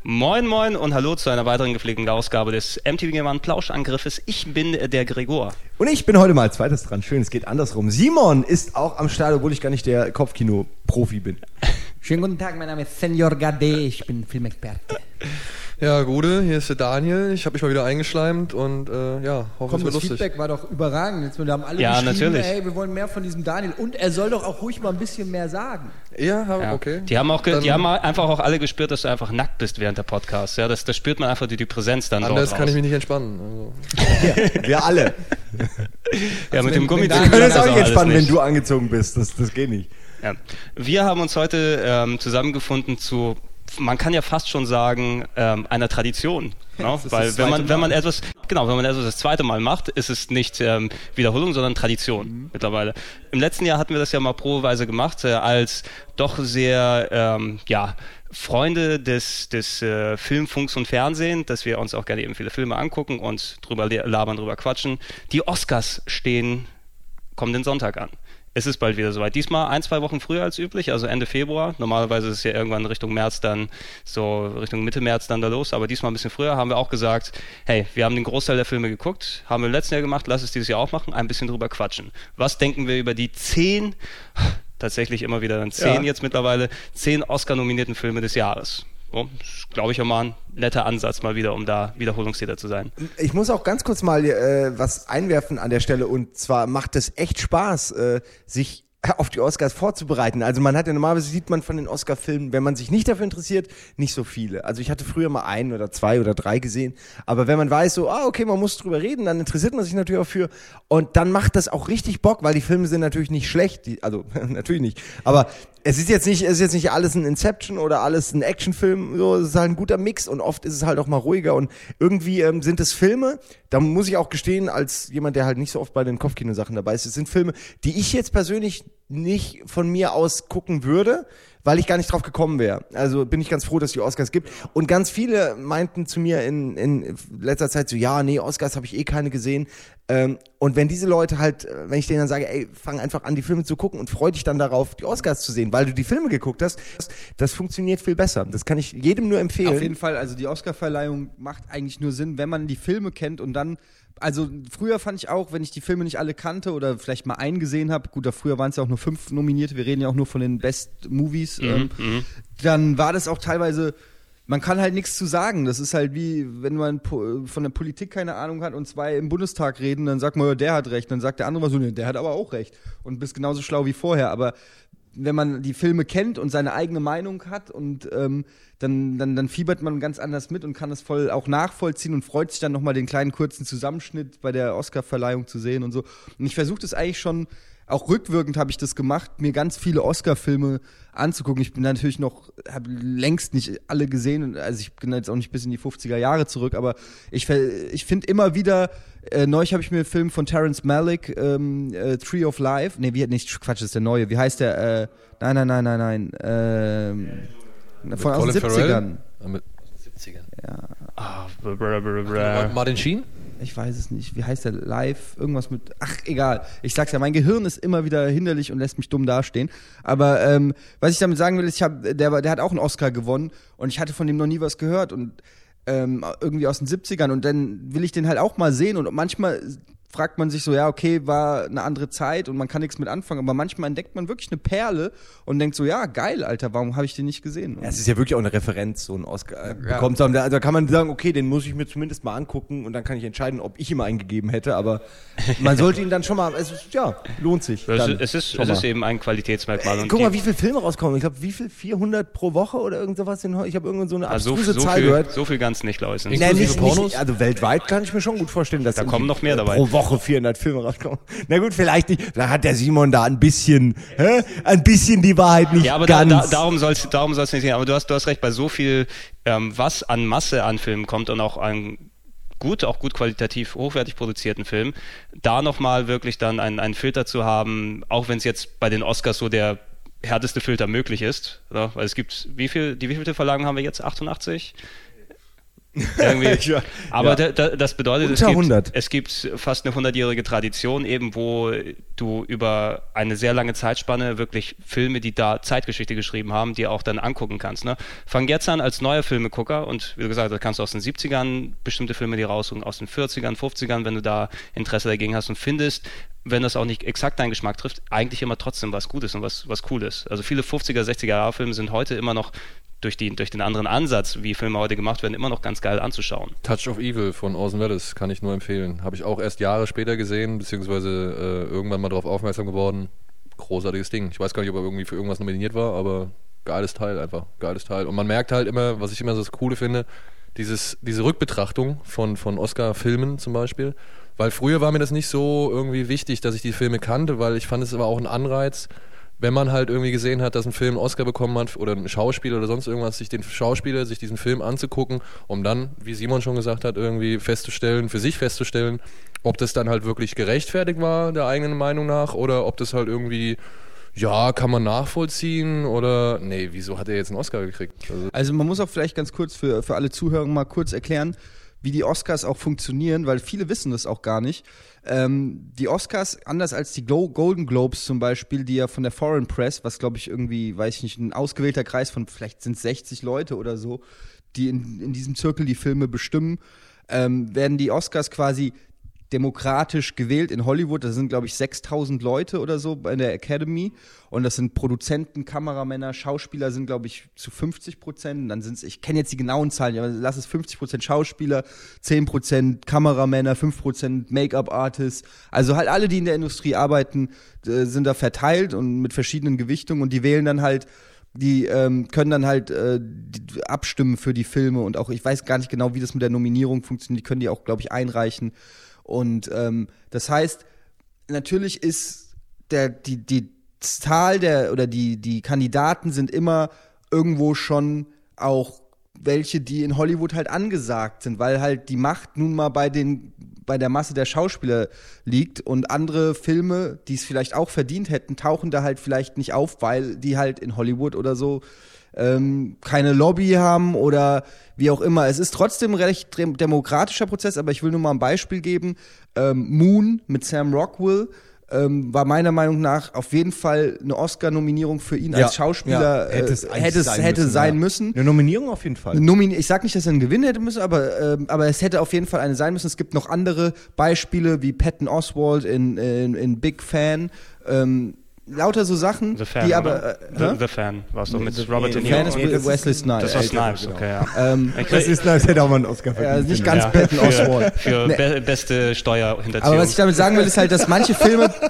Moin moin und hallo zu einer weiteren gepflegten Ausgabe des MTV Gewand Plauschangriffes. Ich bin der Gregor. Und ich bin heute mal als zweites dran. Schön, es geht andersrum. Simon ist auch am Start, obwohl ich gar nicht der Kopfkino-Profi bin. Schönen guten Tag, mein Name ist Senor Gade, ich bin Filmexperte. Ja, Gude, hier ist der Daniel. Ich habe mich mal wieder eingeschleimt und hoffe, es wird Das lustig. Feedback war doch überragend. Jetzt haben alle Ja, geschrieben, natürlich. hey, wir wollen mehr von diesem Daniel. Und er soll doch auch ruhig mal ein bisschen mehr sagen. Ja. Okay. Die haben einfach auch alle gespürt, dass du einfach nackt bist während der Podcasts. Ja, das spürt man einfach die Präsenz dann Anders dort kann raus. ich mich nicht entspannen. Also. Ja, wir alle. Ja, mit dem Wir Gummizipfel können ist uns auch also nicht alles entspannen, wenn nicht. du angezogen bist. Das geht nicht. Ja. Wir haben uns heute zusammengefunden zu, man kann ja fast schon sagen, einer Tradition. No? Weil wenn man etwas das zweite Mal macht, ist es nicht Wiederholung, sondern Tradition mittlerweile. Im letzten Jahr hatten wir das ja mal probeweise gemacht, als doch sehr Freunde des Film, Funks und Fernsehen, dass wir uns auch gerne eben viele Filme angucken und drüber labern, drüber quatschen. Die Oscars stehen kommenden Sonntag an. Es ist bald wieder soweit. Diesmal 1-2 Wochen früher als üblich, also Ende Februar. Normalerweise ist es ja irgendwann Richtung März dann, so Richtung Mitte März dann da los. Aber diesmal ein bisschen früher haben wir auch gesagt, hey, wir haben den Großteil der Filme geguckt, haben wir im letzten Jahr gemacht, lass es dieses Jahr auch machen, ein bisschen drüber quatschen. Was denken wir über die 10, tatsächlich immer wieder dann 10 jetzt mittlerweile, 10 Oscar-nominierten Filme des Jahres? So, glaube ich, auch mal ein netter Ansatz mal wieder, um da Wiederholungstäter zu sein. Ich muss auch ganz kurz mal was einwerfen an der Stelle. Und zwar macht es echt Spaß, sich auf die Oscars vorzubereiten. Also man hat ja normalerweise, sieht man von den Oscar-Filmen, wenn man sich nicht dafür interessiert, nicht so viele. Also ich hatte früher mal 1 oder 2 oder 3 gesehen, aber wenn man weiß so, okay, man muss drüber reden, dann interessiert man sich natürlich auch für und dann macht das auch richtig Bock, weil die Filme sind natürlich nicht schlecht, also natürlich nicht, aber es ist jetzt nicht alles ein Inception oder alles ein Actionfilm, so, es ist halt ein guter Mix und oft ist es halt auch mal ruhiger und irgendwie sind es Filme, da muss ich auch gestehen, als jemand, der halt nicht so oft bei den Kopfkino-Sachen dabei ist, es sind Filme, die ich jetzt persönlich nicht von mir aus gucken würde, weil ich gar nicht drauf gekommen wäre. Also bin ich ganz froh, dass es die Oscars gibt. Und ganz viele meinten zu mir in letzter Zeit so, ja, nee, Oscars habe ich keine gesehen. Und wenn diese Leute halt, wenn ich denen dann sage, ey, fang einfach an, die Filme zu gucken und freu dich dann darauf, die Oscars zu sehen, weil du die Filme geguckt hast, das funktioniert viel besser. Das kann ich jedem nur empfehlen. Auf jeden Fall, also die Oscarverleihung macht eigentlich nur Sinn, wenn man die Filme kennt und dann, also früher fand ich auch, wenn ich die Filme nicht alle kannte oder vielleicht mal einen gesehen habe, gut, früher waren es ja auch nur 5 Nominierte, wir reden ja auch nur von den Best Movies, dann war das auch teilweise, man kann halt nichts zu sagen. Das ist halt wie, wenn man von der Politik keine Ahnung hat und 2 im Bundestag reden, dann sagt man, ja, der hat recht. Dann sagt der andere mal so, nee, der hat aber auch recht. Und bist genauso schlau wie vorher. Aber wenn man die Filme kennt und seine eigene Meinung hat und dann fiebert man ganz anders mit und kann es voll auch nachvollziehen und freut sich dann nochmal den kleinen kurzen Zusammenschnitt bei der Oscarverleihung zu sehen und so. Und ich versuche das eigentlich schon, auch rückwirkend habe ich das gemacht, mir ganz viele Oscar-Filme anzugucken. Ich bin natürlich habe längst nicht alle gesehen, also ich bin jetzt auch nicht bis in die 50er Jahre zurück, aber ich finde immer wieder, neulich habe ich mir einen Film von Terrence Malick, Tree of Life, Quatsch, das ist der neue, wie heißt der, nein, von aus den 70ern. Mit 70ern. Ja. Martin Sheen? Ich weiß es nicht. Wie heißt der? Live? Irgendwas mit... Ach, egal. Ich sag's ja, mein Gehirn ist immer wieder hinderlich und lässt mich dumm dastehen. Aber was ich damit sagen will, ist, der hat auch einen Oscar gewonnen und ich hatte von dem noch nie was gehört und irgendwie aus den 70ern und dann will ich den halt auch mal sehen und manchmal fragt man sich so, ja, okay, war eine andere Zeit und man kann nichts mit anfangen, aber manchmal entdeckt man wirklich eine Perle und denkt so, ja, geil, Alter, warum habe ich den nicht gesehen? Ja, es ist ja wirklich auch eine Referenz, so ein Oscar bekommen zu haben. Da kann man sagen, okay, den muss ich mir zumindest mal angucken und dann kann ich entscheiden, ob ich ihm eingegeben hätte, aber man sollte ihn dann schon mal, lohnt sich. Es ist eben ein Qualitätsmerkmal. Und guck mal, wie viele Filme rauskommen. Ich glaube, 400 pro Woche oder irgend sowas? Ich habe irgendwann so eine abstruse Zahl gehört. So viel ganz nicht, glaube ich. Nicht, also weltweit kann ich mir schon gut vorstellen, dass da kommen noch mehr dabei. Pro Woche 400 Filme rauskommen. Na gut, vielleicht nicht. Da hat der Simon da ein bisschen die Wahrheit nicht ganz. Ja, aber darum soll's nicht gehen. Aber du hast recht, bei so viel, was an Masse an Filmen kommt und auch an gut qualitativ hochwertig produzierten Film, da nochmal wirklich dann einen Filter zu haben, auch wenn es jetzt bei den Oscars so der härteste Filter möglich ist, oder? Weil es gibt, wie vielte Verlagen haben wir jetzt? 88? Irgendwie. Aber das bedeutet, es gibt fast eine 100-jährige Tradition eben, wo du über eine sehr lange Zeitspanne wirklich Filme, die da Zeitgeschichte geschrieben haben, die auch dann angucken kannst. Ne? Fang jetzt an als neuer Filmegucker und wie du gesagt hast, da kannst du aus den 70ern bestimmte Filme dir raussuchen, aus den 40ern, 50ern, wenn du da Interesse dagegen hast und findest, wenn das auch nicht exakt deinen Geschmack trifft, eigentlich immer trotzdem was Gutes und was Cooles. Also viele 50er, 60er-Jahre-Filme sind heute immer noch durch den anderen Ansatz, wie Filme heute gemacht werden, immer noch ganz geil anzuschauen. Touch of Evil von Orson Welles kann ich nur empfehlen. Habe ich auch erst Jahre später gesehen, beziehungsweise irgendwann mal darauf aufmerksam geworden. Großartiges Ding. Ich weiß gar nicht, ob er irgendwie für irgendwas nominiert war, aber geiles Teil einfach. Geiles Teil. Und man merkt halt immer, was ich immer so das Coole finde, diese Rückbetrachtung von Oscar-Filmen zum Beispiel. Weil früher war mir das nicht so irgendwie wichtig, dass ich die Filme kannte, weil ich fand, es war auch ein Anreiz, wenn man halt irgendwie gesehen hat, dass ein Film einen Oscar bekommen hat oder ein Schauspieler oder sonst irgendwas, sich diesen Film anzugucken, um dann, wie Simon schon gesagt hat, irgendwie für sich festzustellen, ob das dann halt wirklich gerechtfertigt war, der eigenen Meinung nach, oder ob das halt irgendwie, ja, kann man nachvollziehen oder, nee, wieso hat er jetzt einen Oscar gekriegt? Also man muss auch vielleicht ganz kurz für alle Zuhörer mal kurz erklären, wie die Oscars auch funktionieren, weil viele wissen das auch gar nicht. Die Oscars, anders als die Golden Globes zum Beispiel, die ja von der Foreign Press, was glaube ich irgendwie, weiß ich nicht, ein ausgewählter Kreis von vielleicht sind 60 Leute oder so, die in diesem Zirkel die Filme bestimmen, werden die Oscars quasi demokratisch gewählt in Hollywood. Das sind, glaube ich, 6.000 Leute oder so bei der Academy. Und das sind Produzenten, Kameramänner, Schauspieler sind, glaube ich, zu 50%. Dann sind es, ich kenne jetzt die genauen Zahlen, aber lass es 50% Schauspieler, 10% Kameramänner, 5% Make-up-Artists. Also halt alle, die in der Industrie arbeiten, sind da verteilt und mit verschiedenen Gewichtungen. Und die wählen dann halt, die können dann halt abstimmen für die Filme. Und auch, ich weiß gar nicht genau, wie das mit der Nominierung funktioniert. Die können die auch, glaube ich, einreichen. Und das heißt, natürlich ist die Zahl die Kandidaten sind immer irgendwo schon auch welche, die in Hollywood halt angesagt sind, weil halt die Macht nun mal bei der Masse der Schauspieler liegt und andere Filme, die es vielleicht auch verdient hätten, tauchen da halt vielleicht nicht auf, weil die halt in Hollywood oder so keine Lobby haben oder wie auch immer. Es ist trotzdem ein recht demokratischer Prozess, aber ich will nur mal ein Beispiel geben. Moon mit Sam Rockwell war meiner Meinung nach auf jeden Fall eine Oscar-Nominierung für ihn als Schauspieler. Hätte sein müssen. Eine Nominierung auf jeden Fall. Ich sag nicht, dass er einen Gewinn hätte müssen, aber es hätte auf jeden Fall eine sein müssen. Es gibt noch andere Beispiele wie Patton Oswalt in Big Fan. Lauter so Sachen, The Fan, die aber... The Fan, warst du mit Robert De The Niro? Fan ist Wesley Snipes. Das war Snipes, okay, ja. Wesley Snipes hätte auch mal einen Oscar verdient. Nicht ganz Patton Oswalt. Für beste Steuerhinterziehung. Aber was ich damit sagen will, ist halt, dass manche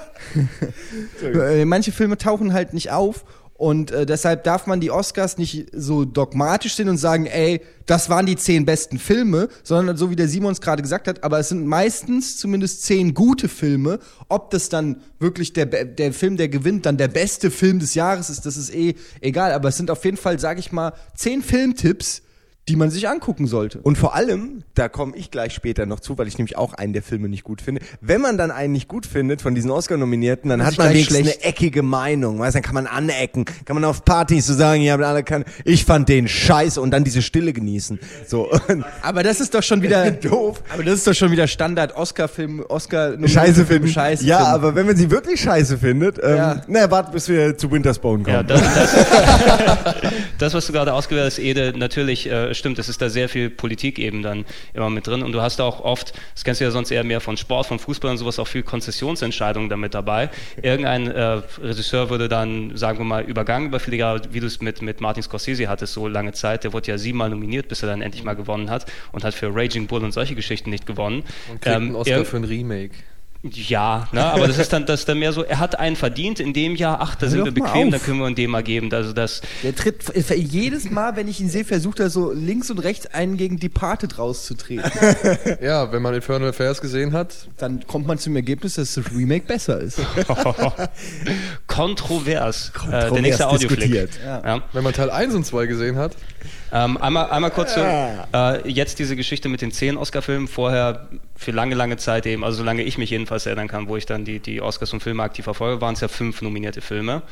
Filme tauchen halt nicht auf. Und deshalb darf man die Oscars nicht so dogmatisch sehen und sagen, ey, das waren die 10 besten Filme, sondern so wie der Simon es gerade gesagt hat, aber es sind meistens zumindest 10 gute Filme. Ob das dann wirklich der Film, der gewinnt, dann der beste Film des Jahres ist, das ist egal. Aber es sind auf jeden Fall, sag ich mal, 10 Filmtipps, die man sich angucken sollte. Und vor allem, da komme ich gleich später noch zu, weil ich nämlich auch einen der Filme nicht gut finde. Wenn man dann einen nicht gut findet von diesen Oscar-Nominierten, dann hat man wenigstens eine eckige Meinung. Weißt, dann kann man anecken, kann man auf Partys so sagen, ich fand den scheiße und dann diese Stille genießen. So. Aber das ist doch schon wieder doof. Aber das ist doch schon wieder Standard Oscar-Film, Scheiße finden. Scheiße ja, finden. aber wenn man sie wirklich scheiße findet, warte, bis wir zu Wintersbone kommen. Ja, das, was du gerade ausgewählt hast, Ede, natürlich stimmt, es ist da sehr viel Politik eben dann immer mit drin und du hast da auch oft, das kennst du ja sonst eher mehr von Sport, von Fußball und sowas, auch viel Konzessionsentscheidungen damit dabei. Irgendein Regisseur würde dann, sagen wir mal, übergangen über viele Jahre, wie du es mit Martin Scorsese hattest, so lange Zeit, der wurde ja 7-mal nominiert, bis er dann endlich mal gewonnen hat und hat für Raging Bull und solche Geschichten nicht gewonnen. Und kriegt einen Oscar für ein Remake. Ja, ne, aber das ist dann mehr so, er hat einen verdient in dem Jahr, da sind wir bequem, da können wir ihn dem mal geben. Also das der tritt jedes Mal, wenn ich ihn sehe, versucht er so links und rechts einen gegen Departed rauszutreten. Ja, wenn man Infernal Affairs gesehen hat, dann kommt man zum Ergebnis, dass das Remake besser ist. Kontrovers. Der nächste Audioflick. Ja. Wenn man Teil 1 und 2 gesehen hat. Einmal kurz jetzt diese Geschichte mit den 10 Oscar-Filmen, vorher für lange Zeit eben, also solange ich mich jedenfalls erinnern kann, wo ich dann die Oscars und Filme aktiv verfolge, waren es ja 5 nominierte Filme.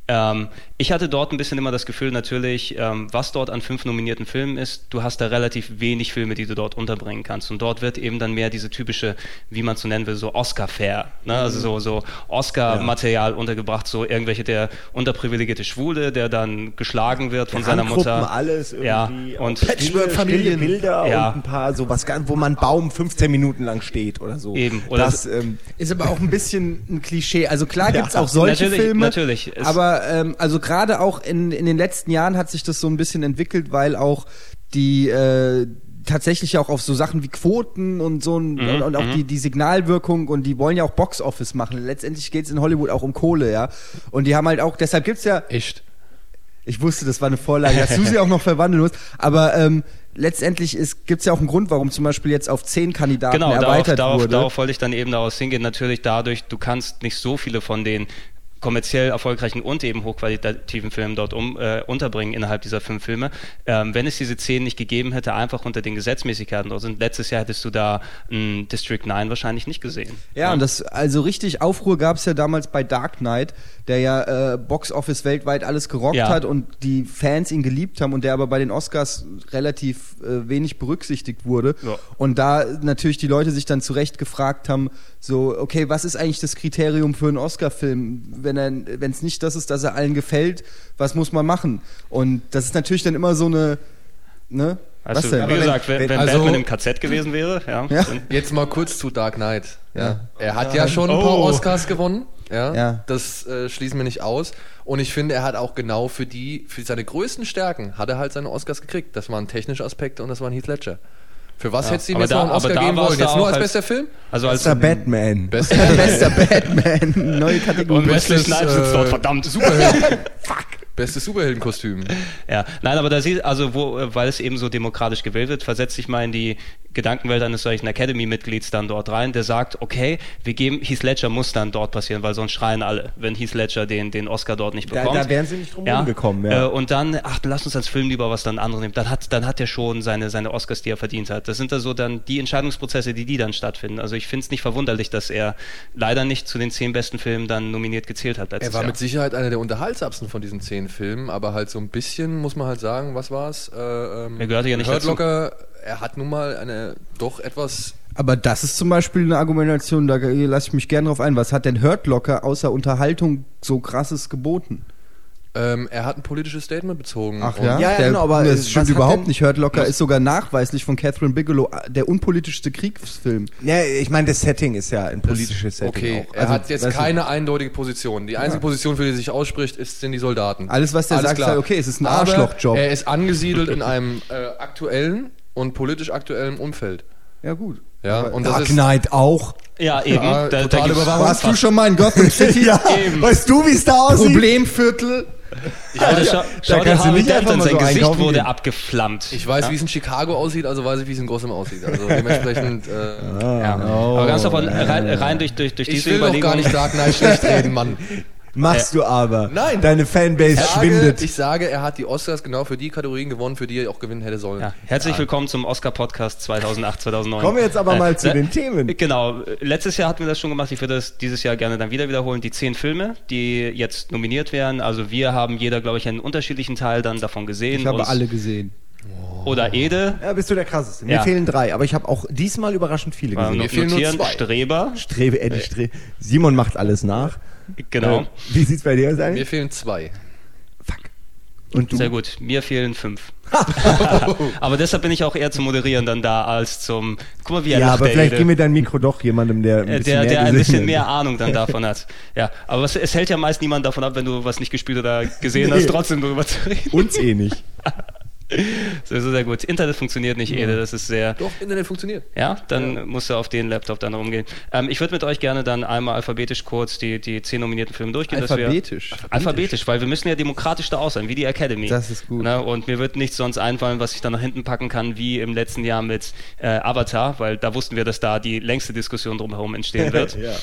Ich hatte dort ein bisschen immer das Gefühl, natürlich, was dort an 5 nominierten Filmen ist, du hast da relativ wenig Filme, die du dort unterbringen kannst. Und dort wird eben dann mehr diese typische, wie man es so nennen will, so Oscar-Fair, ne? Also so Oscar-Material untergebracht, so irgendwelche, der unterprivilegierte Schwule, der dann geschlagen wird von seiner Mutter. Alles irgendwie. Ja, und Patchwork-Familien. Bilder ja. und ein paar sowas, wo man Baum 15 Minuten lang steht oder so. Eben. Oder das ist aber auch ein bisschen ein Klischee. Also klar gibt's auch solche Filme. Natürlich. Aber also gerade auch in den letzten Jahren hat sich das so ein bisschen entwickelt, weil auch die tatsächlich auch auf so Sachen wie Quoten und so und auch die Signalwirkung und die wollen ja auch Box-Office machen. Letztendlich geht's in Hollywood auch um Kohle, ja. Und die haben halt auch, deshalb gibt's ja... Echt? Ich wusste, das war eine Vorlage, dass du sie auch noch verwandeln musst. Aber letztendlich gibt's ja auch einen Grund, warum zum Beispiel jetzt auf 10 Kandidaten erweitert wurde. Darauf wollte ich dann eben daraus hingehen. Natürlich dadurch, du kannst nicht so viele von den kommerziell erfolgreichen und eben hochqualitativen Filmen dort unterbringen innerhalb dieser 5 Filme. Wenn es diese 10 nicht gegeben hätte, einfach unter den Gesetzmäßigkeiten dort sind, letztes Jahr hättest du da District 9 wahrscheinlich nicht gesehen. Ja, und das, also richtig Aufruhr gab es ja damals bei Dark Knight, der ja Box-Office weltweit alles gerockt hat und die Fans ihn geliebt haben und der aber bei den Oscars relativ wenig berücksichtigt wurde. Ja. Und da natürlich die Leute sich dann zu Recht gefragt haben, so, okay, was ist eigentlich das Kriterium für einen Oscar-Film? Wenn es nicht das ist, dass er allen gefällt, was muss man machen? Und das ist natürlich dann immer so eine, ne? Also, was denn? Wie gesagt, wenn Batman im KZ gewesen wäre, ja. Jetzt mal kurz zu Dark Knight. Ja. Er hat ja schon ein paar Oscars gewonnen. Ja. Das schließen wir nicht aus. Und ich finde, er hat auch genau für seine größten Stärken hat er halt seine Oscars gekriegt. Das waren technische Aspekte und das waren Heath Ledger. Für was hättest du ihm jetzt noch einen Oscar geben wollen? Jetzt nur als bester Film? Also als bester Batman. Bester Batman. Neue Kategorie. Und Wesley Snipes sitzt dort, verdammt. Superhelden. Fuck. Bestes Superheldenkostüm. Ja, nein, aber da sieht, also weil es eben so demokratisch gewählt wird, versetzt sich mal in die Gedankenwelt eines solchen Academy-Mitglieds dann dort rein, der sagt, okay, Heath Ledger muss dann dort passieren, weil sonst schreien alle, wenn Heath Ledger den Oscar dort nicht bekommt. Da wären sie nicht drum rumgekommen, ja. Und dann, lass uns als Film lieber was dann andere nehmen. Dann hat er schon seine Oscars, die er verdient hat. Das sind da so dann die Entscheidungsprozesse, die dann stattfinden. Also ich finde es nicht verwunderlich, dass er leider nicht zu den 10 besten Filmen dann nominiert gezählt hat letztes Jahr. Er war mit Sicherheit einer der unterhaltsamsten von diesen 10 Filmen, aber halt so ein bisschen, muss man halt sagen, was war's? Er gehörte ja nicht Hurt Locker, er hat nun mal eine doch etwas... Aber das ist zum Beispiel eine Argumentation, da lasse ich mich gerne drauf ein. Was hat denn Hurt Locker außer Unterhaltung so krasses geboten? Er hat ein politisches Statement bezogen. Ach ja? Ja, genau, aber das stimmt überhaupt nicht. Hurt Locker ist sogar nachweislich von Catherine Bigelow der unpolitischste Kriegsfilm. Ja, ich meine, das Setting ist ja ein politisches Setting okay. auch. Er hat jetzt keine eindeutige Position. Die einzige Position, für die er sich ausspricht, sind die Soldaten. Alles, was der sagt, ist halt, okay, es ist ein Arschlochjob. Er ist angesiedelt in einem aktuellen und politisch aktuellen Umfeld. Ja, gut. Ja, und Dark Knight auch. Ja, eben. Totale Überwachung. Warst du schon mal in Gotham City? Ja, eben. Weißt du, wie es da aussieht? Problemviertel. Schau dir Harvey Dent an, sein Gesicht wurde abgeflammt. Ich weiß, wie es in Chicago aussieht, also weiß ich, wie es in Gotham aussieht. Also dementsprechend, Aber ganz davon, rein durch diese Überlegung. Ich will doch gar nicht Dark Knight schlecht reden, Mann. Machst du aber. Nein. Deine Fanbase schwindet. Ich sage, er hat die Oscars genau für die Kategorien gewonnen, für die er auch gewinnen hätte sollen. Ja. Herzlich willkommen zum Oscar-Podcast 2008, 2009. Kommen wir jetzt aber mal zu den Themen. Genau. Letztes Jahr hatten wir das schon gemacht. Ich würde das dieses Jahr gerne dann wieder wiederholen. Die 10 Filme, die jetzt nominiert werden. Also wir haben jeder, glaube ich, einen unterschiedlichen Teil dann davon gesehen. Ich habe alle gesehen. Oder Ede. Ja, bist du der Krasseste. Mir fehlen 3, aber ich habe auch diesmal überraschend viele gesehen. Mir fehlen nur 2. Streber. Simon macht alles nach. Genau. Wie sieht's bei dir aus? Mir fehlen 2. Fuck. Und du? Sehr gut. Mir fehlen 5. Aber deshalb bin ich auch eher zum Moderieren dann da als zum. Guck mal, wie er lacht, aber vielleicht gib mir dein Mikro doch jemandem, der ein bisschen mehr Ahnung dann davon hat. Ja, aber es hält ja meist niemand davon ab, wenn du was nicht gespielt oder gesehen hast, trotzdem darüber zu reden. Uns nicht. Sehr, sehr gut. Internet funktioniert nicht, Ede, das ist sehr... Doch, Internet funktioniert. Ja? Dann musst du auf den Laptop dann rumgehen. Ich würde mit euch gerne dann einmal alphabetisch kurz die 10 nominierten Filme durchgehen. Alphabetisch, weil wir müssen ja demokratisch da aus sein, wie die Academy. Das ist gut. Und mir wird nichts sonst einfallen, was ich dann nach hinten packen kann, wie im letzten Jahr mit Avatar, weil da wussten wir, dass da die längste Diskussion drumherum entstehen wird.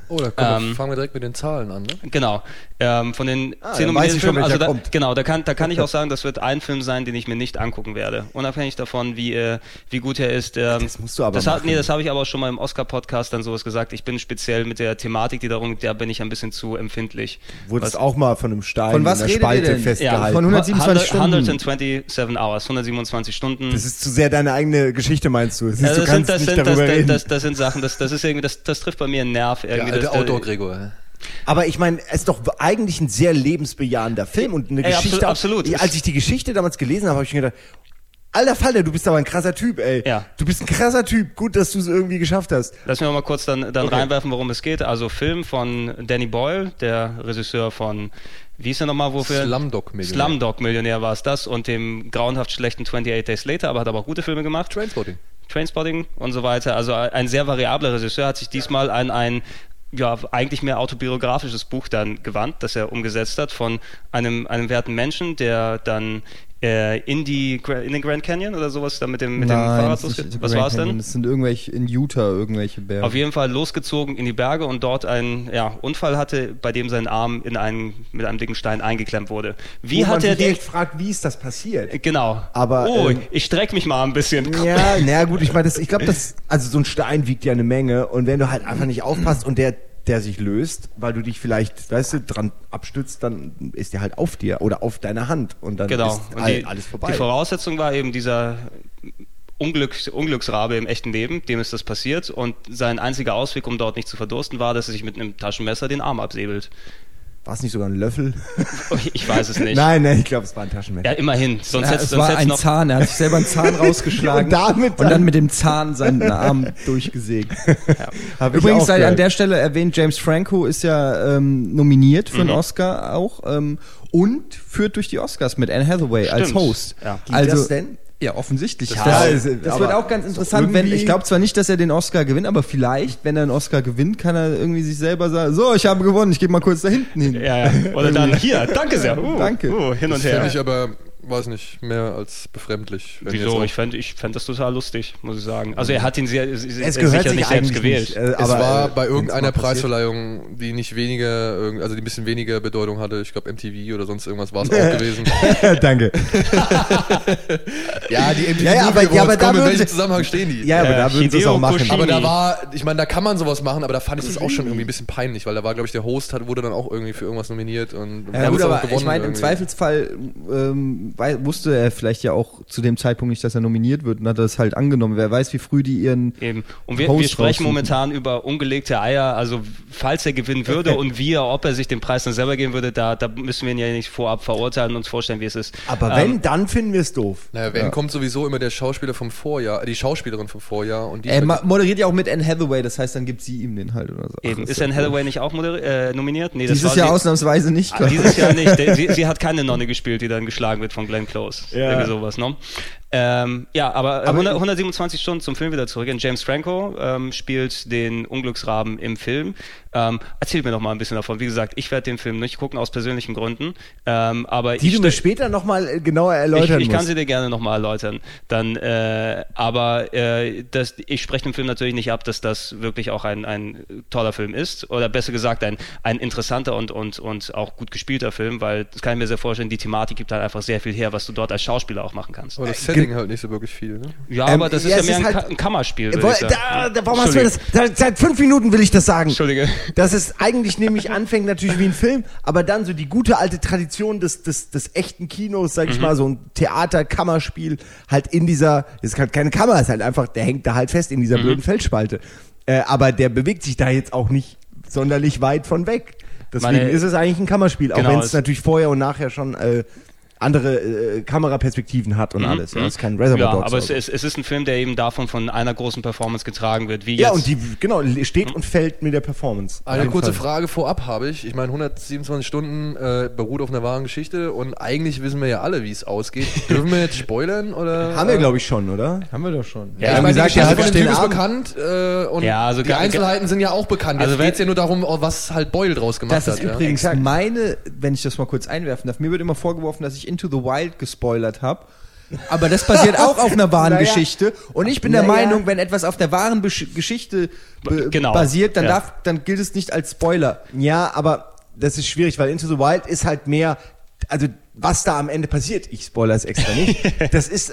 Oh, da fangen wir direkt mit den Zahlen an, ne? Genau. Von den 10 weiß ich schon, Filmen, welcher kommt. Genau, da kann ich auch sagen, das wird ein Film sein, den ich mir nicht angucken werde. Unabhängig davon, wie gut er ist. Das musst du aber machen. Das habe ich aber auch schon mal im Oscar-Podcast dann sowas gesagt. Ich bin speziell mit der Thematik, die darum, da bin ich ein bisschen zu empfindlich. Wurde es auch mal von einem Stein Von was in der redet ihr Spalte denn? festgehalten. Ja, Von 127 Stunden. 127 Hours, 127 Stunden. Das ist zu sehr deine eigene Geschichte, meinst du? Ja, Du kannst nicht darüber reden. das sind Sachen, das ist irgendwie, das trifft bei mir einen Nerv. Irgendwie, Der Outdoor-Gregor. Aber ich meine, es ist doch eigentlich ein sehr lebensbejahender Film und eine Geschichte. Absolut. Als ich die Geschichte damals gelesen habe, habe ich mir gedacht, alter Falter, du bist aber ein krasser Typ, ey. Ja. Du bist ein krasser Typ. Gut, dass du es irgendwie geschafft hast. Lass mich mal kurz dann reinwerfen, worum es geht. Also Film von Danny Boyle, der Regisseur von, wie hieß er nochmal, wofür? Slumdog Millionär war es das und dem grauenhaft schlechten 28 Days Later, aber hat aber auch gute Filme gemacht. Trainspotting und so weiter. Also ein sehr variabler Regisseur hat sich diesmal an ein eigentlich mehr autobiografisches Buch dann gewandt, das er umgesetzt hat von einem werten Menschen, der dann in den Grand Canyon oder sowas dann mit dem Fahrrad losgeht. Was war es denn? Das sind in Utah irgendwelche Berge. Auf jeden Fall losgezogen in die Berge und dort einen Unfall hatte, bei dem sein Arm mit einem dicken Stein eingeklemmt wurde. Wo man sich echt fragt, wie ist das passiert? Genau. Aber ich strecke mich mal ein bisschen. Ja, na gut, ich meine, ich glaube, also so ein Stein wiegt ja eine Menge und wenn du halt einfach nicht aufpasst und der sich löst, weil du dich vielleicht, weißt du, dran abstützt, dann ist der halt auf dir oder auf deiner Hand und dann ist alles vorbei. Die Voraussetzung war eben dieser Unglücksrabe im echten Leben, dem ist das passiert und sein einziger Ausweg, um dort nicht zu verdursten, war, dass er sich mit einem Taschenmesser den Arm absäbelt. War es nicht sogar ein Löffel? Ich weiß es nicht. Nein, ich glaube, es war ein Taschenmesser. Ja, immerhin. Es war ein Zahn. Er hat sich selber einen Zahn rausgeschlagen und dann mit dem Zahn seinen Arm durchgesägt. Ja. Übrigens sei an der Stelle erwähnt, James Franco ist ja nominiert für einen Oscar auch und führt durch die Oscars mit Anne Hathaway als Host. Ja. Geht das denn? Ja, offensichtlich. Das wird auch ganz interessant. Ich glaube zwar nicht, dass er den Oscar gewinnt, aber vielleicht, wenn er einen Oscar gewinnt, kann er irgendwie sich selber sagen, so, ich habe gewonnen, ich gehe mal kurz da hinten hin. Ja. Oder dann, hier, danke sehr. Danke. Hin und das her. Finde ich aber, weiß nicht, mehr als befremdlich. Wieso? Ich fänd das total lustig, muss ich sagen. Also er hat ihn sicher nicht selbst gewählt. Es war bei irgendeiner Preisverleihung, die nicht weniger, also die ein bisschen weniger Bedeutung hatte, ich glaube MTV oder sonst irgendwas war es auch gewesen. Danke. Ja, die MTV aber da in welchem Zusammenhang stehen die? Ja, aber da würden sie es auch machen. Aber da kann man sowas machen, aber da fand ich das auch schon irgendwie ein bisschen peinlich, weil da war, glaube ich, der Host wurde dann auch irgendwie für irgendwas nominiert und ja, gut, aber ich meine, im Zweifelsfall wusste er vielleicht ja auch zu dem Zeitpunkt nicht, dass er nominiert wird und hat das halt angenommen. Wer weiß, wie früh die ihren Eben. Und wir sprechen momentan über ungelegte Eier, also falls er gewinnen würde und ob er sich den Preis dann selber geben würde, da müssen wir ihn ja nicht vorab verurteilen und uns vorstellen, wie es ist. Aber wenn, dann finden wir es doof. Naja, wenn kommt sowieso immer der Schauspieler vom Vorjahr, die Schauspielerin vom Vorjahr und die moderiert ja auch mit Anne Hathaway, das heißt, dann gibt sie ihm den halt oder so. Eben. Ist Anne Hathaway nicht auch nominiert? Nee, dieses Jahr ausnahmsweise nicht. Dieses Jahr nicht. Sie hat keine Nonne gespielt, die dann geschlagen wird von Glenn Close. Ja. Irgendwie sowas, ne? Aber 127 Stunden zum Film wieder zurück. James Franco spielt den Unglücksraben im Film. Erzähl mir noch mal ein bisschen davon. Wie gesagt, ich werde den Film nicht gucken aus persönlichen Gründen. Aber die du mir später noch mal genauer erläutern Ich kann sie dir gerne noch mal erläutern. Dann, ich spreche dem Film natürlich nicht ab, dass das wirklich auch ein toller Film ist. Oder besser gesagt, ein interessanter und auch gut gespielter Film, weil das kann ich mir sehr vorstellen, die Thematik gibt halt einfach sehr viel her, was du dort als Schauspieler auch machen kannst. Aber das Setting halt nicht so wirklich viel, ne? Ja, aber das ist ja mehr ein Kammerspiel. Warum hast du das? Seit 5 Minuten will ich das sagen. Entschuldige. Dass es eigentlich nämlich anfängt natürlich wie ein Film, aber dann so die gute alte Tradition des echten Kinos, sag ich mal, so ein Theater-Kammerspiel halt in dieser, das ist halt keine Kamera, ist halt einfach, der hängt da halt fest in dieser blöden Felsspalte. Aber der bewegt sich da jetzt auch nicht sonderlich weit von weg. Deswegen ist es eigentlich ein Kammerspiel, auch wenn es natürlich vorher und nachher schon andere Kameraperspektiven hat und alles. Ja, es ist kein Reservoir Dogs. Aber es ist ein Film, der eben davon von einer großen Performance getragen wird. Und die steht und fällt mit der Performance. Eine kurze Frage vorab habe ich. Ich meine, 127 Stunden beruht auf einer wahren Geschichte und eigentlich wissen wir ja alle, wie es ausgeht. Dürfen wir jetzt spoilern? Oder? Haben wir, glaube ich, schon, oder? Haben wir doch schon. Ja, ich meine, die Geschichte von dem Typ ist bekannt und die Einzelheiten sind ja auch bekannt. Jetzt geht es ja nur darum, was halt Boyle draus gemacht hat. Das ist übrigens wenn ich das mal kurz einwerfen darf, mir wird immer vorgeworfen, dass ich Into the Wild gespoilert habe. Aber das basiert auch auf einer wahren Geschichte. Und ich bin der Meinung, wenn etwas auf der wahren Geschichte basiert, dann gilt es nicht als Spoiler. Ja, aber das ist schwierig, weil Into the Wild ist halt mehr, also was da am Ende passiert, ich spoilere es extra nicht, das ist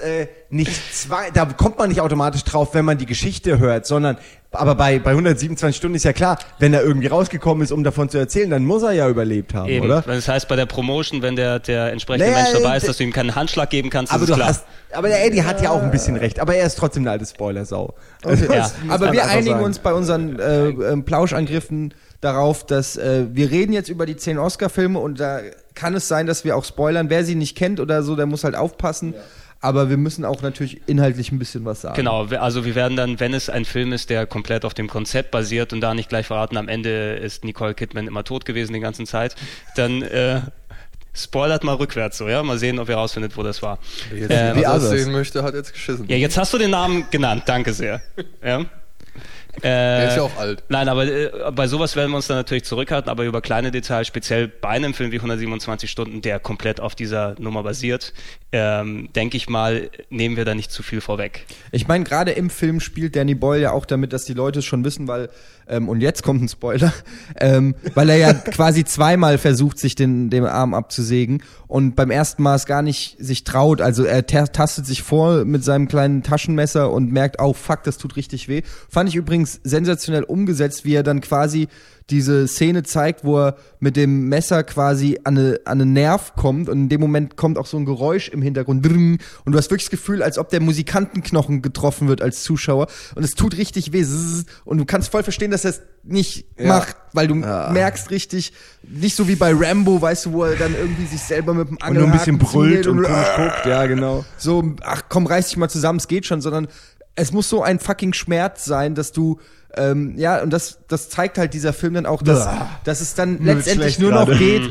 da kommt man nicht automatisch drauf, wenn man die Geschichte hört, sondern, aber bei 127 Stunden ist ja klar, wenn er irgendwie rausgekommen ist, um davon zu erzählen, dann muss er ja überlebt haben, eben, oder? Das heißt, bei der Promotion, wenn der entsprechende Mensch dabei ist, dass du ihm keinen Handschlag geben kannst, aber ist klar. Aber der Eddie hat ja auch ein bisschen recht, aber er ist trotzdem eine alte Spoilersau. Also aber wir einigen uns bei unseren Plauschangriffen darauf, dass wir reden jetzt über die 10 Oscar-Filme und da kann es sein, dass wir auch spoilern. Wer sie nicht kennt oder so, der muss halt aufpassen. Ja. Aber wir müssen auch natürlich inhaltlich ein bisschen was sagen. Genau, also wir werden dann, wenn es ein Film ist, der komplett auf dem Konzept basiert und da nicht gleich verraten, am Ende ist Nicole Kidman immer tot gewesen die ganze Zeit, dann spoilert mal rückwärts so, ja? Mal sehen, ob ihr rausfindet, wo das war. Wer das sehen möchte, hat jetzt geschissen. Ja, jetzt hast du den Namen genannt, danke sehr. Ja. Der ist ja auch alt. Nein, aber bei sowas werden wir uns dann natürlich zurückhalten, aber über kleine Details, speziell bei einem Film wie 127 Stunden, der komplett auf dieser Nummer basiert, denke ich mal, nehmen wir da nicht zu viel vorweg. Ich meine, gerade im Film spielt Danny Boyle ja auch damit, dass die Leute es schon wissen, weil, und jetzt kommt ein Spoiler, weil er ja quasi zweimal versucht, sich den Arm abzusägen und beim ersten Mal es gar nicht sich traut, also er tastet sich vor mit seinem kleinen Taschenmesser und merkt, oh fuck, das tut richtig weh. Fand ich übrigens sensationell umgesetzt, wie er dann quasi diese Szene zeigt, wo er mit dem Messer quasi an einen Nerv kommt und in dem Moment kommt auch so ein Geräusch im Hintergrund und du hast wirklich das Gefühl, als ob der Musikantenknochen getroffen wird als Zuschauer und es tut richtig weh und du kannst voll verstehen, dass er es nicht macht, weil du merkst richtig, nicht so wie bei Rambo, weißt du, wo er dann irgendwie sich selber mit dem Angelhaken und nur ein bisschen brüllt und guckt, ja genau. So, ach komm, reiß dich mal zusammen, es geht schon, sondern es muss so ein fucking Schmerz sein, dass du und das zeigt halt dieser Film dann auch, dass es dann letztendlich nur noch geht,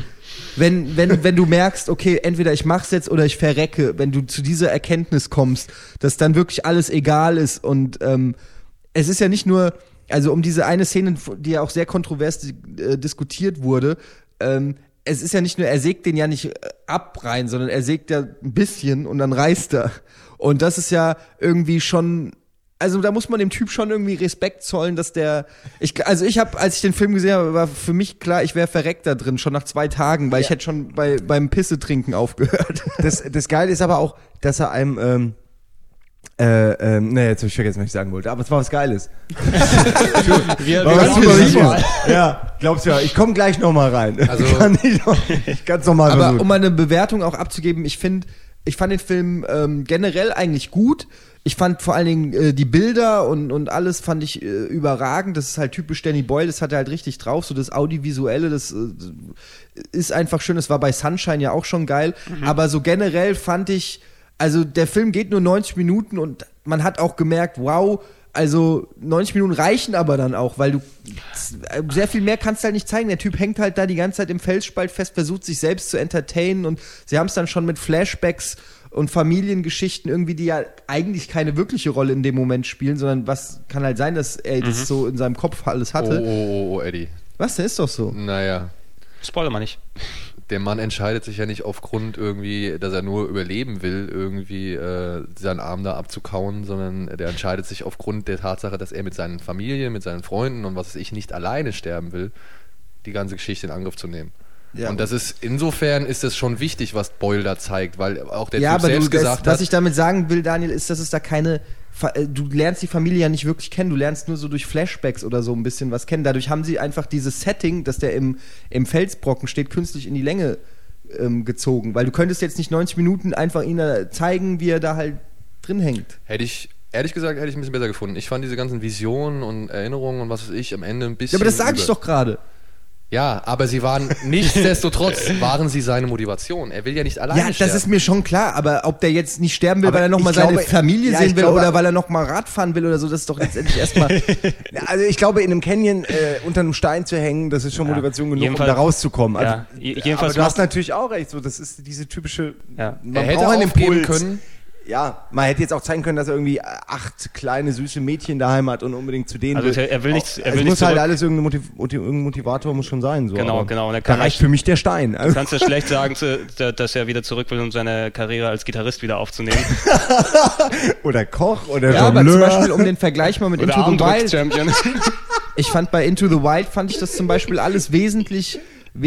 wenn du merkst, okay, entweder ich mach's jetzt oder ich verrecke, wenn du zu dieser Erkenntnis kommst, dass dann wirklich alles egal ist und es ist ja nicht nur, also um diese eine Szene, die ja auch sehr kontrovers diskutiert wurde, es ist ja nicht nur, er sägt den ja nicht ab rein, sondern er sägt ja ein bisschen und dann reißt er. Und das ist ja irgendwie schon, also da muss man dem Typ schon irgendwie Respekt zollen, dass als ich den Film gesehen habe, war für mich klar, ich wäre verreckt da drin, schon nach 2 Tagen, weil ich hätte schon beim Pisse trinken aufgehört. Das Geile ist aber auch, dass er einem, jetzt habe ich vergessen, was ich sagen wollte, aber es war was Geiles. Ja, glaubst du ja, ich komme gleich nochmal rein. Also, ich kann's noch mal aber versuchen. Um mal eine Bewertung auch abzugeben, ich fand den Film generell eigentlich gut. Ich fand vor allen Dingen die Bilder und alles fand ich überragend. Das ist halt typisch Danny Boyle, das hat er halt richtig drauf. So das Audiovisuelle, das ist einfach schön. Das war bei Sunshine ja auch schon geil. Aber so generell fand ich, also der Film geht nur 90 Minuten und man hat auch gemerkt, wow, also 90 Minuten reichen aber dann auch, weil du sehr viel mehr kannst halt nicht zeigen. Der Typ hängt halt da die ganze Zeit im Felsspalt fest, versucht sich selbst zu entertainen und sie haben es dann schon mit Flashbacks und Familiengeschichten irgendwie, die ja eigentlich keine wirkliche Rolle in dem Moment spielen, sondern was kann halt sein, dass er das so in seinem Kopf alles hatte. Oh, Eddie. Was, der ist doch so. Naja. Spoiler mal nicht. Der Mann entscheidet sich ja nicht aufgrund irgendwie, dass er nur überleben will, irgendwie seinen Arm da abzukauen, sondern der entscheidet sich aufgrund der Tatsache, dass er mit seinen Familien, mit seinen Freunden und was weiß ich nicht alleine sterben will, die ganze Geschichte in Angriff zu nehmen. Ja. Und insofern ist es schon wichtig, was Boyle da zeigt, weil auch der Typ selbst gesagt hat. Was ich damit sagen will, Daniel, ist, dass es da du lernst die Familie ja nicht wirklich kennen, du lernst nur so durch Flashbacks oder so ein bisschen was kennen. Dadurch haben sie einfach dieses Setting, dass der im Felsbrocken steht, künstlich in die Länge gezogen. Weil du könntest jetzt nicht 90 Minuten einfach ihn zeigen, wie er da halt drin hängt. Ehrlich gesagt, hätte ich ein bisschen besser gefunden. Ich fand diese ganzen Visionen und Erinnerungen und was weiß ich am Ende ein bisschen. Ja, aber das sage ich doch gerade. Ja, aber sie waren, nichtsdestotrotz waren sie seine Motivation. Er will ja nicht alleine sterben. Ja, das ist mir schon klar, aber ob der jetzt nicht sterben will, weil er nochmal seine Familie sehen will oder weil er nochmal Rad fahren will oder so, das ist doch letztendlich erstmal... Also ich glaube, in einem Canyon unter einem Stein zu hängen, das ist schon Motivation genug, um da rauszukommen. Also, jedenfalls aber du hast natürlich auch recht, so, das ist diese typische... Ja. Er hätte aufgeben können. Ja, man hätte jetzt auch zeigen können, dass er irgendwie 8 kleine, süße Mädchen daheim hat und unbedingt zu denen Also er will nichts. Es muss halt alles irgendein Motivator muss schon sein. So. Genau. Und er kann da reicht für mich der Stein. Du kannst ja schlecht sagen, dass er wieder zurück will, um seine Karriere als Gitarrist wieder aufzunehmen. Oder Koch oder Ja, aber Jongleur. zum Beispiel, um den Vergleich mal mit Oder Into the Wild. Armdrück-Champion. Ich fand bei Into the Wild fand ich das zum Beispiel alles wesentlich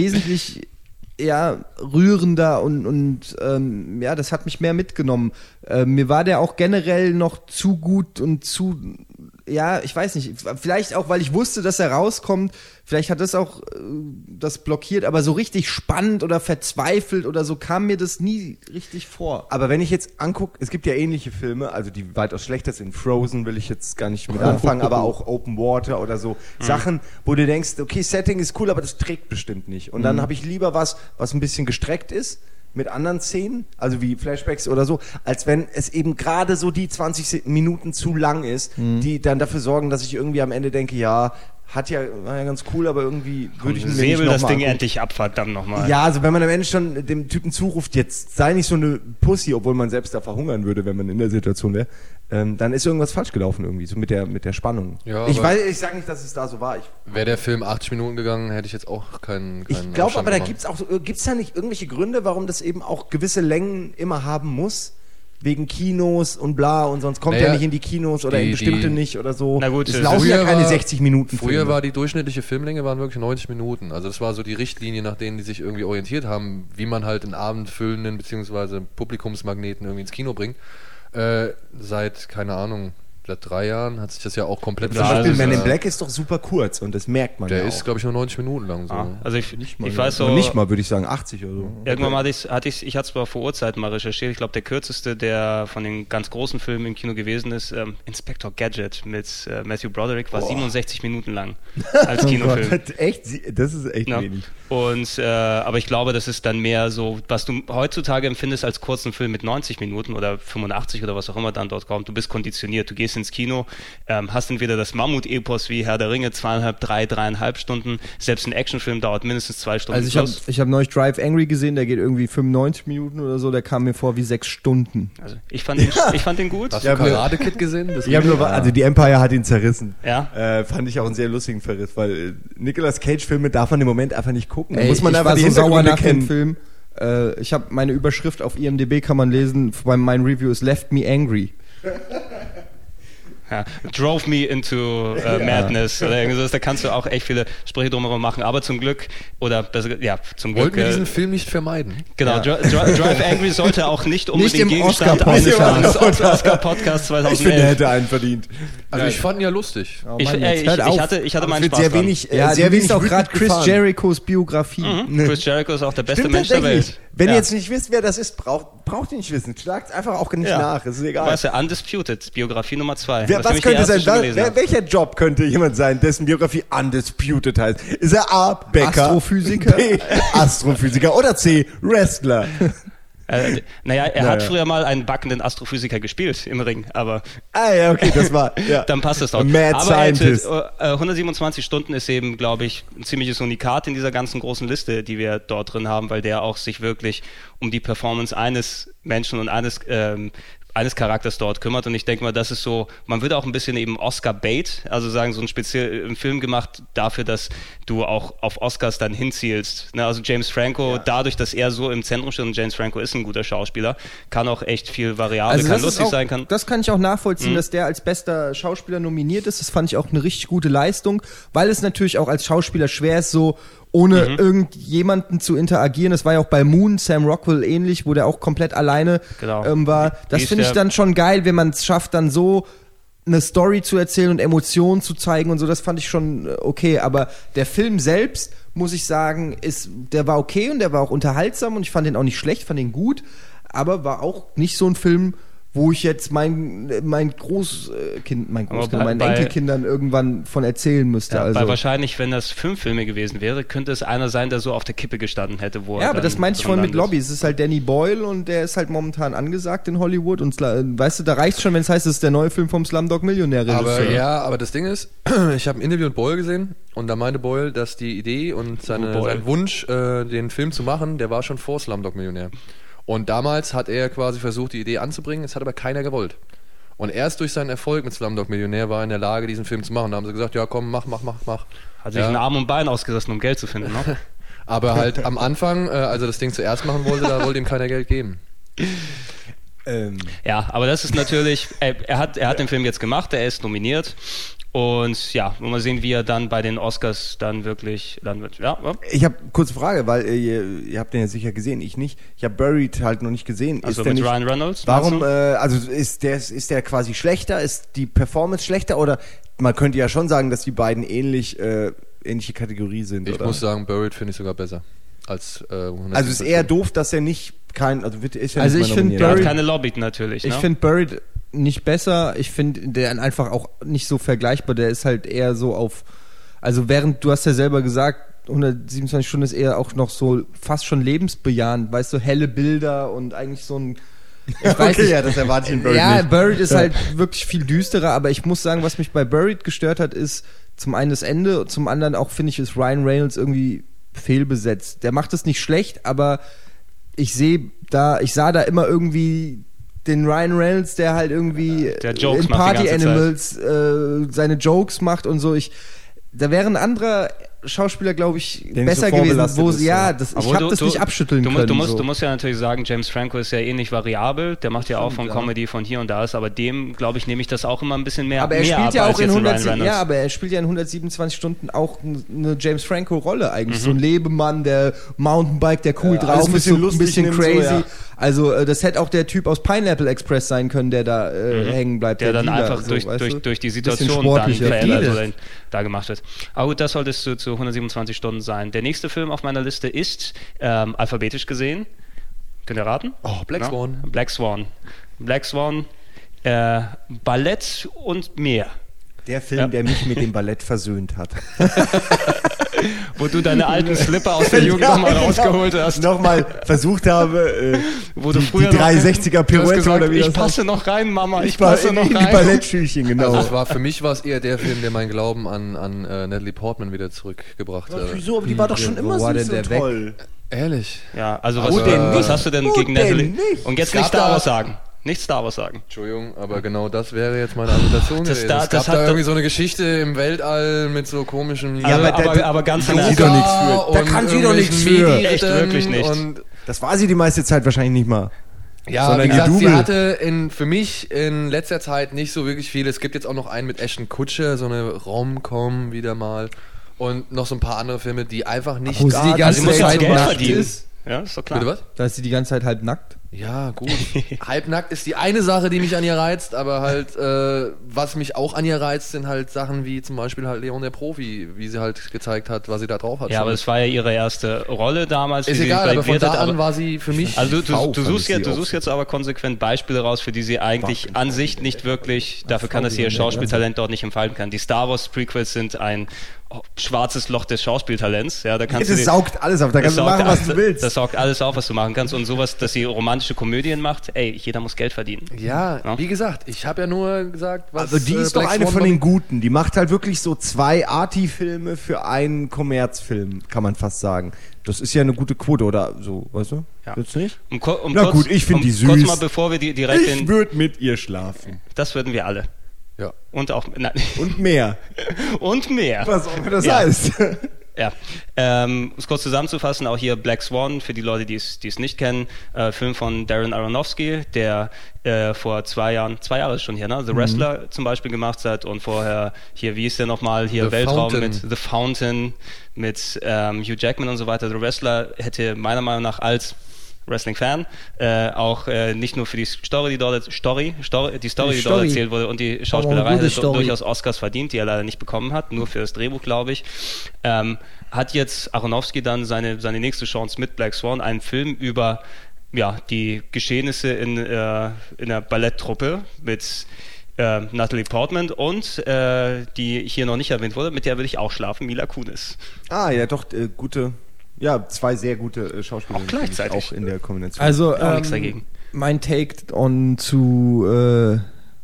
rührender und ja, das hat mich mehr mitgenommen. Mir war der auch generell noch zu gut und zu, ja, ich weiß nicht, vielleicht auch, weil ich wusste, dass er rauskommt, vielleicht hat das auch das blockiert, aber so richtig spannend oder verzweifelt oder so kam mir das nie richtig vor. Aber wenn ich jetzt angucke, es gibt ja ähnliche Filme, also die weitaus schlechter sind. Frozen will ich jetzt gar nicht mit anfangen, aber auch Open Water oder so Sachen, wo du denkst, okay, Setting ist cool, aber das trägt bestimmt nicht. Und dann habe ich lieber was ein bisschen gestreckt ist, mit anderen Szenen, also wie Flashbacks oder so, als wenn es eben gerade so die 20 Minuten zu lang ist, die dann dafür sorgen, dass ich irgendwie am Ende denke, ja, war ja ganz cool, aber irgendwie würde ich mir nicht Säbel noch das mal Ding angucken. endlich ab, verdammt nochmal. Ja, also wenn man am Ende schon dem Typen zuruft, jetzt sei nicht so eine Pussy, obwohl man selbst da verhungern würde, wenn man in der Situation wäre, dann ist irgendwas falsch gelaufen irgendwie, so mit der Spannung. Ja, ich sage nicht, dass es da so war. Wäre der Film 80 Minuten gegangen, hätte ich jetzt auch keinen Ich glaube Abstand aber, da gemacht. gibt's da nicht irgendwelche Gründe, warum das eben auch gewisse Längen immer haben muss? Wegen Kinos und bla und sonst kommt er nicht in die Kinos oder in bestimmte nicht oder so. Na gut, es laufen ja keine 60 Minuten Früher Filme. war die durchschnittliche Filmlänge waren wirklich 90 Minuten. Also das war so die Richtlinie, nach denen die sich irgendwie orientiert haben, wie man halt einen abendfüllenden bzw. Publikumsmagneten irgendwie ins Kino bringt. Seit, keine Ahnung, seit 3 Jahren hat sich das ja auch komplett Zum Beispiel das Man in ist, Black ist doch super kurz und das merkt man Der ja ist, auch. glaube ich, nur 90 Minuten lang. So. Also ich weiß so, Und nicht mal, würde ich sagen, 80 oder so. irgendwann mal ich hatte es zwar vor Urzeiten mal recherchiert, ich glaube der kürzeste, der von den ganz großen Filmen im Kino gewesen ist, Inspector Gadget mit Matthew Broderick, war 67 Minuten lang als Kinofilm. Oh Gott, echt? Das ist echt Ja. wenig. Und aber ich glaube, das ist dann mehr so, was du heutzutage empfindest als kurzen Film mit 90 Minuten oder 85 oder was auch immer dann dort kommt. Du bist konditioniert, du gehst ins Kino, hast entweder das Mammut-Epos wie Herr der Ringe, 2,5, 3,5 Stunden. Selbst ein Actionfilm dauert mindestens 2 Stunden. Also ich hab neulich Drive Angry gesehen, der geht irgendwie 95 Minuten oder so, der kam mir vor wie 6 Stunden. Also ich fand den gut. Hast du Karate Kid gesehen? Das Ich habe nur, also die Empire hat ihn zerrissen. Ja. Fand ich auch einen sehr lustigen Verriss, weil Nicolas Cage-Filme darf man im Moment einfach nicht gucken. Da Ey, muss man ich einfach war die so sauer Hintergründe nach kennen. dem Film. Ich habe meine Überschrift auf IMDb, kann man lesen, mein Review ist Left Me Angry. Ja, drove me into madness oder irgendwas. Da kannst du auch echt viele Sprüche drumherum machen. Aber zum Glück, oder besser, ja, zum Glück. Wollten wir diesen Film nicht vermeiden? Genau, Drive Angry sollte auch nicht unbedingt im Gegenstand Oscar-Podcast. eines Oscar-Podcasts Ich finde, er 2011. hätte einen verdient. Also ich fand ihn ja lustig. Oh Ich Mann, jetzt hört auf. hatte meinen Mit Spaß sehr dran. wenig, Ja, sehr du liest wenig auch gerade Rücken Chris gefahren. Jerichos Biografie. Chris Jericho ist auch der beste Stimmt Mensch der tatsächlich. Welt. Wenn Ja. ihr jetzt nicht wisst, wer das ist, braucht ihr nicht wissen. Schlagt einfach auch nicht nach, es ist egal. Weißt du, Undisputed, Biografie Nummer 2. Was könnte sein? Welcher Job könnte jemand sein, dessen Biografie Undisputed heißt? Ist er A, Bäcker, Astrophysiker? B, Astrophysiker oder C, Wrestler? Er hat früher mal einen backenden Astrophysiker gespielt im Ring, aber Ah ja, okay, das war, ja. dann passt es doch. Mad Aber Scientist. 127 Stunden ist eben, glaube ich, ein ziemliches Unikat in dieser ganzen großen Liste, die wir dort drin haben, weil der auch sich wirklich um die Performance eines Menschen und eines Charakters dort kümmert, und ich denke mal, das ist so, man würde auch ein bisschen eben Oscar-Bait, also sagen, so einen Film gemacht dafür, dass du auch auf Oscars dann hinzielst. Ne? Also James Franco, dadurch, dass er so im Zentrum steht, und James Franco ist ein guter Schauspieler, kann auch echt viel variabel, kann lustig sein, kann. Das kann ich auch nachvollziehen, dass der als bester Schauspieler nominiert ist. Das fand ich auch eine richtig gute Leistung, weil es natürlich auch als Schauspieler schwer ist, so ohne irgendjemanden zu interagieren. Das war ja auch bei Moon, Sam Rockwell ähnlich, wo der auch komplett alleine war. Das finde ich dann schon geil, wenn man es schafft, dann so eine Story zu erzählen und Emotionen zu zeigen und so. Das fand ich schon okay. Aber der Film selbst, muss ich sagen, der war okay und der war auch unterhaltsam und ich fand den auch nicht schlecht, fand den gut, aber war auch nicht so ein Film, wo ich jetzt meinen Enkelkindern irgendwann von erzählen müsste. Ja, also. weil wahrscheinlich, wenn das 5 Filme gewesen wäre, könnte es einer sein, der so auf der Kippe gestanden hätte, wo Ja, aber das meinte ich vorhin mit Lobby. Es ist halt Danny Boyle und der ist halt momentan angesagt in Hollywood und weißt du, da reicht schon, wenn es heißt, es ist der neue Film vom Slumdog Millionär-Regisseur. Aber das Ding ist, ich habe ein Interview mit Boyle gesehen und da meinte Boyle, dass die Idee und sein Wunsch, den Film zu machen, der war schon vor Slumdog Millionär. Und damals hat er quasi versucht, die Idee anzubringen, es hat aber keiner gewollt. Und erst durch seinen Erfolg mit Slumdog Millionär war er in der Lage, diesen Film zu machen. Da haben sie gesagt, ja komm, mach. Hat sich einen Arm und Bein ausgerissen, um Geld zu finden, ne? Aber halt am Anfang, als er das Ding zuerst machen wollte, da wollte ihm keiner Geld geben. Ja, aber das ist natürlich, er hat den Film jetzt gemacht, er ist nominiert. Und ja, wollen wir sehen, wie er dann bei den Oscars dann wirklich dann wird. Ja. Ich habe kurze Frage, weil ihr habt den ja sicher gesehen, ich nicht. Ich habe Buried halt noch nicht gesehen. Also ist der mit nicht, Ryan Reynolds? Warum, also ist der quasi schlechter? Ist die Performance schlechter? Oder man könnte ja schon sagen, dass die beiden ähnliche Kategorie sind, Ich oder? muss sagen, Buried finde ich sogar besser als 100. Also ist eher doof, dass er nicht ist ja Also nicht ich mal finde Er hat nominiert. keine Lobby natürlich, ne? Ich finde Buried nicht besser. Ich finde der einfach auch nicht so vergleichbar. Der ist halt eher so auf, also während, du hast ja selber gesagt, 127 Stunden ist eher auch noch so fast schon lebensbejahend, weißt du, helle Bilder und eigentlich so ein, ich weiß nicht, ja, das erwarte ich in Buried ja, nicht. Buried ist halt wirklich viel düsterer, aber ich muss sagen, was mich bei Buried gestört hat, ist zum einen das Ende, zum anderen auch, finde ich, ist Ryan Reynolds irgendwie fehlbesetzt. Der macht es nicht schlecht, aber ich sah da immer irgendwie den Ryan Reynolds, der halt irgendwie Der Jokes in macht die Party ganze Animals seine Jokes macht und so. Da wäre ein anderer Schauspieler, glaube ich, Der nicht besser so gewesen. vorbelastet ist, ja. Ich habe das nicht abschütteln können. Du musst so. ja natürlich sagen, James Franco ist ja ähnlich variabel. Der macht ja auch von Comedy von hier und da ist, aber dem, glaube ich, nehme ich das auch immer ein bisschen mehr Aber er mehr spielt ab ja als auch in jetzt ein Ryan 100, Reynolds. ja, aber er spielt ja in 127 Stunden auch eine James Franco Rolle eigentlich. So ein Lebemann, der Mountainbike, der cool drauf alles ein ist, bisschen so ein lustig bisschen nimmt, crazy. so, ja. Also das hätte auch der Typ aus Pineapple Express sein können, der da hängen bleibt. Der dann Dealer, einfach so, weißt du? durch die Bisschen Situation dann sportlicher. verändert Vieles. oder da gemacht wird. Aber gut, das solltest du zu 127 Stunden sein. Der nächste Film auf meiner Liste ist alphabetisch gesehen. Könnt ihr raten? Oh, Black Swan. Black Swan. Black Swan, Ballett und mehr. Der Film, der mich mit dem Ballett versöhnt hat. Wo du deine alten Slipper aus der Jugend nochmal rausgeholt hast. Nochmal versucht habe, Wo du die früher 360er du hast Pirouette gesagt, oder wie ich das passe noch rein, Mama, ich war passe noch in die rein. Ballettschülchen, genau. Also für mich war es eher der Film, der meinen Glauben an Natalie Portman wieder zurückgebracht hat. Wieso? Aber die war doch schon Wo immer war süß denn und der weg? toll. Ehrlich? Ja, also Wo denn was nicht? hast du denn Wo gegen denn Natalie? nicht? Und jetzt Es nicht gab Star da- Wars sagen. Nicht Star Wars sagen. Entschuldigung, aber genau das wäre jetzt meine Argumentation Das gewesen. da- Es das gab hat da doch- irgendwie so eine Geschichte im Weltall mit so komischen... Ja, aber ganz kann im sie Ernst. doch nichts für. Da und kann sie doch nichts irgendwelchen für. Medi-Rittern Echt, wirklich nicht. Und Das war sie die meiste Zeit wahrscheinlich nicht mal. ja, Sondern wie gesagt, die sie Double. hatte für mich in letzter Zeit nicht so wirklich viel. Es gibt jetzt auch noch einen mit Ashton Kutcher, so eine Rom-Com wieder mal. Und noch so ein paar andere Filme, die einfach nicht Wo sie die da- ganze Sie muss ja auch Zeit Geld nackt verdienen. ist. Ja, ist doch klar. Bitte was? Da ist sie die ganze Zeit halb nackt. Ja, gut. Halbnackt ist die eine Sache, die mich an ihr reizt, aber halt, was mich auch an ihr reizt, sind halt Sachen wie zum Beispiel halt Leon der Profi, wie sie halt gezeigt hat, was sie da drauf hat. Ja, aber es war ja ihre erste Rolle damals. ist wie sie egal, aber von brilliert da hat, an war sie für mich... Also du fand suchst, ich sie jetzt, du auch suchst jetzt aber konsequent Beispiele raus, für die sie eigentlich an sich nicht wirklich, dafür kann das ihr Schauspieltalent dort nicht entfalten kann. Die Star Wars Prequels sind ein schwarzes Loch des Schauspieltalents. Ja, da kannst Das du saugt alles auf, da kannst du saugt machen, was alles- du willst. Das saugt alles auf, was du machen kannst. Und sowas, dass sie romantische Komödien macht, ey, jeder muss Geld verdienen. ja, Ja. wie gesagt, ich habe ja nur gesagt, was... Also die ist doch Black eine Swan von noch- den Guten. Die macht halt wirklich so 2 Arty-Filme für einen Kommerzfilm, kann man fast sagen. Das ist ja eine gute Quote, oder so, weißt du? Ja. Findest du nicht? Na gut, ich find die Kurz süß. mal, bevor wir direkt Ich würde mit ihr schlafen. das würden wir alle. Ja. Und auch, nein, Und mehr. und mehr. Was auch immer das Ja. heißt. Ja, um es kurz zusammenzufassen, auch hier Black Swan, für die Leute, die es nicht kennen, Film von Darren Aronofsky, der vor 2 Jahre ist schon hier, ne? The Wrestler zum Beispiel gemacht hat und vorher hier, wie ist der nochmal, hier The Weltraum Fountain. mit The Fountain, mit Hugh Jackman und so weiter. The Wrestler hätte meiner Meinung nach als Wrestling-Fan, auch nicht nur für die Story, die dort erzählt wurde und die Schauspielerei gute hätte Story. durchaus Oscars verdient, die er leider nicht bekommen hat, nur für das Drehbuch, glaube ich. Hat jetzt Aronofsky dann seine nächste Chance mit Black Swan, einen Film über die Geschehnisse in einer Balletttruppe mit Natalie Portman und die hier noch nicht erwähnt wurde, mit der will ich auch schlafen, Mila Kunis. Ah, ja, doch, gute. Ja, 2 sehr gute Schauspieler. Auch gleichzeitig. Auch in der Kombination. Also Auch nichts dagegen. mein Take on zu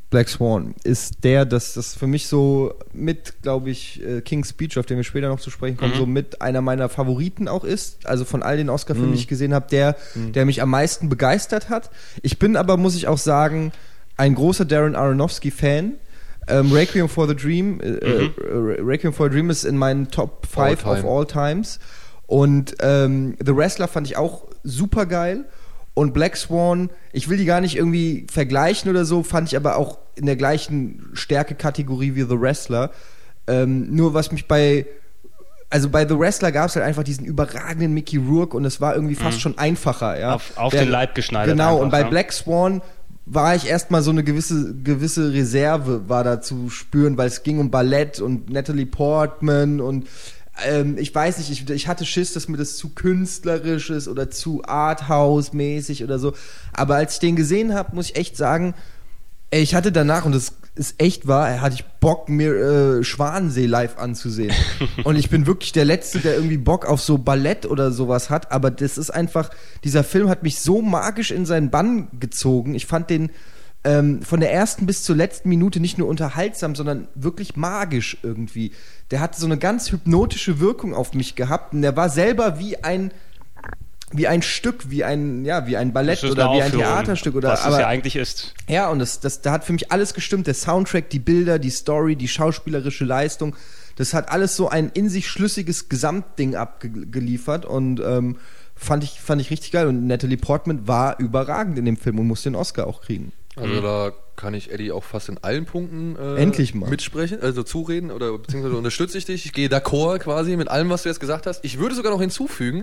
Black Swan ist das für mich so mit, glaube ich, King's Speech, auf den wir später noch zu sprechen kommen, so mit einer meiner Favoriten auch ist. Also von all den Oscar-Filmen, die ich gesehen habe, der mich am meisten begeistert hat. Ich bin aber, muss ich auch sagen, ein großer Darren Aronofsky-Fan. Requiem for the Dream ist in meinen Top 5 of all times. Und The Wrestler fand ich auch super geil. Und Black Swan, ich will die gar nicht irgendwie vergleichen oder so, fand ich aber auch in der gleichen Stärke-Kategorie wie The Wrestler. Nur was mich bei The Wrestler gab es halt einfach diesen überragenden Mickey Rourke und es war irgendwie fast schon einfacher. Ja? Auf den Leib geschneidert. Genau, einfach, und bei Black Swan war ich erstmal so eine gewisse Reserve war da zu spüren, weil es ging um Ballett und Natalie Portman und ich weiß nicht, ich hatte Schiss, dass mir das zu künstlerisch ist oder zu Arthouse-mäßig oder so. Aber als ich den gesehen habe, muss ich echt sagen, ich hatte danach, und das ist echt wahr, hatte ich Bock, mir Schwanensee live anzusehen. Und ich bin wirklich der Letzte, der irgendwie Bock auf so Ballett oder sowas hat. Aber das ist einfach, dieser Film hat mich so magisch in seinen Bann gezogen. Ich fand den von der ersten bis zur letzten Minute nicht nur unterhaltsam, sondern wirklich magisch irgendwie. Der hatte so eine ganz hypnotische Wirkung auf mich gehabt und der war selber wie ein Stück, wie ein Ballett oder wie ein Theaterstück oder was es ja eigentlich ist. Ja, und da hat für mich alles gestimmt. Der Soundtrack, die Bilder, die Story, die schauspielerische Leistung, das hat alles so ein in sich schlüssiges Gesamtding abgeliefert und fand ich richtig geil. Und Natalie Portman war überragend in dem Film und musste den Oscar auch kriegen. Also da kann ich Eddie auch fast in allen Punkten endlich mal mitsprechen, also zureden oder beziehungsweise unterstütze ich dich. Ich gehe d'accord quasi mit allem, was du jetzt gesagt hast. Ich würde sogar noch hinzufügen,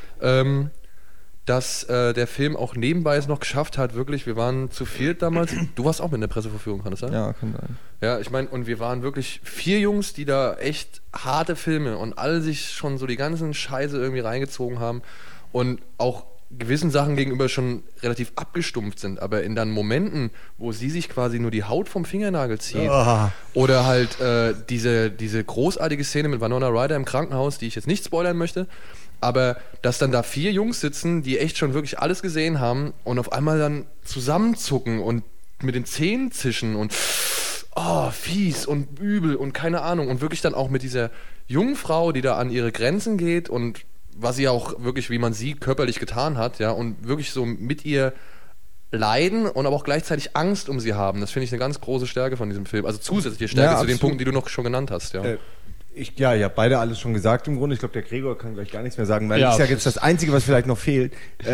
dass der Film auch nebenbei es noch geschafft hat, wirklich, wir waren zu viert damals, du warst auch mit in der Pressevorführung, kann das sein? Ja, kann sein. Ja, ich meine, und wir waren wirklich 4 Jungs, die da echt harte Filme und alle sich schon so die ganzen Scheiße irgendwie reingezogen haben und auch gewissen Sachen gegenüber schon relativ abgestumpft sind, aber in dann Momenten, wo sie sich quasi nur die Haut vom Fingernagel zieht oder halt diese großartige Szene mit Winona Ryder im Krankenhaus, die ich jetzt nicht spoilern möchte, aber dass dann da 4 Jungs sitzen, die echt schon wirklich alles gesehen haben und auf einmal dann zusammenzucken und mit den Zähnen zischen und fies und übel und keine Ahnung und wirklich dann auch mit dieser jungen Frau, die da an ihre Grenzen geht und was sie auch wirklich, wie man sie körperlich getan hat, ja, und wirklich so mit ihr leiden und aber auch gleichzeitig Angst um sie haben. Das finde ich eine ganz große Stärke von diesem Film. Also zusätzliche Stärke zu den Punkten, die du noch schon genannt hast, ja. Ich habe beide alles schon gesagt im Grunde. Ich glaube, der Gregor kann gleich gar nichts mehr sagen, weil ich sage jetzt das Einzige, was vielleicht noch fehlt.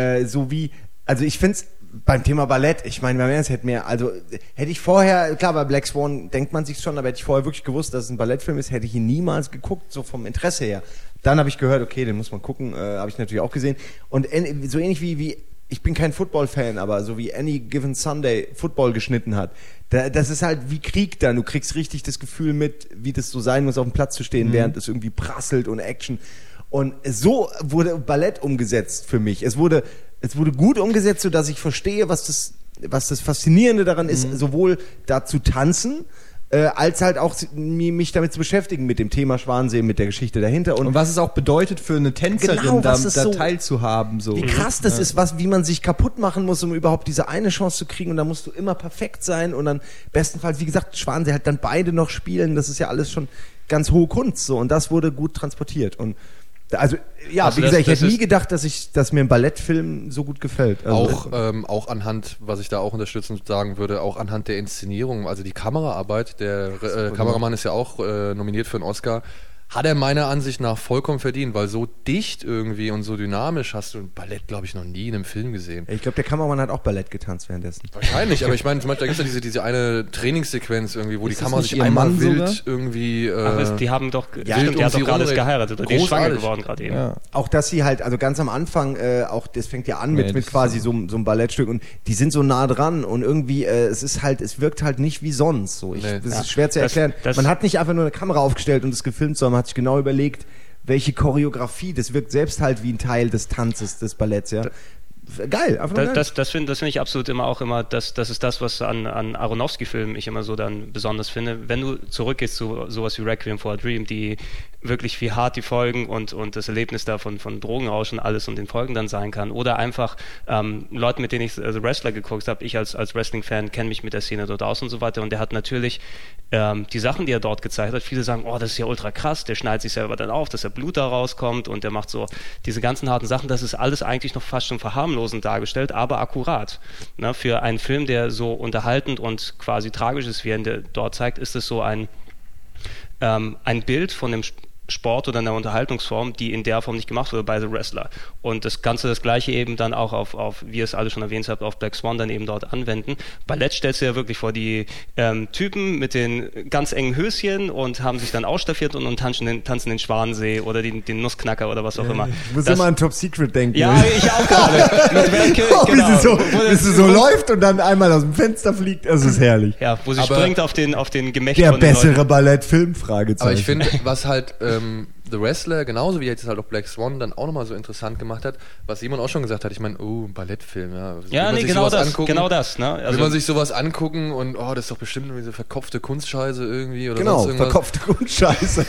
Also ich finde es beim Thema Ballett, ich meine, beim Ernst hätte ich vorher, klar, bei Black Swan denkt man sich schon, aber hätte ich vorher wirklich gewusst, dass es ein Ballettfilm ist, hätte ich ihn niemals geguckt, so vom Interesse her. Dann habe ich gehört, okay, den muss man gucken, habe ich natürlich auch gesehen. Und so ähnlich wie ich bin kein Football-Fan, aber so wie Any Given Sunday Football geschnitten hat, das ist halt wie Krieg dann. Du kriegst richtig das Gefühl mit, wie das so sein muss, auf dem Platz zu stehen, während es irgendwie prasselt und Action. Und so wurde Ballett umgesetzt für mich. Es wurde gut umgesetzt, sodass ich verstehe, was das Faszinierende daran ist, sowohl da zu tanzen, als halt auch mich damit zu beschäftigen, mit dem Thema Schwanensee, mit der Geschichte dahinter. Und was es auch bedeutet für eine Tänzerin, da teilzuhaben. So. Wie krass das ist, wie man sich kaputt machen muss, um überhaupt diese eine Chance zu kriegen. Und da musst du immer perfekt sein und dann bestenfalls, wie gesagt, Schwanensee halt dann beide noch spielen. Das ist ja alles schon ganz hohe Kunst. So. Und das wurde gut transportiert. Und wie gesagt, ich hätte nie gedacht, dass mir ein Ballettfilm so gut gefällt. Also auch anhand, was ich da auch unterstützend sagen würde, auch anhand der Inszenierung, also die Kameraarbeit, der Kameramann ist ja auch nominiert für einen Oscar, hat er meiner Ansicht nach vollkommen verdient, weil so dicht irgendwie und so dynamisch hast du Ballett, glaube ich, noch nie in einem Film gesehen. Ich glaube, der Kameramann hat auch Ballett getanzt währenddessen. Wahrscheinlich, aber ich meine, zum Beispiel, da gibt es ja diese eine Trainingssequenz irgendwie, wo die Kamera sich ihr einmal Mann wild sogar? irgendwie... die haben doch, wild der hat doch gerade rum geheiratet oder die ist schwanger geworden gerade eben. Ja. Auch dass sie halt, also ganz am Anfang, das fängt ja an mit quasi so einem Ballettstück und die sind so nah dran und irgendwie, es wirkt halt nicht wie sonst. So. Das ist schwer zu erklären. Man hat nicht einfach nur eine Kamera aufgestellt und es gefilmt, sondern man hat sich genau überlegt, welche Choreografie, das wirkt selbst halt wie ein Teil des Tanzes, des Balletts, ja. Geil, einfach geil. Das finde ich absolut immer, das ist das, was an Aronofsky-Filmen ich immer so dann besonders finde. Wenn du zurückgehst zu sowas wie Requiem for a Dream, die wirklich wie hart die Folgen und das Erlebnis da von Drogenrausch und alles und den Folgen dann sein kann. Oder einfach Leuten, mit denen ich Wrestler geguckt habe, ich als Wrestling-Fan kenne mich mit der Szene dort aus und so weiter, und der hat natürlich die Sachen, die er dort gezeigt hat, viele sagen, oh, das ist ja ultra krass, der schneidet sich selber dann auf, dass der Blut da rauskommt und der macht so diese ganzen harten Sachen, das ist alles eigentlich noch fast schon verharmlosend dargestellt, aber akkurat. Ne? Für einen Film, der so unterhaltend und quasi tragisch ist, wie er dort zeigt, ist es so ein Bild von dem Sport oder einer Unterhaltungsform, die in der Form nicht gemacht wurde bei The Wrestler. Und das Ganze, das Gleiche eben dann auch auf wie ihr es alle schon erwähnt habt, auf Black Swan dann eben dort anwenden. Ballett stellst du ja wirklich vor die Typen mit den ganz engen Höschen und haben sich dann ausstaffiert und tanzen den Schwanensee oder den Nussknacker oder was auch immer. Ich muss immer an Top Secret denken. Ja, ich auch gerade. Wie sie so läuft und dann einmal aus dem Fenster fliegt, das ist herrlich. Ja, wo sie springt auf den Gemächt der von den bessere Leuten. Ballettfilm, Fragezeichen. Aber ich finde, was halt The Wrestler, genauso wie jetzt halt auch Black Swan, dann auch nochmal so interessant gemacht hat, was Simon auch schon gesagt hat, ich meine, ein Ballettfilm, ja. Ja, nee, genau das. Ne? Also, will man sich sowas angucken und, das ist doch bestimmt irgendwie so verkopfte Kunstscheiße irgendwie oder genau, sonst irgendwas. Verkopfte Kunstscheiße.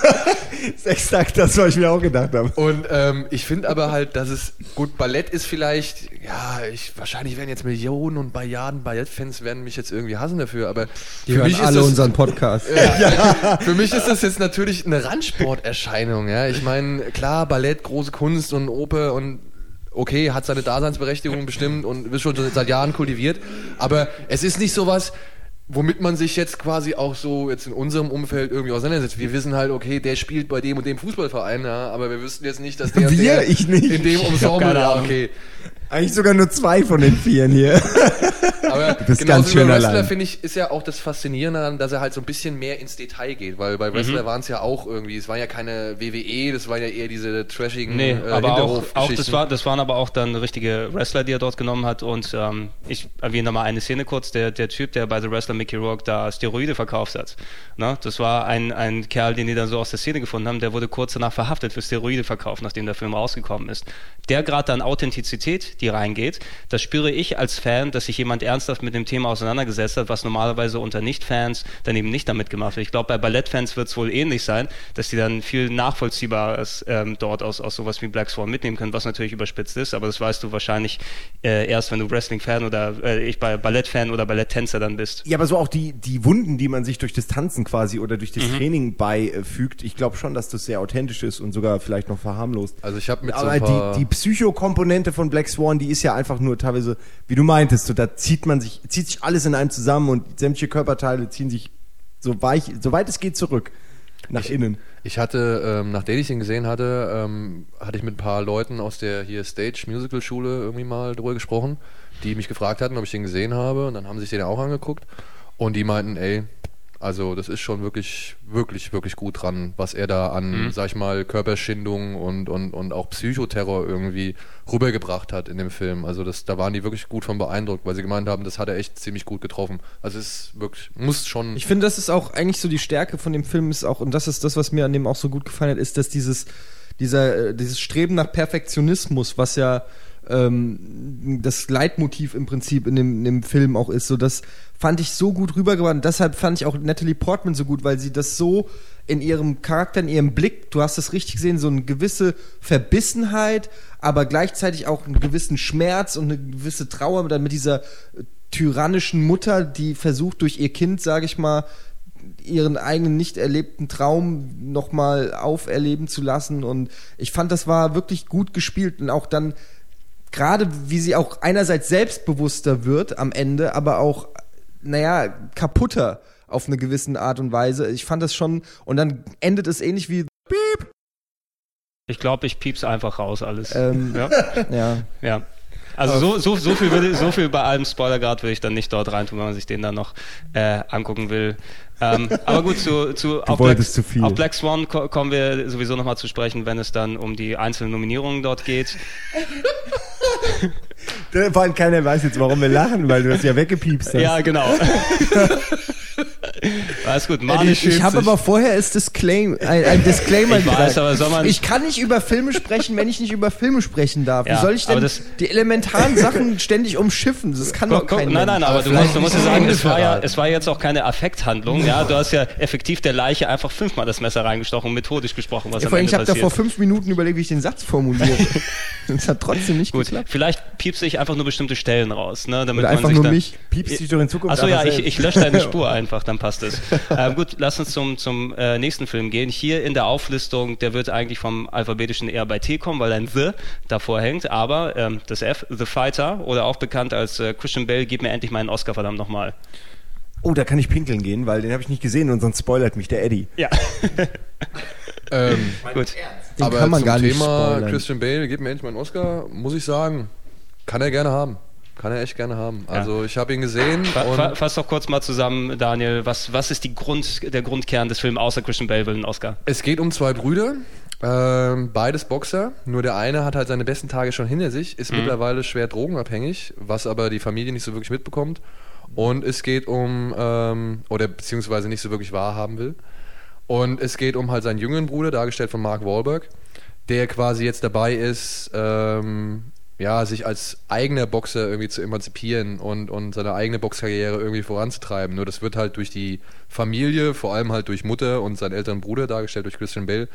Das ist exakt das, was ich mir auch gedacht habe. Und ich finde aber halt, dass es, gut, Ballett ist vielleicht, wahrscheinlich werden jetzt Millionen und Milliarden Ballettfans werden mich jetzt irgendwie hassen dafür, aber die hören alle unseren Podcast. Für mich ist das jetzt natürlich eine Randsporterscheinung, ja. Ich meine, klar, Ballett, große Kunst und Oper und okay, hat seine Daseinsberechtigung bestimmt und wird schon seit Jahren kultiviert, aber es ist nicht sowas, womit man sich jetzt quasi auch so jetzt in unserem Umfeld irgendwie auseinandersetzt. Wir wissen halt, okay, der spielt bei dem und dem Fußballverein, ja, aber wir wüssten jetzt nicht, dass der ich nicht. In dem Ensemble, ja, okay. Eigentlich sogar nur 2 von den 4 hier. Aber du bist genauso ganz wie schön bei Wrestler, allein. finde ich, ist ja auch das Faszinierende daran, dass er halt so ein bisschen mehr ins Detail geht, weil bei Wrestler waren es ja auch irgendwie, es waren ja keine WWE, das waren ja eher diese trashigen aber auch Hinterhofgeschichten. das waren aber auch dann richtige Wrestler, die er dort genommen hat, und ich erwähne mal eine Szene kurz, der Typ, der bei The Wrestler Mickey Rourke da Steroide verkauft hat. Ne? Das war ein Kerl, den die dann so aus der Szene gefunden haben, der wurde kurz danach verhaftet für Steroideverkauf, nachdem der Film rausgekommen ist. Der Grad an Authentizität, die reingeht, das spüre ich als Fan, dass sich jemand ernsthaft mit dem Thema auseinandergesetzt hat, was normalerweise unter Nicht-Fans dann eben nicht damit gemacht wird. Ich glaube, bei Ballettfans wird es wohl ähnlich sein, dass die dann viel Nachvollziehbares dort aus sowas wie Black Swan mitnehmen können, was natürlich überspitzt ist, aber das weißt du wahrscheinlich erst, wenn du Wrestling-Fan oder Ballett-Fan oder Balletttänzer dann bist. Ja, aber so auch die Wunden, die man sich durch das Tanzen quasi oder durch das Training beifügt, ich glaube schon, dass das sehr authentisch ist und sogar vielleicht noch verharmlost. Also ich habe mit aber so ein paar die Psychokomponente von Black Swan, die ist ja einfach nur teilweise, wie du meintest, so, da zieht sich alles in einem zusammen und sämtliche Körperteile ziehen sich so weit es geht zurück nach innen. Ich hatte, nachdem ich ihn gesehen hatte, hatte ich mit ein paar Leuten aus der hier Stage-Musical-Schule irgendwie mal drüber gesprochen, die mich gefragt hatten, ob ich den gesehen habe, und dann haben sie sich den auch angeguckt und die meinten, also das ist schon wirklich, wirklich, wirklich gut dran, was er da an, sag ich mal, Körperschindung und auch Psychoterror irgendwie rübergebracht hat in dem Film. Also da waren die wirklich gut von beeindruckt, weil sie gemeint haben, das hat er echt ziemlich gut getroffen. Also es ist wirklich, muss schon... Ich finde, das ist auch eigentlich so die Stärke von dem Film ist auch, und das ist das, was mir an dem auch so gut gefallen hat, ist, dass dieses Streben nach Perfektionismus, was ja das Leitmotiv im Prinzip in dem Film auch ist, so das fand ich so gut rübergebracht. Und deshalb fand ich auch Natalie Portman so gut, weil sie das so in ihrem Charakter, in ihrem Blick, du hast es richtig gesehen, so eine gewisse Verbissenheit, aber gleichzeitig auch einen gewissen Schmerz und eine gewisse Trauer dann mit dieser tyrannischen Mutter, die versucht durch ihr Kind, sage ich mal, ihren eigenen nicht erlebten Traum nochmal auferleben zu lassen. Und ich fand, das war wirklich gut gespielt und auch dann gerade wie sie auch einerseits selbstbewusster wird am Ende, aber auch, kaputter auf eine gewisse Art und Weise. Ich fand das schon, und dann endet es ähnlich wie Piep. Ich glaube, ich piep's einfach raus alles. Ja. Also so viel bei allem Spoilergrad würde ich dann nicht dort reintun, wenn man sich den dann noch angucken will. Aber gut, auf Black Swan kommen wir sowieso nochmal zu sprechen, wenn es dann um die einzelnen Nominierungen dort geht. Vor allem keiner weiß jetzt, warum wir lachen, weil du das ja weggepiepst hast. Ja, genau. Alles gut, Ich habe aber vorher ein Disclaimer ich weiß, aber soll man Ich kann nicht über Filme sprechen, wenn ich nicht über Filme sprechen darf. Ja, Wie soll ich denn die elementaren Sachen ständig umschiffen? Das kann doch kein Nein, Mensch. aber du musst ja sagen, es war jetzt auch keine Affekthandlung. Ja? Du hast ja effektiv der Leiche einfach 5-mal das Messer reingestochen und methodisch gesprochen, was Ja, am Ende ich habe da passiert. vor 5 Minuten überlegt, wie ich den Satz formuliere. Das hat trotzdem nicht Gut, geklappt. vielleicht piepse ich einfach nur bestimmte Stellen raus. Ne, damit Oder man einfach sich nur dann, mich. Piepst dich doch in Zukunft. Achso, ja, einfach selbst. ich lösche deine Spur einfach, dann passt es. Gut, lass uns zum nächsten Film gehen. Hier in der Auflistung, der wird eigentlich vom alphabetischen eher bei T kommen, weil ein The davor hängt, aber das F, The Fighter, oder auch bekannt als Christian Bale, gib mir endlich meinen Oscar, verdammt nochmal. Oh, da kann ich pinkeln gehen, weil den habe ich nicht gesehen und sonst spoilert mich der Eddie. Ja. Gut. Den aber kann man zum gar nicht Thema spoilern. Christian Bale, gib mir endlich meinen Oscar, muss ich sagen, kann er gerne haben. Kann er echt gerne haben. Also ich habe ihn gesehen und Fass doch kurz mal zusammen, Daniel, was ist der Grundkern des Films, außer Christian Bale will einen Oscar? es geht um 2 Brüder, beides Boxer, nur der eine hat halt seine besten Tage schon hinter sich, ist mittlerweile schwer drogenabhängig, was aber die Familie nicht so wirklich mitbekommt. Und es geht oder beziehungsweise nicht so wirklich wahrhaben will. Und es geht um halt seinen jüngeren Bruder, dargestellt von Mark Wahlberg, der quasi jetzt dabei ist, sich als eigener Boxer irgendwie zu emanzipieren und seine eigene Boxkarriere irgendwie voranzutreiben. Nur das wird halt durch die Familie, vor allem halt durch Mutter und seinen älteren Bruder, dargestellt durch Christian Bale,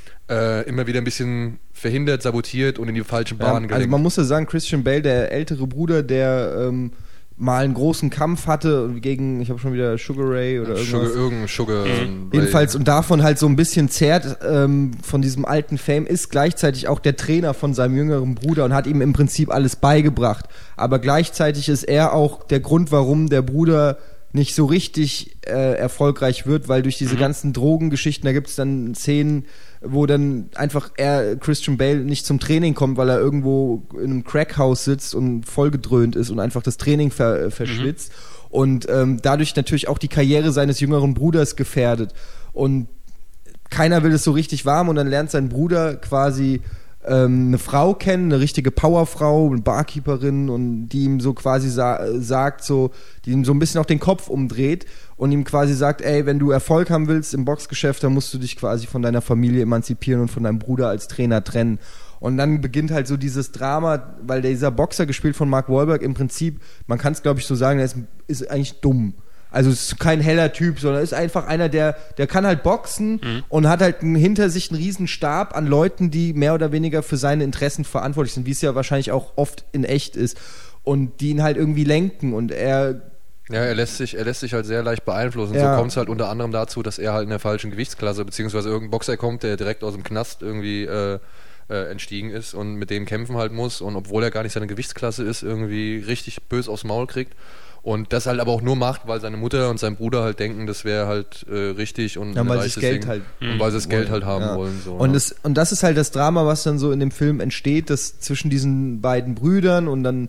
immer wieder ein bisschen verhindert, sabotiert und in die falschen Bahnen gelenkt. Also man muss ja sagen, Christian Bale, der ältere Bruder, der mal einen großen Kampf hatte gegen, ich habe schon wieder Sugar Ray oder irgendwas. Sugar Jedenfalls und davon halt so ein bisschen zehrt von diesem alten Fame, ist gleichzeitig auch der Trainer von seinem jüngeren Bruder und hat ihm im Prinzip alles beigebracht. Aber gleichzeitig ist er auch der Grund, warum der Bruder nicht so richtig erfolgreich wird, weil durch diese ganzen Drogengeschichten, da gibt es dann Szenen, wo dann einfach Christian Bale nicht zum Training kommt, weil er irgendwo in einem Crackhaus sitzt und vollgedröhnt ist und einfach das Training verschwitzt und dadurch natürlich auch die Karriere seines jüngeren Bruders gefährdet und keiner will es so richtig warm und dann lernt sein Bruder quasi eine Frau kennen, eine richtige Powerfrau, eine Barkeeperin und die ihm so quasi sagt, die ihm so ein bisschen auch den Kopf umdreht und ihm quasi sagt, ey, wenn du Erfolg haben willst im Boxgeschäft, dann musst du dich quasi von deiner Familie emanzipieren und von deinem Bruder als Trainer trennen. Und dann beginnt halt so dieses Drama, weil dieser Boxer, gespielt von Mark Wahlberg, im Prinzip, man kann es glaube ich so sagen, der ist eigentlich dumm. Also es ist kein heller Typ, sondern ist einfach einer, der kann halt boxen und hat halt hinter sich einen riesen Stab an Leuten, die mehr oder weniger für seine Interessen verantwortlich sind, wie es ja wahrscheinlich auch oft in echt ist. Und die ihn halt irgendwie lenken und er lässt sich halt sehr leicht beeinflussen. Ja. So kommt es halt unter anderem dazu, dass er halt in der falschen Gewichtsklasse, beziehungsweise irgendein Boxer kommt, der direkt aus dem Knast irgendwie entstiegen ist und mit dem kämpfen halt muss und obwohl er gar nicht seine Gewichtsklasse ist, irgendwie richtig bös aufs Maul kriegt. Und das halt aber auch nur macht, weil seine Mutter und sein Bruder halt denken, das wäre halt richtig und Ja, weil ein sie das leichtes Geld Ding. halt und weil sie das Geld halt haben Ja. wollen. So, Und, ja. das ist halt das Drama, was dann so in dem Film entsteht, das zwischen diesen beiden Brüdern und dann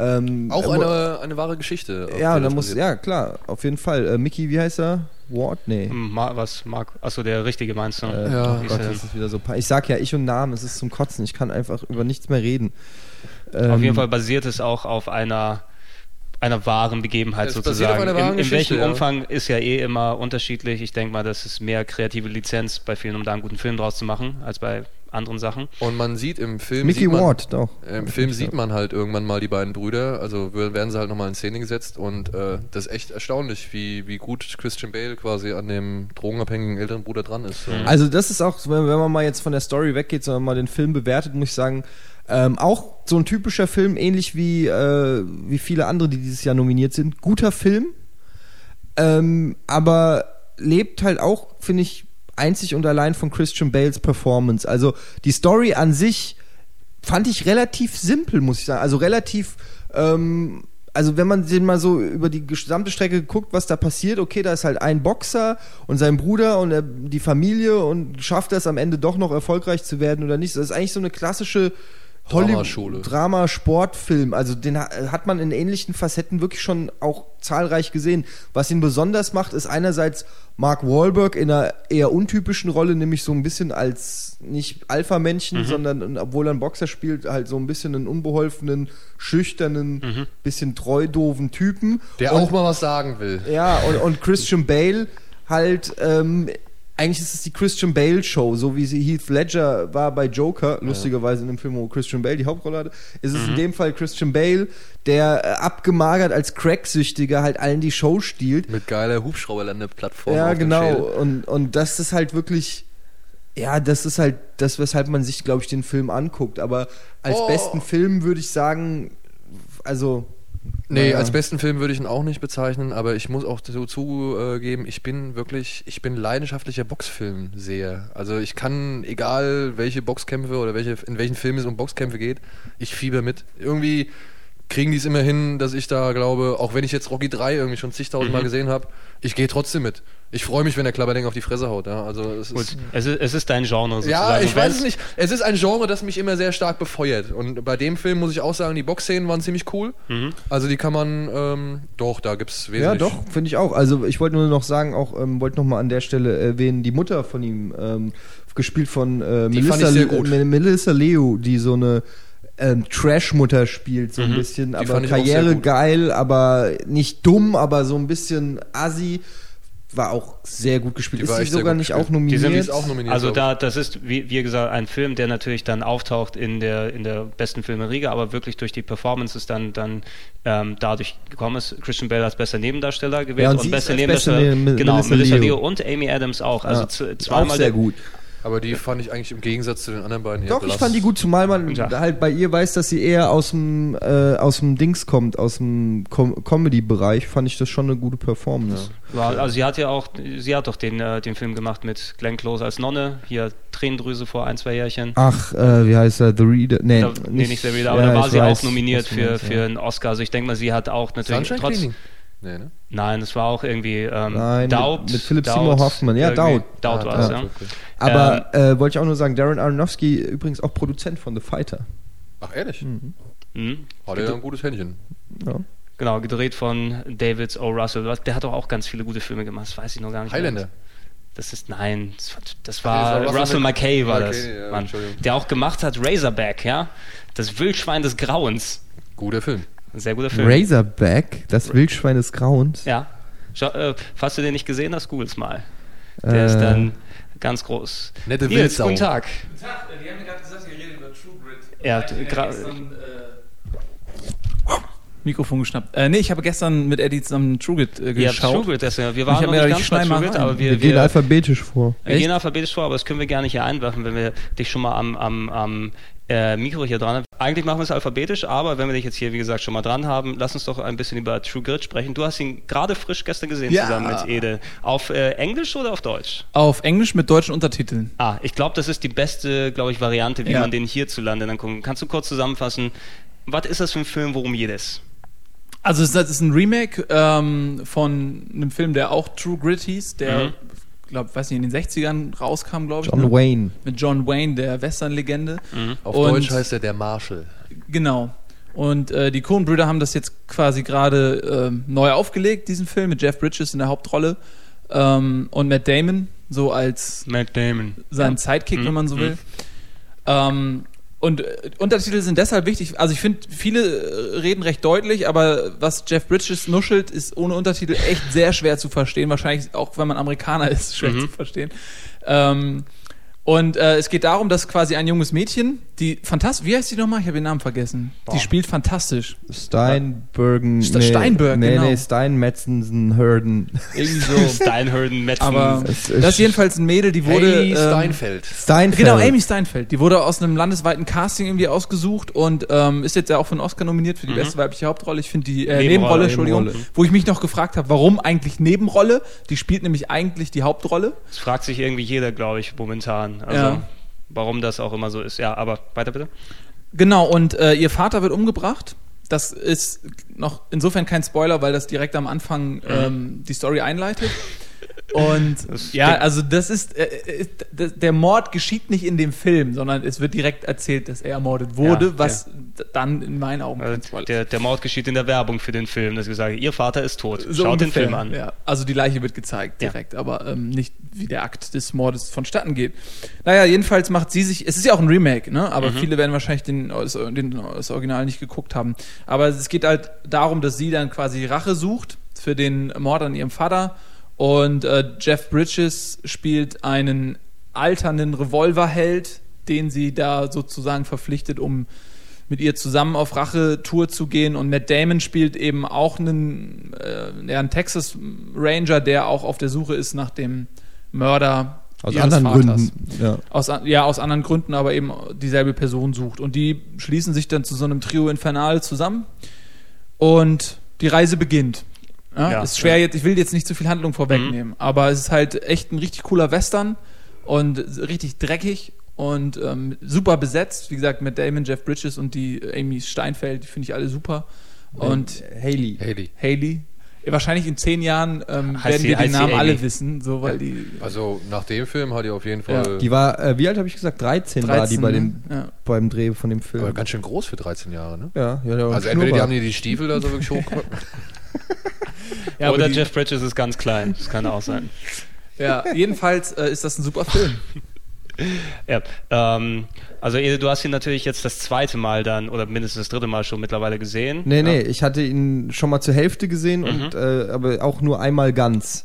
Auch eine wahre Geschichte. auf ja, der dann das basiert. ja klar, auf jeden Fall. Mickey, wie heißt er? Ward? Nee. Mark? Achso, der richtige meinst du? Ja, Wie ist Gott, er? das ist wieder so. Ich sag ja, ich und Namen, es ist zum Kotzen. Ich kann einfach über nichts mehr reden. Auf jeden Fall basiert es auch auf einer wahren Begebenheit Es sozusagen. basiert auf einer wahren In welchem Geschichte, ja. Umfang ist ja immer unterschiedlich. Ich denke mal, das ist mehr kreative Lizenz bei vielen, um da einen guten Film draus zu machen, als bei anderen Sachen. Und man sieht im Film. Mickey Ward, doch. Im Film sieht man halt irgendwann mal die beiden Brüder, also werden sie halt nochmal in Szene gesetzt und das ist echt erstaunlich, wie gut Christian Bale quasi an dem drogenabhängigen älteren Bruder dran ist. So. Also das ist auch, wenn man mal jetzt von der Story weggeht, sondern mal den Film bewertet, muss ich sagen, auch so ein typischer Film, ähnlich wie viele andere, die dieses Jahr nominiert sind. Guter Film, aber lebt halt auch, finde ich, einzig und allein von Christian Bales Performance. Also die Story an sich fand ich relativ simpel, muss ich sagen. Also relativ, also wenn man den mal so über die gesamte Strecke guckt, was da passiert, okay, da ist halt ein Boxer und sein Bruder und die Familie und schafft er es am Ende doch noch erfolgreich zu werden oder nicht. Das ist eigentlich so eine klassische Dramaschule. Drama-Sportfilm. Also den hat man in ähnlichen Facetten wirklich schon auch zahlreich gesehen. Was ihn besonders macht, ist einerseits Mark Wahlberg in einer eher untypischen Rolle, nämlich so ein bisschen als nicht Alpha-Männchen, sondern obwohl er einen Boxer spielt, halt so ein bisschen einen unbeholfenen, schüchternen, bisschen treu doofen Typen. Der auch mal was sagen will. Ja, und Christian Bale halt, eigentlich ist es die Christian Bale Show, so wie sie Heath Ledger war bei Joker, lustigerweise in dem Film, wo Christian Bale die Hauptrolle hatte, ist es in dem Fall Christian Bale, der abgemagert als Cracksüchtiger halt allen die Show stiehlt. Mit geiler Hubschrauberlandeplattform. Ja, auf dem genau. Schädel. Und das ist halt wirklich, ja, das ist halt das, weshalb man sich, glaube ich, den Film anguckt. Aber als besten Film würde ich sagen, also... Nee, als besten Film würde ich ihn auch nicht bezeichnen, aber ich muss auch so zugeben, ich bin leidenschaftlicher Boxfilmseher. Also ich kann, egal welche Boxkämpfe oder in welchen Filmen es um Boxkämpfe geht, ich fieber mit. Irgendwie kriegen die es immer hin, dass ich da glaube, auch wenn ich jetzt Rocky 3 irgendwie schon zigtausend Mal gesehen habe, ich gehe trotzdem mit. Ich freue mich, wenn der Klapperding auf die Fresse haut. Ja. Also es ist dein Genre sozusagen. Ja, ich weiß es nicht. Es ist ein Genre, das mich immer sehr stark befeuert. Und bei dem Film muss ich auch sagen, die Boxszenen waren ziemlich cool. Also die kann man, da gibt es wesentlich... Ja, doch, finde ich auch. Also ich wollte nur noch sagen, wollte noch mal an der Stelle erwähnen, die Mutter von ihm, gespielt von Melissa Leo, die so eine Trash-Mutter spielt, so ein bisschen, aber Karriere geil, aber nicht dumm, aber so ein bisschen assi. War auch sehr gut gespielt. Ist sie sogar nicht auch nominiert? Die sind auch nominiert. Also das ist, wie gesagt, ein Film, der natürlich dann auftaucht in der besten Film in Riga, aber wirklich durch die Performances dann dadurch gekommen ist. Christian Bale als bester Nebendarsteller gewählt und bester Nebendarsteller, genau, Melissa Leo und Amy Adams auch. Also zweimal auch sehr gut. Aber die fand ich eigentlich im Gegensatz zu den anderen beiden Doch, ich fand die gut, zumal man halt bei ihr weiß, dass sie eher aus dem Dings kommt, aus dem Comedy-Bereich, fand ich das schon eine gute Performance. Ja. Also sie hat doch den Film gemacht mit Glenn Close als Nonne, hier Tränendrüse vor 1-2 Jährchen. Ach, wie heißt er? The Reader? Nee, nicht The Reader, aber da war sie auch nominiert für einen Oscar. Also ich denke mal, sie hat auch natürlich Nee, ne? Nein, das war auch irgendwie Doubt. Mit Philipp Seymour Hoffman. Ja, Doubt war es, ja. Okay. Aber wollte ich auch nur sagen, Darren Aronofsky übrigens auch Produzent von The Fighter. Ach, ehrlich? Hat er ja ein gutes Händchen. Ja. Genau, gedreht von David O. Russell. Der hat doch auch ganz viele gute Filme gemacht, das weiß ich noch gar nicht. Highlander? Das war Russell McKay war das. Ja, Mann, der auch gemacht hat Razorback, ja? Das Wildschwein des Grauens. Guter Film. Ein sehr guter Film. Razorback, das Wildschwein des Grauens. Ja. Falls du den nicht gesehen hast, google es mal. Der ist dann ganz groß. Nette Wildsau. Guten Tag. Guten Tag, die haben mir gerade gesagt, ihr redet über True Grit. Ja, Mikrofon geschnappt. Ich habe gestern mit Eddie zusammen True Grit geschaut. Ja, True Grit, wir waren noch nicht ganz bei True Grit, aber wir gehen alphabetisch vor. Wir gehen alphabetisch vor, aber das können wir gar nicht hier einwerfen, wenn wir dich schon mal am Mikro hier dran haben. Eigentlich machen wir es alphabetisch, aber wenn wir dich jetzt hier, wie gesagt, schon mal dran haben, lass uns doch ein bisschen über True Grit sprechen. Du hast ihn gerade frisch gestern gesehen, zusammen mit Ede. Auf Englisch oder auf Deutsch? Auf Englisch mit deutschen Untertiteln. Ich glaube, das ist die beste, Variante, wie man den hierzulande dann gucken. Kannst du kurz zusammenfassen, was ist das für ein Film, worum geht es? Also das ist ein Remake von einem Film, der auch True Grit hieß, der in den 60ern rauskam, glaube ich. John Wayne. Mit John Wayne, der Western-Legende. Auf Deutsch heißt er der Marshall. Genau. Und die Coen-Brüder haben das jetzt quasi gerade neu aufgelegt, diesen Film, mit Jeff Bridges in der Hauptrolle und Matt Damon, so als sein Sidekick, wenn man so will. Und Untertitel sind deshalb wichtig, also ich finde, viele reden recht deutlich, aber was Jeff Bridges nuschelt, ist ohne Untertitel echt sehr schwer zu verstehen, wahrscheinlich auch, wenn man Amerikaner ist, schwer zu verstehen. Und es geht darum, dass quasi ein junges Mädchen, die fantastisch, wie heißt die nochmal? Ich habe den Namen vergessen. Die spielt fantastisch. Steinbergen. Steinberg, genau. Nee, Steinmetzensen-Hürden. Irgendwie so. Steinhürden-Metzen. Aber das ist jedenfalls ein Mädel, die wurde... Amy Steinfeld. Genau, Amy Steinfeld. Die wurde aus einem landesweiten Casting irgendwie ausgesucht und ist jetzt ja auch für einen Oscar nominiert für die beste weibliche Hauptrolle. Ich finde die Nebenrolle, Entschuldigung. Wo ich mich noch gefragt habe, warum eigentlich Nebenrolle? Die spielt nämlich eigentlich die Hauptrolle. Das fragt sich irgendwie jeder, glaube ich, momentan. Also, warum das auch immer so ist. Ja, aber weiter bitte. Genau, und ihr Vater wird umgebracht. Das ist noch insofern kein Spoiler, weil das direkt am Anfang die Story einleitet. Und also das ist der Mord geschieht nicht in dem Film, sondern es wird direkt erzählt, dass er ermordet wurde, was dann in meinen Augen kein Spoiler ist. Der Mord geschieht in der Werbung für den Film, dass ich sage, ihr Vater ist tot. So Schaut ungefähr, den Film an. Ja. Also die Leiche wird gezeigt direkt, aber nicht wie der Akt des Mordes vonstatten geht. Naja, jedenfalls macht sie sich, es ist ja auch ein Remake, ne? Aber viele werden wahrscheinlich das Original nicht geguckt haben. Aber es geht halt darum, dass sie dann quasi Rache sucht für den Mord an ihrem Vater Und Jeff Bridges spielt einen alternden Revolverheld, den sie da sozusagen verpflichtet, um mit ihr zusammen auf Rache-Tour zu gehen. Und Matt Damon spielt eben auch einen Texas Ranger, der auch auf der Suche ist nach dem Mörder Aus ihres anderen Vaters. Gründen. Ja. Aus anderen Gründen, aber eben dieselbe Person sucht. Und die schließen sich dann zu so einem Trio Infernal zusammen und die Reise beginnt. Ja, ist schwer jetzt, ich will jetzt nicht zu viel Handlung vorwegnehmen, aber es ist halt echt ein richtig cooler Western und richtig dreckig und super besetzt. Wie gesagt, mit Damon, Jeff Bridges und die Amy Steinfeld, die finde ich alle super. Und Hayley. Wahrscheinlich in 10 Jahren werden wir den Namen alle wissen, so, weil die. Also nach dem Film hat die auf jeden Fall. Ja. Die war, wie alt habe ich gesagt? 13 war die beim Dreh von dem Film. Aber ganz schön groß für 13 Jahre, ne? Ja, also entweder die haben die Stiefel da so wirklich hochgemacht. Ja, oder Jeff Bridges ist ganz klein, das kann auch sein. Ja, jedenfalls ist das ein super Film. Ja, also Ede, du hast ihn natürlich jetzt das 2. Mal dann, oder mindestens das 3. Mal schon mittlerweile gesehen. Nee, ich hatte ihn schon mal zur Hälfte gesehen, und aber auch nur einmal ganz.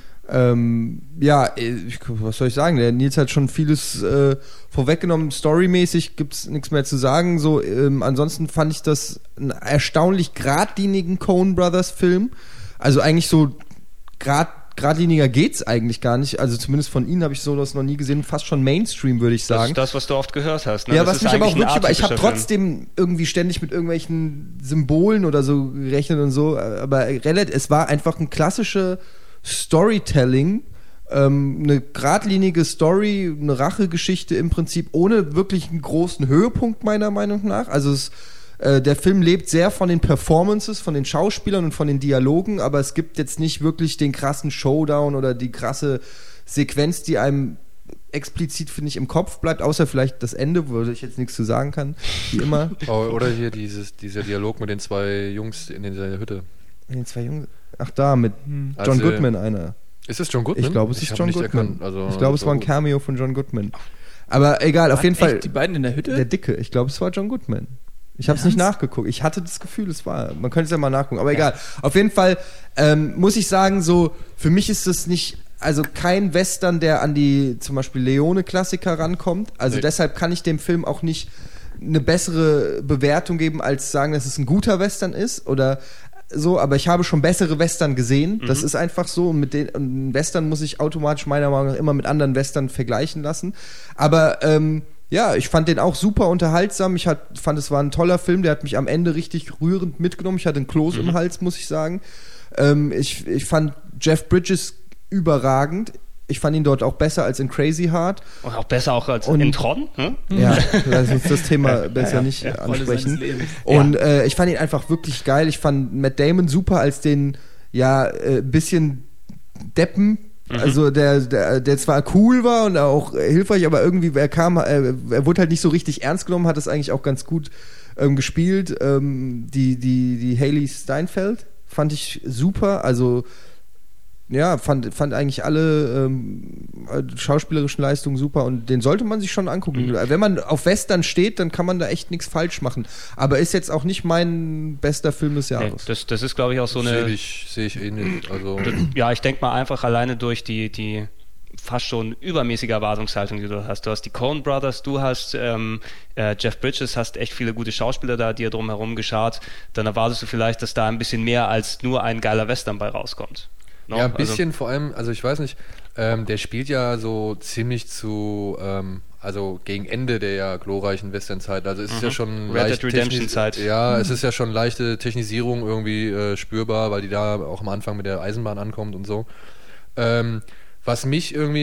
Was soll ich sagen? Der Nils hat schon vieles vorweggenommen. Storymäßig gibt es nichts mehr zu sagen. So, ansonsten fand ich das einen erstaunlich geradlinigen Coen Brothers Film. Also eigentlich so geradliniger geht's eigentlich gar nicht. Also zumindest von ihnen habe ich sowas noch nie gesehen. Fast schon Mainstream, würde ich sagen. Das ist das, was du oft gehört hast. Ne? Ja, das was mich aber auch wirklich, ich habe trotzdem irgendwie ständig mit irgendwelchen Symbolen oder so gerechnet und so. Aber es war einfach ein klassische Storytelling, eine geradlinige Story, eine Rachegeschichte im Prinzip, ohne wirklich einen großen Höhepunkt meiner Meinung nach. Also der Film lebt sehr von den Performances, von den Schauspielern und von den Dialogen, aber es gibt jetzt nicht wirklich den krassen Showdown oder die krasse Sequenz, die einem explizit, finde ich, im Kopf bleibt, außer vielleicht das Ende, wo ich jetzt nichts zu sagen kann, wie immer. Oder hier dieser Dialog mit den 2 Jungs in dieser Hütte. Mit den 2 Jungs? Ach, da, mit John Goodman einer. Ist es John Goodman? Ich glaube, es ist John Goodman. Ich glaube, es war ein Cameo von John Goodman. Aber egal, auf jeden Fall. Die beiden in der Hütte? Der Dicke, ich glaube, es war John Goodman. Ich habe es nicht nachgeguckt. Ich hatte das Gefühl, es war. Man könnte es ja mal nachgucken. Aber egal. Auf jeden Fall muss ich sagen, so, für mich ist das nicht, also kein Western, der an die zum Beispiel Leone-Klassiker rankommt. Also deshalb kann ich dem Film auch nicht eine bessere Bewertung geben, als sagen, dass es ein guter Western ist oder so. Aber ich habe schon bessere Western gesehen. Das ist einfach so. Und mit den Western muss ich automatisch meiner Meinung nach immer mit anderen Western vergleichen lassen. Aber ja, ich fand den auch super unterhaltsam. Ich fand, es war ein toller Film. Der hat mich am Ende richtig rührend mitgenommen. Ich hatte einen Kloß im Hals, muss ich sagen. Ich fand Jeff Bridges überragend. Ich fand ihn dort auch besser als in Crazy Heart. Und auch besser auch als in Tron. Hm? Ja, lass uns das Thema besser nicht ansprechen. Und ich fand ihn einfach wirklich geil. Ich fand Matt Damon super als den, bisschen Deppen. Also der zwar cool war und auch hilfreich, aber irgendwie er wurde halt nicht so richtig ernst genommen, hat das eigentlich auch ganz gut gespielt. Die Hayley Steinfeld fand ich super, also ja, fand eigentlich alle schauspielerischen Leistungen super und den sollte man sich schon angucken. Wenn man auf Western steht, dann kann man da echt nichts falsch machen. Aber ist jetzt auch nicht mein bester Film des Jahres. Nee, das ist, glaube ich, auch so eine... Sehe ich ähnlich. Also ja, ich denke mal einfach alleine durch die fast schon übermäßige Erwartungshaltung, die du hast. Du hast die Coen Brothers, du hast Jeff Bridges, hast echt viele gute Schauspieler da, die drumherum geschart. Dann erwartest du vielleicht, dass da ein bisschen mehr als nur ein geiler Western bei rauskommt. No? Ja, ein bisschen vor allem, also ich weiß nicht, der spielt ja so ziemlich zu, also gegen Ende der glorreichen Westernzeit, also es ist ja schon Red Dead Redemption Zeit. Ja, es ist ja schon leichte Technisierung irgendwie spürbar, weil die da auch am Anfang mit der Eisenbahn ankommt und so. Was mich an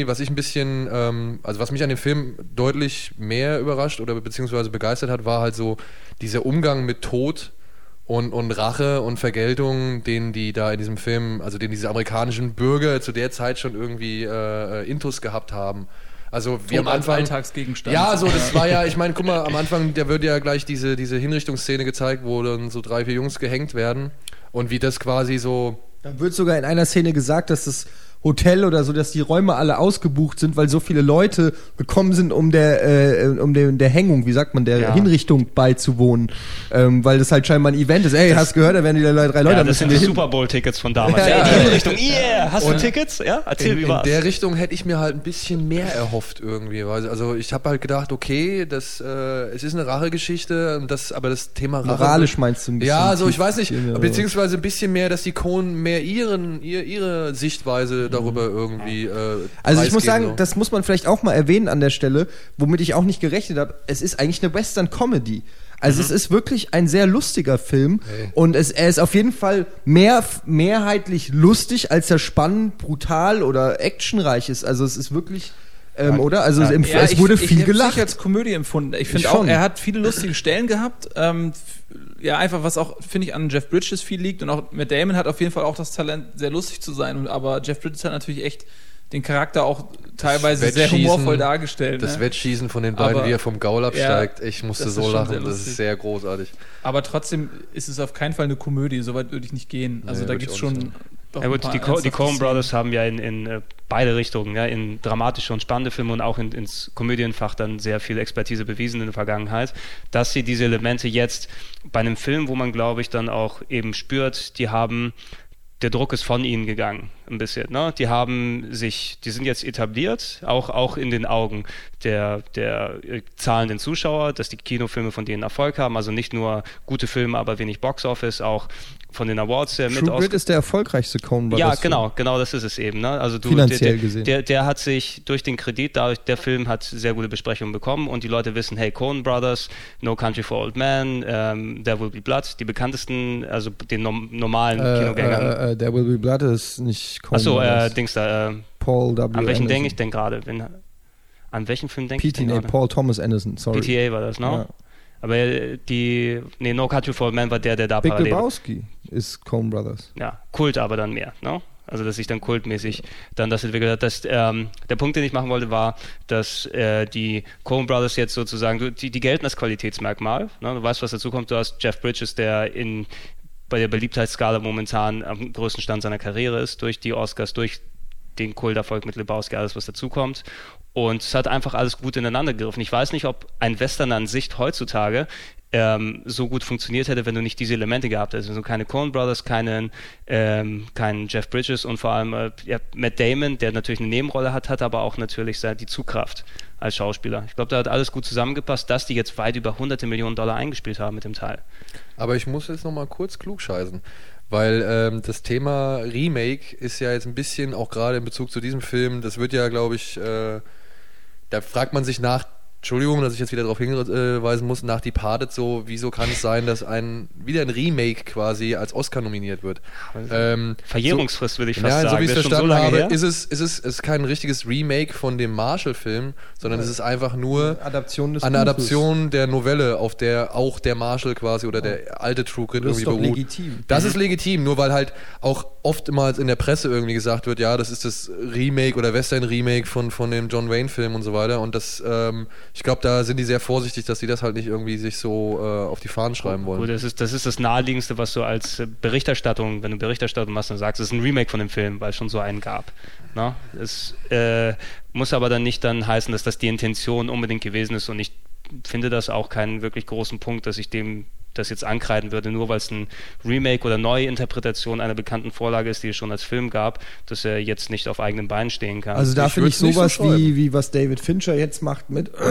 dem Film deutlich mehr überrascht oder beziehungsweise begeistert hat, war halt so dieser Umgang mit Tod und Rache und Vergeltung, den die da in diesem Film, also den diese amerikanischen Bürger zu der Zeit schon irgendwie Intus gehabt haben. Also wie am Anfang Alltagsgegenstand. Ja, so das war ja, ich meine, guck mal, am Anfang, da wird ja gleich diese Hinrichtungsszene gezeigt, wo dann so 3, 4 Jungs gehängt werden und wie das quasi so. Da wird sogar in einer Szene gesagt, dass das Hotel oder so, dass die Räume alle ausgebucht sind, weil so viele Leute gekommen sind, um der Hängung, wie sagt man, der Hinrichtung beizuwohnen. Weil das halt scheinbar ein Event ist. Ey, hast gehört, da werden die 3 Leute. Ja, das sind die Super Bowl-Tickets von damals. Ja, die Hinrichtung, yeah! Hast du Tickets? Ja, erzähl, wie war's? In der Richtung hätte ich mir halt ein bisschen mehr erhofft irgendwie. Also ich habe halt gedacht, okay, es ist eine Rachegeschichte, aber das Thema Rache... Moralisch meinst du ein bisschen? Ja, also ich weiß nicht, beziehungsweise ein bisschen mehr, dass die Coen mehr ihre Sichtweise darüber irgendwie also ich muss sagen, so. das muss man vielleicht auch mal erwähnen an der Stelle, womit ich auch nicht gerechnet habe, es ist eigentlich eine Western-Comedy. Also es ist wirklich ein sehr lustiger Film und er ist auf jeden Fall mehrheitlich lustig, als er spannend, brutal oder actionreich ist. Also es ist wirklich... oder? Also es wurde viel gelacht. Ich habe es als Komödie empfunden. Ich finde auch, er hat viele lustige Stellen gehabt. Einfach, was auch, finde ich, an Jeff Bridges viel liegt. Und auch Matt Damon hat auf jeden Fall auch das Talent, sehr lustig zu sein. Aber Jeff Bridges hat natürlich echt den Charakter auch teilweise sehr humorvoll dargestellt. Das Wettschießen von den beiden, wie er vom Gaul absteigt. Ich musste so lachen. Das ist sehr großartig. Aber trotzdem ist es auf keinen Fall eine Komödie. So weit würde ich nicht gehen. Also da gibt es schon... Ja gut, die Coen Brothers haben ja in beide Richtungen, ja, in dramatische und spannende Filme und auch ins Komödienfach dann sehr viel Expertise bewiesen in der Vergangenheit, dass sie diese Elemente jetzt bei einem Film, wo man, glaube ich, dann auch eben spürt, der Druck ist von ihnen gegangen, ein bisschen. Ne? Die sind jetzt etabliert, auch in den Augen der zahlenden Zuschauer, dass die Kinofilme von denen Erfolg haben, also nicht nur gute Filme, aber wenig Boxoffice, auch von den Awards True Grit ist der erfolgreichste Coen Brothers. Ja, genau, das ist es eben. Ne? Also finanziell gesehen. Der hat sich durch den Kredit, der Film hat sehr gute Besprechungen bekommen und die Leute wissen, hey, Coen Brothers, No Country for Old Men, There Will Be Blood, die bekanntesten, also den normalen Kinogängern. There Will Be Blood ist nicht Coen Brothers. Paul W. An welchen denke ich denn gerade? An welchen Film denke ich denn gerade? Paul Thomas Anderson, sorry. PTA war das, ne? Ja. Aber No Country for Old Men war der da Big parallel... Lebowski ist Coen Brothers. Ja, Kult aber dann mehr, ne? Also dass sich dann kultmäßig dann das entwickelt hat. Der Punkt, den ich machen wollte, war, dass die Coen Brothers jetzt sozusagen, die gelten als Qualitätsmerkmal. Ne? Du weißt, was dazu kommt. Du hast Jeff Bridges, der bei der Beliebtheitsskala momentan am größten Stand seiner Karriere ist, durch die Oscars, durch den Kulterfolg mit Lebowski, alles, was dazu kommt. Und es hat einfach alles gut ineinander gegriffen. Ich weiß nicht, ob ein Western an sich heutzutage so gut funktioniert hätte, wenn du nicht diese Elemente gehabt hättest. Also keine Coen Brothers, keinen Jeff Bridges und vor allem Matt Damon, der natürlich eine Nebenrolle hat aber auch natürlich die Zugkraft als Schauspieler. Ich glaube, da hat alles gut zusammengepasst, dass die jetzt weit über hunderte Millionen $100 eingespielt haben mit dem Teil. Aber ich muss jetzt nochmal kurz klugscheißen. Weil das Thema Remake ist ja jetzt ein bisschen, auch gerade in Bezug zu diesem Film, das wird ja, glaube ich, da fragt man sich Entschuldigung, dass ich jetzt wieder darauf hinweisen muss, nach Departed so, wieso kann es sein, dass wieder ein Remake quasi als Oscar nominiert wird? Verjährungsfrist würde ich fast sagen. Ja, so wie ich es verstanden habe, her? ist es kein richtiges Remake von dem Marshall-Film, sondern es ist einfach nur eine Adaption der Novelle, auf der auch der Marshall quasi oder der alte True Grit irgendwie beruht. Legitim. Das ist legitim, nur weil halt auch oftmals in der Presse irgendwie gesagt wird, ja, das ist das Remake oder Western-Remake von dem John Wayne-Film und so weiter und das ich glaube, da sind die sehr vorsichtig, dass sie das halt nicht irgendwie sich so auf die Fahnen schreiben wollen. Gut, das ist das Naheliegendste, was du als Berichterstattung, wenn du Berichterstattung machst, dann sagst, es ist ein Remake von dem Film, weil es schon so einen gab. Na? Es muss aber dann nicht heißen, dass das die Intention unbedingt gewesen ist und ich finde das auch keinen wirklich großen Punkt, dass ich dem das jetzt ankreiden würde, nur weil es ein Remake oder Neuinterpretation einer bekannten Vorlage ist, die es schon als Film gab, dass er jetzt nicht auf eigenen Beinen stehen kann. Also da finde ich sowas wie was David Fincher jetzt macht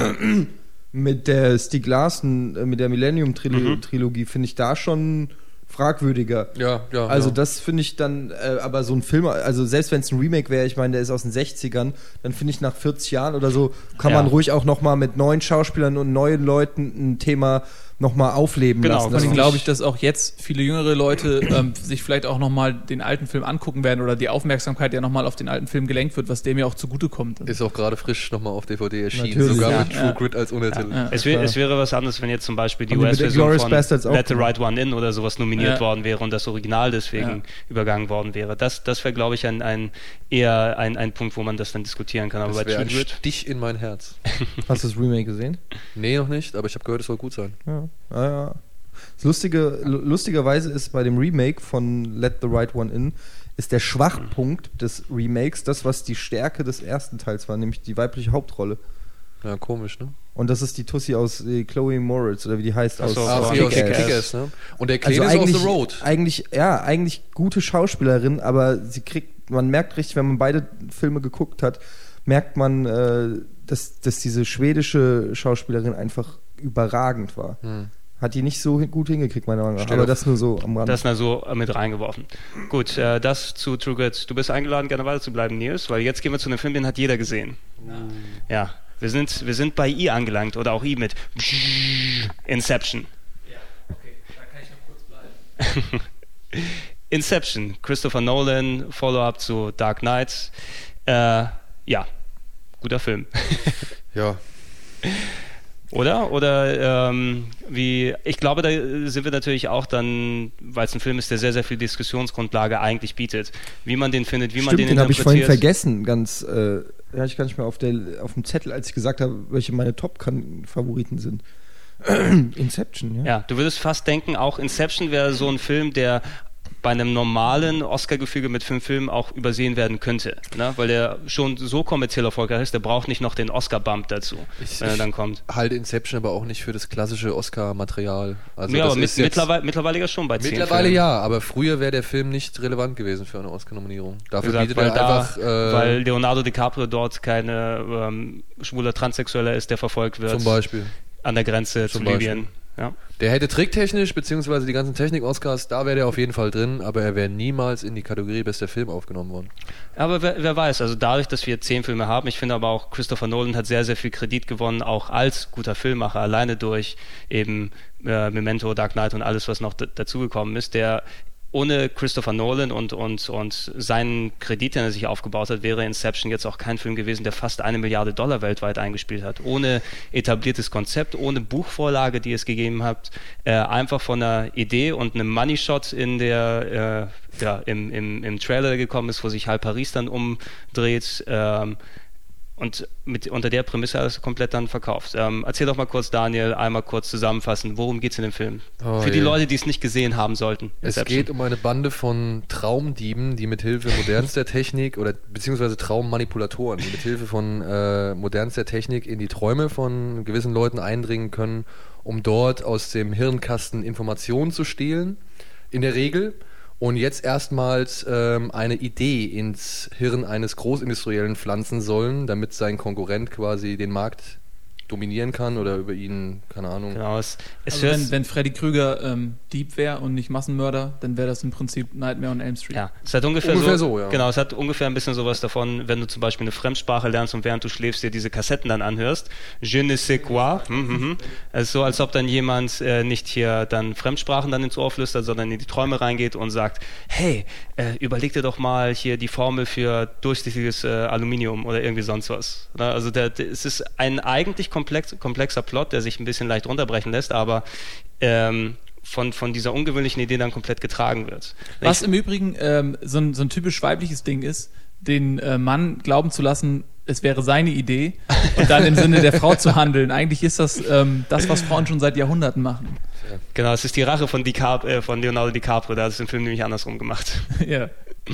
mit der Stieg Larsson, mit der Millennium-Trilogie, finde ich da schon fragwürdiger. Ja. Also das finde ich dann, aber so ein Film, also selbst wenn es ein Remake wäre, ich meine, der ist aus den 60ern, dann finde ich nach 40 Jahren oder so, kann man ruhig auch nochmal mit neuen Schauspielern und neuen Leuten ein Thema nochmal aufleben lassen. Deswegen glaube ich, dass auch jetzt viele jüngere Leute sich vielleicht auch nochmal den alten Film angucken werden oder die Aufmerksamkeit ja nochmal auf den alten Film gelenkt wird, was dem ja auch zugutekommt. Ist auch gerade frisch nochmal auf DVD erschienen, natürlich, sogar mit True Grit als Untertitel. Ja. Es wäre was anderes, wenn jetzt zum Beispiel die US-Version von Let the Right One In oder sowas nominiert worden wäre und das Original deswegen übergangen worden wäre. Das wäre, glaube ich, eher ein Punkt, wo man das dann diskutieren kann. Aber das bei True Grit... Stich in mein Herz. Hast du das Remake gesehen? Nee, noch nicht, aber ich habe gehört, es soll gut sein. Ja. Lustigerweise ist bei dem Remake von Let the Right One In, ist der Schwachpunkt des Remakes das, was die Stärke des ersten Teils war, nämlich die weibliche Hauptrolle. Ja, komisch, ne? Und das ist die Tussi aus Chloe Moritz, oder wie die heißt, aus Kick-Ass, ne? Und der Kleine also ist aus The Road. Eigentlich gute Schauspielerin, aber man merkt richtig, wenn man beide Filme geguckt hat, merkt man, dass diese schwedische Schauspielerin einfach überragend war. Hat die nicht so gut hingekriegt, meiner Meinung nach. Aber das nur so am Rand. Das nur so mit reingeworfen. Gut, das zu True Grit. Du bist eingeladen, gerne weiter zu bleiben, Nils, weil jetzt gehen wir zu einem Film, den hat jeder gesehen. Ja, wir sind bei I angelangt, oder auch I mit Inception. Ja, okay, da kann ich noch kurz bleiben. Inception, Christopher Nolan, Follow-up zu Dark Knight. Ja, guter Film. Ja. Oder ich glaube, da sind wir natürlich auch dann, weil es ein Film ist, der sehr, sehr viel Diskussionsgrundlage eigentlich bietet. Wie man den findet, wie man den den habe ich interpretiert. vorhin vergessen, hatte ich gar nicht mehr auf dem Zettel, als ich gesagt habe, welche meine Top-Favoriten sind. Inception, ja. Ja, du würdest fast denken, auch Inception wäre so ein Film, der bei einem normalen Oscar-Gefüge mit 5 Filmen auch übersehen werden könnte, ne? Weil der schon so kommerziell erfolgreich ist, der braucht nicht noch den Oscar-Bump dazu, wenn er dann kommt. Halte Inception aber auch nicht für das klassische Oscar-Material. Also ja, das aber ist mittlerweile ja schon bei 10 Mittlerweile Filmen. Ja, aber früher wäre der Film nicht relevant gewesen für eine Oscar-Nominierung. Dafür bietet er einfach... weil Leonardo DiCaprio dort keine schwuler Transsexueller ist, der verfolgt wird. Zum Beispiel. An der Grenze zu Libyen. Ja. Der hätte tricktechnisch, beziehungsweise die ganzen Technik-Oscars, da wäre der auf jeden Fall drin, aber er wäre niemals in die Kategorie bester Film aufgenommen worden. Aber wer weiß, also dadurch, dass wir 10 Filme haben, ich finde aber auch Christopher Nolan hat sehr, sehr viel Kredit gewonnen, auch als guter Filmmacher, alleine durch eben Memento, Dark Knight und alles, was noch dazugekommen ist, der ohne Christopher Nolan und seinen Kredit, den er sich aufgebaut hat, wäre Inception jetzt auch kein Film gewesen, der fast $1 Milliarde weltweit eingespielt hat. Ohne etabliertes Konzept, ohne Buchvorlage, die es gegeben hat, einfach von einer Idee und einem Money Shot im Trailer gekommen ist, wo sich halb Paris dann umdreht. Und unter der Prämisse alles komplett dann verkauft. Erzähl doch mal kurz, Daniel, einmal kurz zusammenfassen, worum geht es in dem Film? Für die Leute, die es nicht gesehen haben sollten. Es geht um eine Bande von Traumdieben, die mithilfe modernster Technik beziehungsweise Traummanipulatoren, die mithilfe von modernster Technik in die Träume von gewissen Leuten eindringen können, um dort aus dem Hirnkasten Informationen zu stehlen, in der Regel. Und jetzt erstmals eine Idee ins Hirn eines Großindustriellen pflanzen sollen, damit sein Konkurrent quasi den Markt dominieren kann oder über ihn, keine Ahnung. Genau, wenn Freddy Krüger Dieb wäre und nicht Massenmörder, dann wäre das im Prinzip Nightmare on Elm Street. Ja, es hat ungefähr so, ja. Genau, es hat ungefähr ein bisschen sowas davon, wenn du zum Beispiel eine Fremdsprache lernst und während du schläfst dir diese Kassetten dann anhörst. Je ne sais quoi. Es ist so, als ob dann jemand nicht hier dann Fremdsprachen dann ins Ohr flüstert, sondern in die Träume reingeht und sagt, hey, überleg dir doch mal hier die Formel für durchsichtiges Aluminium oder irgendwie sonst was. Also es ist ein eigentlich komplexer Plot, der sich ein bisschen leicht runterbrechen lässt, aber von dieser ungewöhnlichen Idee dann komplett getragen wird. Was im Übrigen so ein typisch weibliches Ding ist, den Mann glauben zu lassen, es wäre seine Idee und dann im Sinne der Frau zu handeln. Eigentlich ist das was Frauen schon seit Jahrhunderten machen. Genau, es ist die Rache von Leonardo DiCaprio, da hat es den Film nämlich andersrum gemacht. Ja.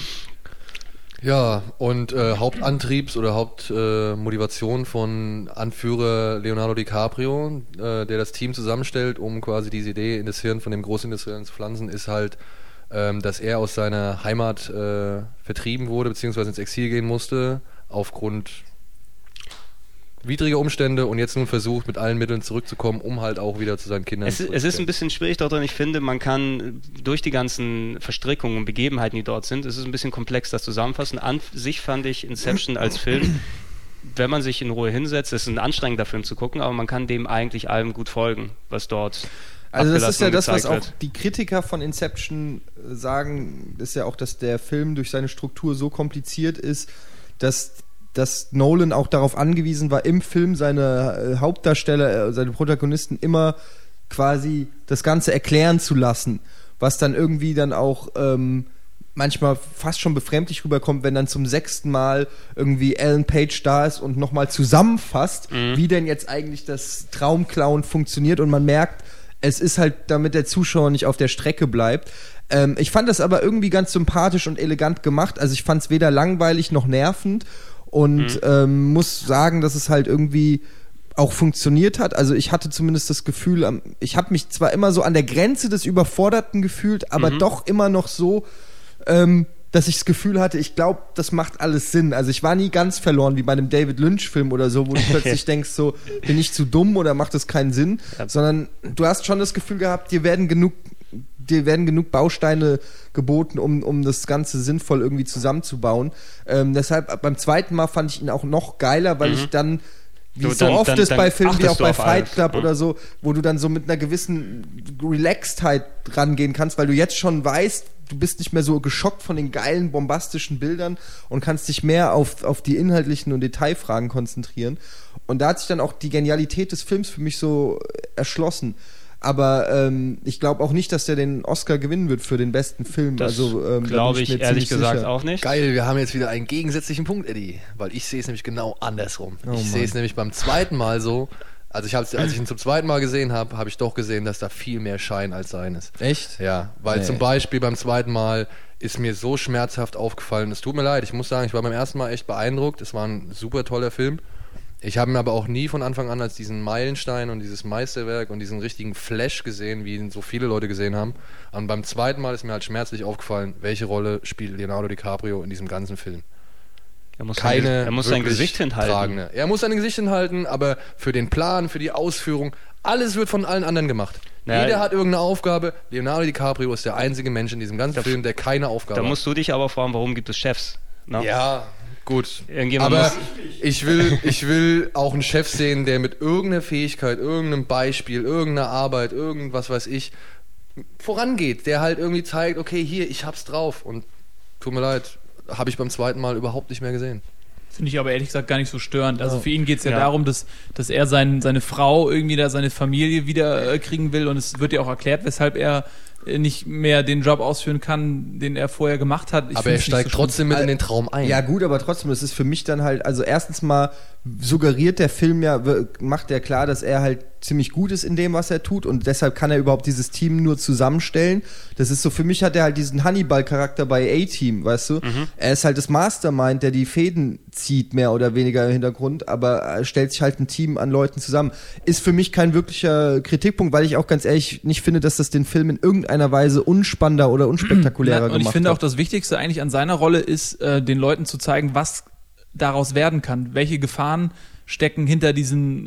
Ja, und Hauptantriebs- oder Hauptmotivation von Anführer Leonardo DiCaprio, der das Team zusammenstellt, um quasi diese Idee in das Hirn von dem Großindustriellen zu pflanzen, ist halt, dass er aus seiner Heimat vertrieben wurde, beziehungsweise ins Exil gehen musste, aufgrund widrige Umstände und jetzt nun versucht, mit allen Mitteln zurückzukommen, um halt auch wieder zu seinen Kindern zu Es ist ein bisschen schwierig dort drin. Ich finde, man kann durch die ganzen Verstrickungen und Begebenheiten, die dort sind, es ist ein bisschen komplex, das zusammenfassen. An sich fand ich Inception als Film, wenn man sich in Ruhe hinsetzt, es ist ein anstrengender Film zu gucken, aber man kann dem eigentlich allem gut folgen, was dort also das ist ja das, was auch die Kritiker von Inception sagen, ist ja auch, dass der Film durch seine Struktur so kompliziert ist, dass Nolan auch darauf angewiesen war, im Film seine Hauptdarsteller, seine Protagonisten immer quasi das Ganze erklären zu lassen, was dann irgendwie dann auch manchmal fast schon befremdlich rüberkommt, wenn dann zum 6. Mal irgendwie Ellen Page da ist und nochmal zusammenfasst, wie denn jetzt eigentlich das Traumklauen funktioniert und man merkt, Es ist halt, damit der Zuschauer nicht auf der Strecke bleibt. Ich fand das aber irgendwie ganz sympathisch und elegant gemacht. Also ich fand es weder langweilig noch nervend und muss sagen, dass es halt irgendwie auch funktioniert hat. Also ich hatte zumindest das Gefühl, ich habe mich zwar immer so an der Grenze des Überforderten gefühlt, aber doch immer noch so, dass ich das Gefühl hatte, ich glaube, das macht alles Sinn. Also ich war nie ganz verloren, wie bei einem David Lynch-Film oder so, wo du plötzlich denkst, so, bin ich zu dumm oder macht das keinen Sinn? Sondern du hast schon das Gefühl gehabt, dir werden genug Bausteine geboten, um das Ganze sinnvoll irgendwie zusammenzubauen. Deshalb beim zweiten Mal fand ich ihn auch noch geiler, weil ich dann, wie es so oft ist bei Filmen wie auch bei Fight Club oder so, wo du dann so mit einer gewissen Relaxedheit rangehen kannst, weil du jetzt schon weißt, du bist nicht mehr so geschockt von den geilen, bombastischen Bildern und kannst dich mehr auf die inhaltlichen und Detailfragen konzentrieren. Und da hat sich dann auch die Genialität des Films für mich so erschlossen. Aber ich glaube auch nicht, dass der den Oscar gewinnen wird für den besten Film. Das glaube ich ehrlich gesagt auch nicht. Geil, wir haben jetzt wieder einen gegensätzlichen Punkt, Eddie. Weil ich sehe es nämlich genau andersrum. Ich sehe es nämlich beim zweiten Mal so. Also als ich ihn zum zweiten Mal gesehen habe, habe ich doch gesehen, dass da viel mehr Schein als Sein ist. Echt? Ja, weil zum Beispiel beim zweiten Mal ist mir so schmerzhaft aufgefallen. Es tut mir leid, ich muss sagen, ich war beim ersten Mal echt beeindruckt. Es war ein super toller Film. Ich habe ihn aber auch nie von Anfang an als diesen Meilenstein und dieses Meisterwerk und diesen richtigen Flash gesehen, wie ihn so viele Leute gesehen haben. Und beim zweiten Mal ist mir halt schmerzlich aufgefallen, welche Rolle spielt Leonardo DiCaprio in diesem ganzen Film. Er muss sein Gesicht hinhalten. Tragende. Er muss sein Gesicht hinhalten, aber für den Plan, für die Ausführung, alles wird von allen anderen gemacht. Naja, jeder hat irgendeine Aufgabe. Leonardo DiCaprio ist der einzige Mensch in diesem ganzen Film, der keine Aufgabe hat. Da musst du dich aber fragen, warum gibt es Chefs? No? Ja, gut. Aber ich will auch einen Chef sehen, der mit irgendeiner Fähigkeit, irgendeinem Beispiel, irgendeiner Arbeit, irgendwas weiß ich, vorangeht. Der halt irgendwie zeigt, okay, hier, ich hab's drauf. Und tut mir leid, habe ich beim zweiten Mal überhaupt nicht mehr gesehen. Finde ich aber ehrlich gesagt gar nicht so störend. Also für ihn geht es ja darum, dass er seine Frau irgendwie da, seine Familie wieder kriegen will und es wird ja auch erklärt, weshalb er nicht mehr den Job ausführen kann, den er vorher gemacht hat. Aber er steigt trotzdem mit in den Traum ein. Ja gut, aber trotzdem, das ist für mich dann halt, also erstens mal suggeriert der Film ja, macht er klar, dass er halt ziemlich gut ist in dem, was er tut und deshalb kann er überhaupt dieses Team nur zusammenstellen. Das ist so, für mich hat er halt diesen Hannibal-Charakter bei A-Team, weißt du? Er ist halt das Mastermind, der die Fäden zieht, mehr oder weniger im Hintergrund, aber er stellt sich halt ein Team an Leuten zusammen. Ist für mich kein wirklicher Kritikpunkt, weil ich auch ganz ehrlich nicht finde, dass das den Film in irgendeiner Weise unspannender oder unspektakulärer gemacht hat. Und ich finde auch, das Wichtigste eigentlich an seiner Rolle ist, den Leuten zu zeigen, was daraus werden kann. Welche Gefahren stecken hinter diesen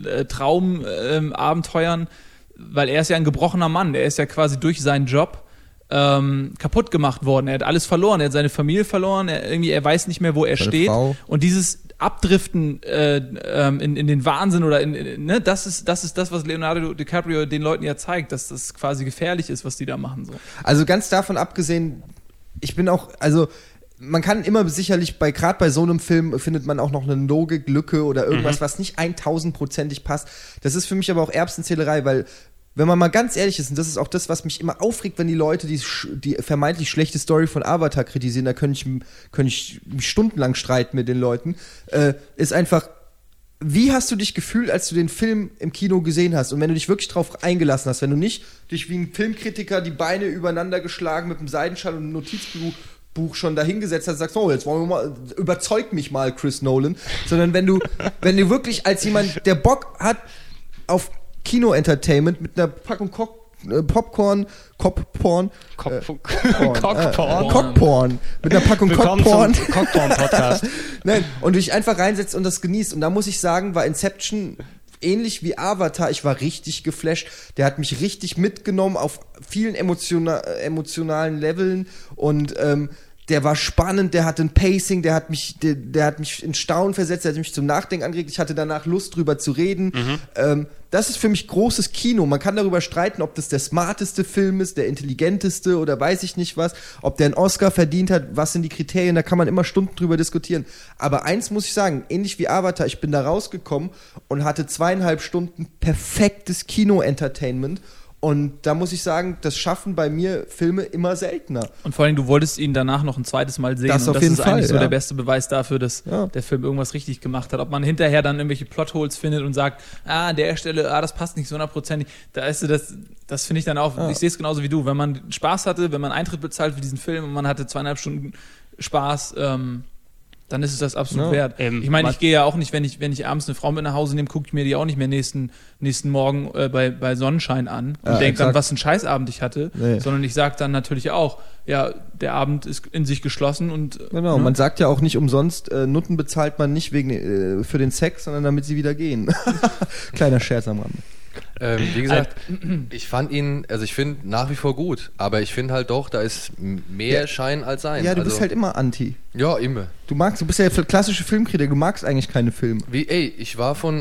Traumabenteuern, weil er ist ja ein gebrochener Mann. Er ist ja quasi durch seinen Job kaputt gemacht worden. Er hat alles verloren. Er hat seine Familie verloren. Er weiß nicht mehr, wo er steht. Frau. Und dieses Abdriften in den Wahnsinn oder das ist das, was Leonardo DiCaprio den Leuten ja zeigt, dass das quasi gefährlich ist, was die da machen. So. Also ganz davon abgesehen, ich bin auch, also man kann immer sicherlich, gerade bei so einem Film findet man auch noch eine Logiklücke oder irgendwas, was nicht 1000%ig passt. Das ist für mich aber auch Erbsenzählerei, weil wenn man mal ganz ehrlich ist, und das ist auch das, was mich immer aufregt, wenn die Leute die vermeintlich schlechte Story von Avatar kritisieren, da könnte ich mich stundenlang streiten mit den Leuten, ist einfach, wie hast du dich gefühlt, als du den Film im Kino gesehen hast? Und wenn du dich wirklich drauf eingelassen hast, wenn du nicht dich wie ein Filmkritiker die Beine übereinander geschlagen mit einem Seidenschal und einem Notizbuch schon dahingesetzt hast, sagst, oh, jetzt wollen wir mal, überzeug mich mal, Chris Nolan, sondern wenn du wirklich als jemand, der Bock hat auf Kino-Entertainment mit einer Packung Cockporn, mit einer Packung Cockporn. Cockporn-Podcast. Nein, und du dich einfach reinsetzt und das genießt. Und da muss ich sagen, war Inception ähnlich wie Avatar. Ich war richtig geflasht. Der hat mich richtig mitgenommen auf vielen emotionalen Leveln und der war spannend, der hatte ein Pacing, der hat mich in Staunen versetzt, der hat mich zum Nachdenken angeregt, ich hatte danach Lust drüber zu reden. Das ist für mich großes Kino. Man kann darüber streiten, ob das der smarteste Film ist, der intelligenteste oder weiß ich nicht was, ob der einen Oscar verdient hat, was sind die Kriterien, da kann man immer Stunden drüber diskutieren. Aber eins muss ich sagen, ähnlich wie Avatar, ich bin da rausgekommen und hatte 2,5 Stunden perfektes Kino-Entertainment. Und da muss ich sagen, das schaffen bei mir Filme immer seltener. Und vor allem, du wolltest ihn danach noch ein zweites Mal sehen. Das und auf jeden ist Fall, eigentlich so ja. der beste Beweis dafür, dass Ja. der Film irgendwas richtig gemacht hat. Ob man hinterher dann irgendwelche Plotholes findet und sagt, an der Stelle, das passt nicht so 100%. Da ist das finde ich dann auch, ich sehe es genauso wie du. Wenn man Spaß hatte, wenn man Eintritt bezahlt für diesen Film und man hatte 2,5 Stunden Spaß, dann ist es das absolut wert. Ich meine, ich gehe ja auch nicht, wenn ich abends eine Frau mit nach Hause nehme, gucke ich mir die auch nicht mehr nächsten Morgen bei Sonnenschein an und denke dann, was ein Scheißabend ich hatte, sondern ich sage dann natürlich auch, ja, der Abend ist in sich geschlossen und Genau, man sagt ja auch nicht umsonst, Nutten bezahlt man nicht für den Sex, sondern damit sie wieder gehen. Kleiner Scherz am Rande. Wie gesagt, ich finde nach wie vor gut, aber ich finde halt doch, da ist mehr Schein als Sein. Ja, du bist halt immer anti. Ja, immer. Du bist ja klassische Filmkritiker, du magst eigentlich keine Filme. Ich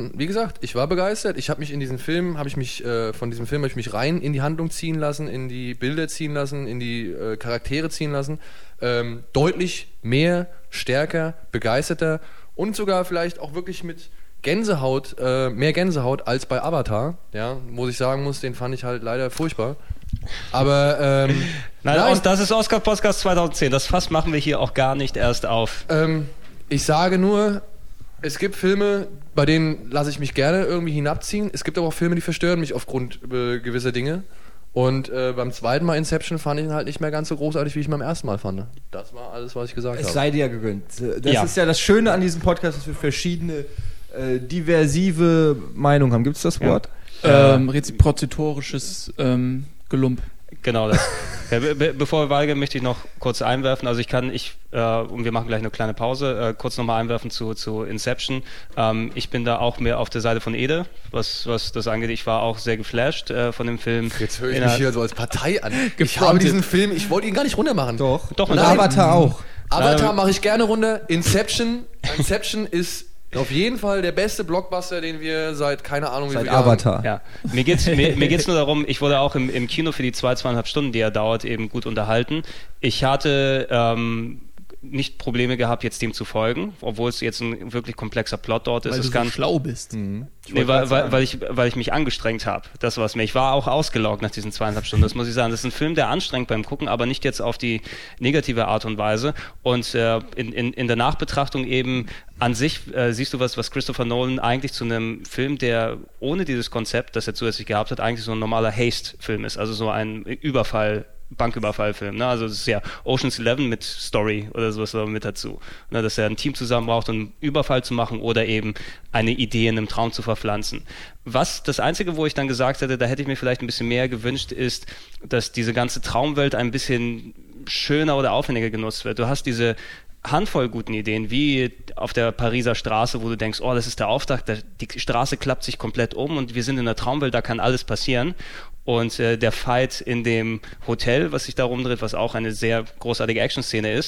war begeistert. Ich habe mich in diesen Film, von diesem Film habe ich mich rein in die Handlung ziehen lassen, in die Bilder ziehen lassen, in die Charaktere ziehen lassen. Deutlich mehr, stärker, begeisterter und sogar vielleicht auch wirklich mit mehr Gänsehaut als bei Avatar, ja, wo ich sagen muss, den fand ich halt leider furchtbar. Aber Nein, das ist Oscar Podcast 2010. Das Fass machen wir hier auch gar nicht erst auf. Ich sage nur, es gibt Filme, bei denen lasse ich mich gerne irgendwie hinabziehen. Es gibt aber auch Filme, die verstören mich aufgrund gewisser Dinge. Und beim zweiten Mal Inception fand ich ihn halt nicht mehr ganz so großartig, wie ich ihn beim ersten Mal fand. Das war alles, was ich gesagt habe. Es sei dir ja gegönnt. Das ist ja das Schöne an diesem Podcast, dass wir verschiedene diversive Meinungen haben. Gibt es das Wort? reziprozitorisches Gelump. Genau das. Ja, bevor wir weitergehen, möchte ich noch kurz einwerfen. Also und wir machen gleich eine kleine Pause, kurz nochmal einwerfen zu Inception. Ich bin da auch mehr auf der Seite von Ede, was das angeht. Ich war auch sehr geflasht von dem Film. Jetzt höre ich mich hier so als Partei an. Ich habe diesen Film, ich wollte ihn gar nicht runter machen. Doch, und Avatar auch. Avatar mache ich gerne runter. Inception ist auf jeden Fall der beste Blockbuster, den wir seit keine Ahnung wie Seit viel Jahren. Avatar. Ja, mir geht's nur darum, ich wurde auch im Kino für die 2,5 Stunden, die er dauert, eben gut unterhalten. Ich hatte nicht Probleme gehabt, jetzt dem zu folgen, obwohl es jetzt ein wirklich komplexer Plot dort ist. Weil du so schlau bist. Nee, weil ich mich angestrengt habe. Das war's mir. Ich war auch ausgelaugt nach diesen 2,5 Stunden. Das muss ich sagen. Das ist ein Film, der anstrengt beim Gucken, aber nicht jetzt auf die negative Art und Weise. Und in der Nachbetrachtung eben an sich siehst du was Christopher Nolan eigentlich zu einem Film, der ohne dieses Konzept, das er zusätzlich gehabt hat, eigentlich so ein normaler Haste-Film ist. Also so ein Banküberfallfilm, ne? Also es ist ja Ocean's 11 mit Story oder sowas mit dazu, ne? Dass er ein Team zusammen braucht, um einen Überfall zu machen oder eben eine Idee in einem Traum zu verpflanzen. Das Einzige, wo ich dann gesagt hätte, da hätte ich mir vielleicht ein bisschen mehr gewünscht, ist, dass diese ganze Traumwelt ein bisschen schöner oder aufwendiger genutzt wird. Du hast diese Handvoll guten Ideen, wie auf der Pariser Straße, wo du denkst, oh, das ist der Auftakt, die Straße klappt sich komplett um und wir sind in der Traumwelt, da kann alles passieren. Und der Fight in dem Hotel, was sich da rumdreht, was auch eine sehr großartige Action-Szene ist,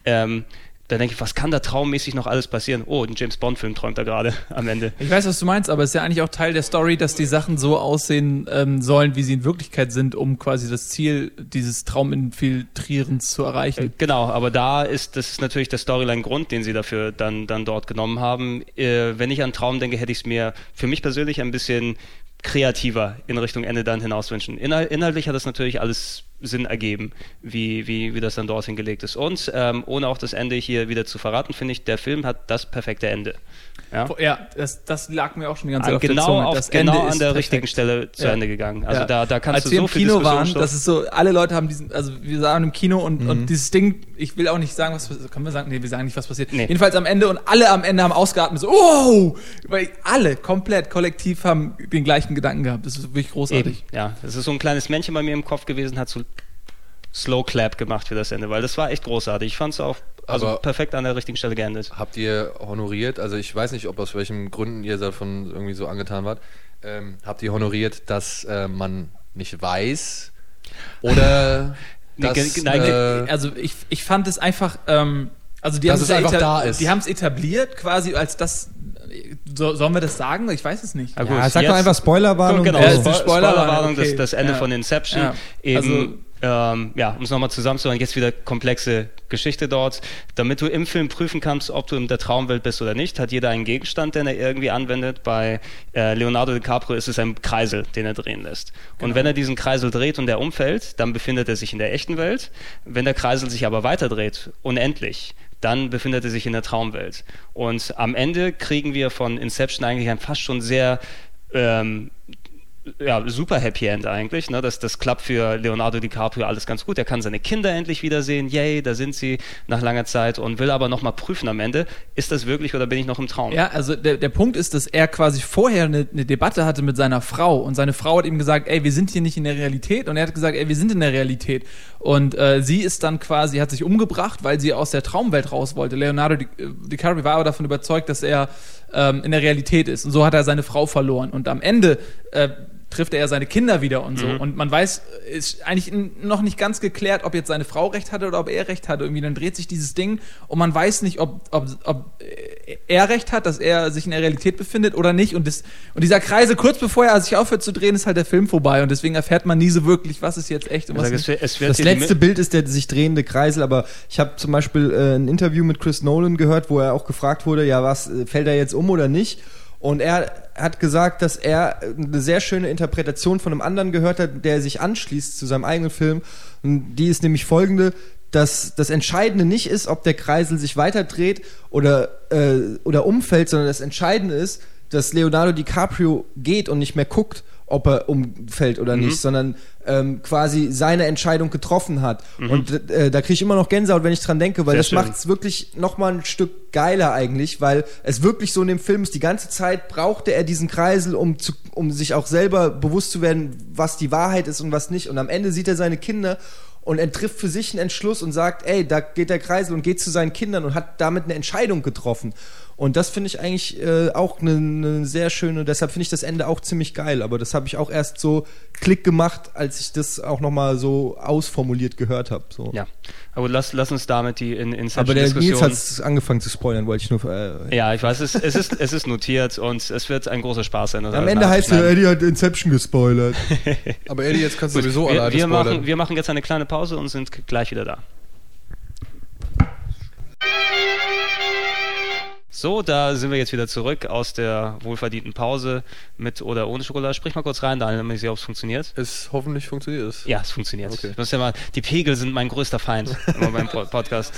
da denke ich, was kann da traummäßig noch alles passieren? Oh, ein James-Bond-Film träumt da gerade am Ende. Ich weiß, was du meinst, aber es ist ja eigentlich auch Teil der Story, dass die Sachen so aussehen sollen, wie sie in Wirklichkeit sind, um quasi das Ziel dieses Trauminfiltrierens zu erreichen. Genau, aber das ist natürlich der Storyline-Grund, den sie dafür dann dort genommen haben. Wenn ich an Traum denke, hätte ich es mir für mich persönlich ein bisschen kreativer in Richtung Ende dann hinaus wünschen. Inhaltlich hat das natürlich alles Sinn ergeben, wie das dann dorthin gelegt ist. Und ohne auch das Ende hier wieder zu verraten, finde ich, der Film hat das perfekte Ende. Ja, das lag mir auch schon die ganze Zeit auf genau der Zunge. Das genau Ende an ist der perfekt. richtigen Stelle zu Ende gegangen. Also da kannst als du so wir viel im Kino waren, Diskussionsstoff. das ist so, alle Leute haben wir sahen im Kino und dieses Ding, ich will auch nicht sagen, können wir sagen? Nee, wir sagen nicht, was passiert. Nee. Jedenfalls am Ende und alle am Ende haben ausgeatmet, so, oh! Weil alle komplett kollektiv haben den gleichen Gedanken gehabt. Das ist wirklich großartig. Eben, ja. Das ist so ein kleines Männchen bei mir im Kopf gewesen, hat so Slow Clap gemacht für das Ende, weil das war echt großartig. Ich fand es auch perfekt an der richtigen Stelle geendet. Habt ihr honoriert, also ich weiß nicht, aus welchen Gründen ihr davon irgendwie so angetan wart, habt ihr honoriert, dass man nicht weiß oder also ich fand es einfach, also die haben es einfach da ist. Die haben es etabliert quasi als das. Sollen wir das sagen? Ich weiß es nicht. Ja, sag doch einfach Spoilerwarnung. Genau, Ja, Spoilerwarnung, okay. Das Ende von Inception. Ja. Eben, um es nochmal zusammenzuhören, jetzt wieder komplexe Geschichte dort. Damit du im Film prüfen kannst, ob du in der Traumwelt bist oder nicht, hat jeder einen Gegenstand, den er irgendwie anwendet. Bei Leonardo DiCaprio ist es ein Kreisel, den er drehen lässt. Und wenn er diesen Kreisel dreht und der umfällt, dann befindet er sich in der echten Welt. Wenn der Kreisel sich aber weiter dreht, unendlich, dann befindet er sich in der Traumwelt. Und am Ende kriegen wir von Inception eigentlich ein fast schon sehr super Happy End eigentlich. Ne? Das klappt für Leonardo DiCaprio alles ganz gut. Er kann seine Kinder endlich wiedersehen. Yay, da sind sie nach langer Zeit und will aber nochmal prüfen am Ende, ist das wirklich oder bin ich noch im Traum? Ja, also der Punkt ist, dass er quasi vorher eine Debatte hatte mit seiner Frau und seine Frau hat ihm gesagt, ey, wir sind hier nicht in der Realität und er hat gesagt, ey, wir sind in der Realität und sie ist dann quasi, hat sich umgebracht, weil sie aus der Traumwelt raus wollte. Leonardo DiCaprio war aber davon überzeugt, dass er in der Realität ist und so hat er seine Frau verloren und am Ende trifft er seine Kinder wieder und so. Und man weiß, ist eigentlich noch nicht ganz geklärt, ob jetzt seine Frau recht hatte oder ob er recht hatte. Irgendwie dann dreht sich dieses Ding und man weiß nicht, ob er recht hat, dass er sich in der Realität befindet oder nicht. Und dieser Kreisel, kurz bevor er sich aufhört zu drehen, ist halt der Film vorbei. Und deswegen erfährt man nie so wirklich, was ist jetzt echt und was nicht. Das letzte Bild ist der sich drehende Kreisel, aber ich habe zum Beispiel ein Interview mit Chris Nolan gehört, wo er auch gefragt wurde, ja, was fällt er jetzt um oder nicht? Und er hat gesagt, dass er eine sehr schöne Interpretation von einem anderen gehört hat, der sich anschließt zu seinem eigenen Film. Und die ist nämlich folgende, dass das Entscheidende nicht ist, ob der Kreisel sich weiterdreht oder umfällt, sondern das Entscheidende ist, dass Leonardo DiCaprio geht und nicht mehr guckt, ob er umfällt oder nicht, sondern quasi seine Entscheidung getroffen hat. Und da kriege ich immer noch Gänsehaut, wenn ich dran denke, weil das macht es wirklich nochmal ein Stück geiler eigentlich, weil es wirklich so in dem Film ist, die ganze Zeit brauchte er diesen Kreisel, um sich auch selber bewusst zu werden, was die Wahrheit ist und was nicht. Und am Ende sieht er seine Kinder und er trifft für sich einen Entschluss und sagt, ey, da geht der Kreisel und geht zu seinen Kindern und hat damit eine Entscheidung getroffen. Und das finde ich eigentlich auch eine sehr schöne, deshalb finde ich das Ende auch ziemlich geil. Aber das habe ich auch erst so Klick gemacht, als ich das auch nochmal so ausformuliert gehört habe. So. Ja, aber lass uns damit die Inception-Diskussion... Aber der Nils hat angefangen zu spoilern, wollte ich nur... Ja, ich weiß, es ist notiert und es wird ein großer Spaß sein. Am Ende heißt es, Eddie hat Inception gespoilert. Aber Eddie, jetzt kannst du sowieso alleine spoilern. Wir machen jetzt eine kleine Pause und sind gleich wieder da. So, da sind wir jetzt wieder zurück aus der wohlverdienten Pause mit oder ohne Schokolade. Sprich mal kurz rein, Daniel, damit ich sehe, ob es funktioniert. Hoffentlich funktioniert es. Ja, es funktioniert. Okay. Ich muss ja mal, die Pegel sind mein größter Feind immer beim Podcast.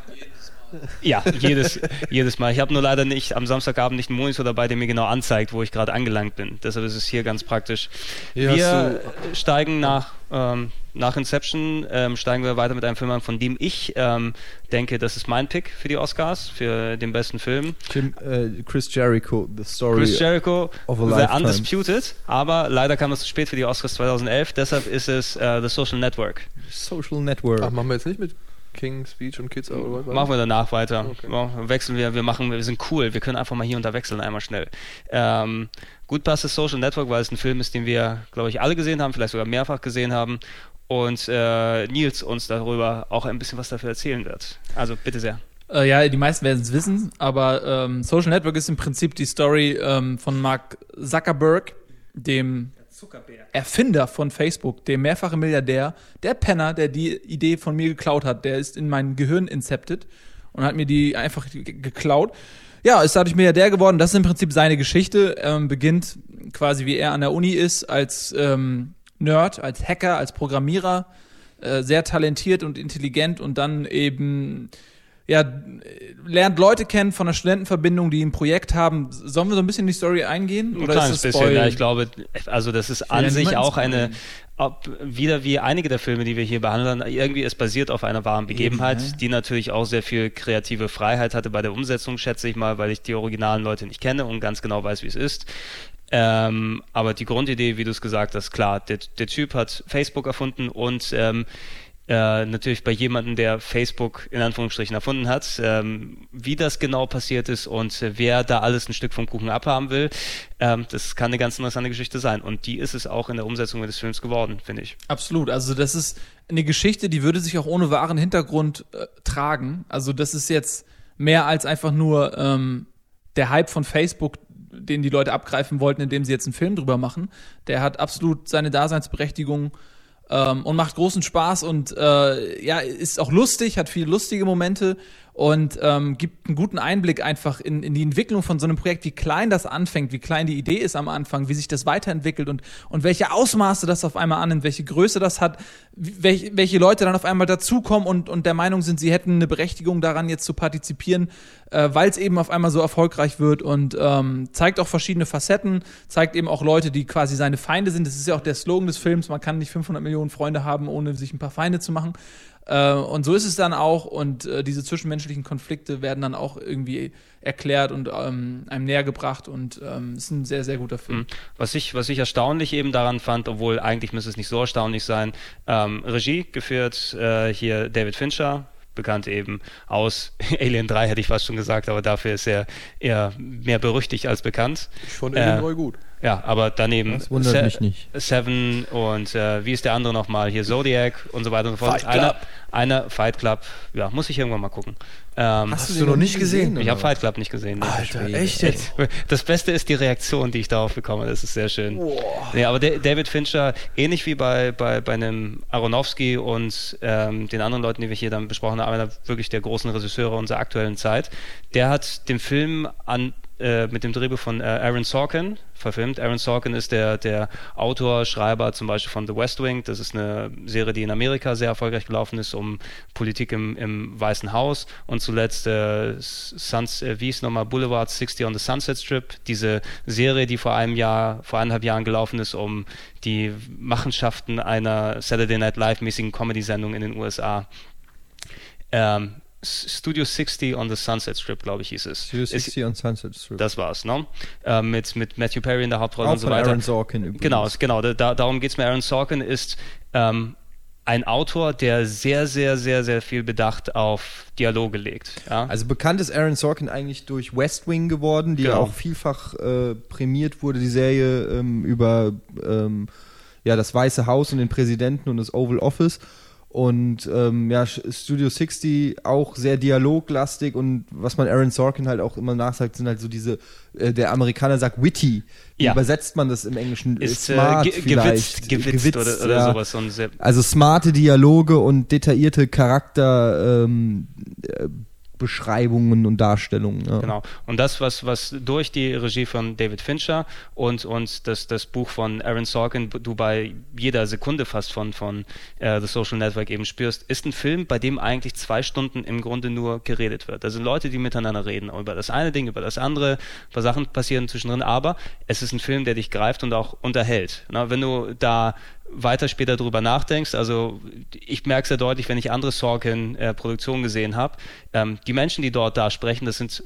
Ja, jedes Mal. Ich habe nur leider nicht am Samstagabend nicht einen Monitor dabei, der mir genau anzeigt, wo ich gerade angelangt bin. Deshalb ist es hier ganz praktisch. Wir steigen nach Inception, steigen wir weiter mit einem Film an, von dem ich denke, das ist mein Pick für die Oscars, für den besten Film. Chris Jericho, The Story Chris Jericho, of a The Lifetime. Undisputed, aber leider kam es zu spät für die Oscars 2011, deshalb ist es The Social Network. Social Network. Ach, machen wir jetzt nicht mit King, Speech und Kids oder was? Machen wir danach weiter. Okay. Ja, wechseln wir sind cool. Wir können einfach mal hier und da wechseln, einmal schnell. Gut passt das Social Network, weil es ein Film ist, den wir, glaube ich, alle gesehen haben, vielleicht sogar mehrfach gesehen haben. Und Nils uns darüber auch ein bisschen was dafür erzählen wird. Also bitte sehr. Ja, die meisten werden es wissen, aber Social Network ist im Prinzip die Story von Mark Zuckerberg, dem Erfinder von Facebook, dem mehrfache Milliardär, der Penner, der die Idee von mir geklaut hat, der ist in mein Gehirn incepted und hat mir die einfach geklaut. Ja, ist dadurch Milliardär geworden. Das ist im Prinzip seine Geschichte. Beginnt quasi, wie er an der Uni ist, als Nerd, als Hacker, als Programmierer, sehr talentiert und intelligent und dann eben lernt Leute kennen von der Studentenverbindung, die ein Projekt haben. Sollen wir so ein bisschen in die Story eingehen? Oder ein kleines bisschen, ja, ich glaube, also das ist an sich auch wieder wie einige der Filme, die wir hier behandeln, irgendwie es basiert auf einer wahren Begebenheit, die natürlich auch sehr viel kreative Freiheit hatte bei der Umsetzung, schätze ich mal, weil ich die originalen Leute nicht kenne und ganz genau weiß, wie es ist. Aber die Grundidee, wie du es gesagt hast, klar, der Typ hat Facebook erfunden und natürlich bei jemandem, der Facebook in Anführungsstrichen erfunden hat, wie das genau passiert ist und wer da alles ein Stück vom Kuchen abhaben will, das kann eine ganz interessante Geschichte sein. Und die ist es auch in der Umsetzung des Films geworden, finde ich. Absolut. Also das ist eine Geschichte, die würde sich auch ohne wahren Hintergrund tragen. Also das ist jetzt mehr als einfach nur der Hype von Facebook, den die Leute abgreifen wollten, indem sie jetzt einen Film drüber machen. Der hat absolut seine Daseinsberechtigung. und macht großen Spaß und ist auch lustig, hat viele lustige Momente und gibt einen guten Einblick einfach in die Entwicklung von so einem Projekt, wie klein das anfängt, wie klein die Idee ist am Anfang, wie sich das weiterentwickelt und welche Ausmaße das auf einmal annimmt, welche Größe das hat, welche Leute dann auf einmal dazukommen und der Meinung sind, sie hätten eine Berechtigung daran, jetzt zu partizipieren, weil es eben auf einmal so erfolgreich wird und zeigt auch verschiedene Facetten, zeigt eben auch Leute, die quasi seine Feinde sind. Das ist ja auch der Slogan des Films, man kann nicht 500 Millionen Freunde haben, ohne sich ein paar Feinde zu machen. Und so ist es dann auch und diese zwischenmenschlichen Konflikte werden dann auch irgendwie erklärt und einem näher gebracht und ist ein sehr, sehr guter Film. Was ich erstaunlich eben daran fand, obwohl eigentlich müsste es nicht so erstaunlich sein, Regie geführt hier David Fincher, bekannt eben aus Alien 3, hätte ich fast schon gesagt, aber dafür ist er eher mehr berüchtigt als bekannt. Ich fand Alien 3 gut. Ja, aber daneben Das wundert mich nicht. Seven und wie ist der andere nochmal? Hier Zodiac und so weiter und so fort. Einer Fight Club, ja, muss ich irgendwann mal gucken. Hast du noch nicht gesehen? Ich habe Fight Club nicht gesehen. Nee. Alter, echt jetzt? Das Beste ist die Reaktion, die ich darauf bekomme. Das ist sehr schön. Nee, aber David Fincher, ähnlich wie bei einem Aronofsky und den anderen Leuten, die wir hier dann besprochen haben, einer wirklich der großen Regisseure unserer aktuellen Zeit, der hat den Film mit dem Drehbuch von Aaron Sorkin verfilmt. Aaron Sorkin ist der Autor, Schreiber zum Beispiel von The West Wing. Das ist eine Serie, die in Amerika sehr erfolgreich gelaufen ist, um Politik im Weißen Haus. Und zuletzt wie ist nochmal Boulevard 60 on the Sunset Strip. Diese Serie, die vor 1,5 Jahren gelaufen ist, um die Machenschaften einer Saturday Night Live-mäßigen Comedy-Sendung in den USA. Studio 60 on the Sunset Strip, glaube ich, hieß es. Studio 60 on Sunset Strip. Das war's, ne? Mit Matthew Perry in der Hauptrolle auch und so weiter. Aaron Sorkin übrigens. Genau. Darum geht's mir. Aaron Sorkin ist ein Autor, der sehr, sehr, sehr, sehr viel Bedacht auf Dialoge legt. Ja? Also bekannt ist Aaron Sorkin eigentlich durch West Wing geworden, die ja auch vielfach prämiert wurde, die Serie über das Weiße Haus und den Präsidenten und das Oval Office. Und Studio 60 auch sehr dialoglastig und was man Aaron Sorkin halt auch immer nachsagt, sind halt so diese, der Amerikaner sagt witty. Wie übersetzt man das im Englischen? Ist smart vielleicht. Gewitzt oder sowas. So also smarte Dialoge und detaillierte Charakter Beschreibungen und Darstellungen. Ja. Genau. Und das, was durch die Regie von David Fincher und das Buch von Aaron Sorkin du bei jeder Sekunde fast von The Social Network eben spürst, ist ein Film, bei dem eigentlich 2 Stunden im Grunde nur geredet wird. Da sind Leute, die miteinander reden, über das eine Ding, über das andere, ein paar Sachen passieren zwischendrin, aber es ist ein Film, der dich greift und auch unterhält. Na, wenn du da weiter später drüber nachdenkst, also ich merke es sehr deutlich, wenn ich andere Sorkin-Produktionen gesehen habe, die Menschen, die dort da sprechen, das sind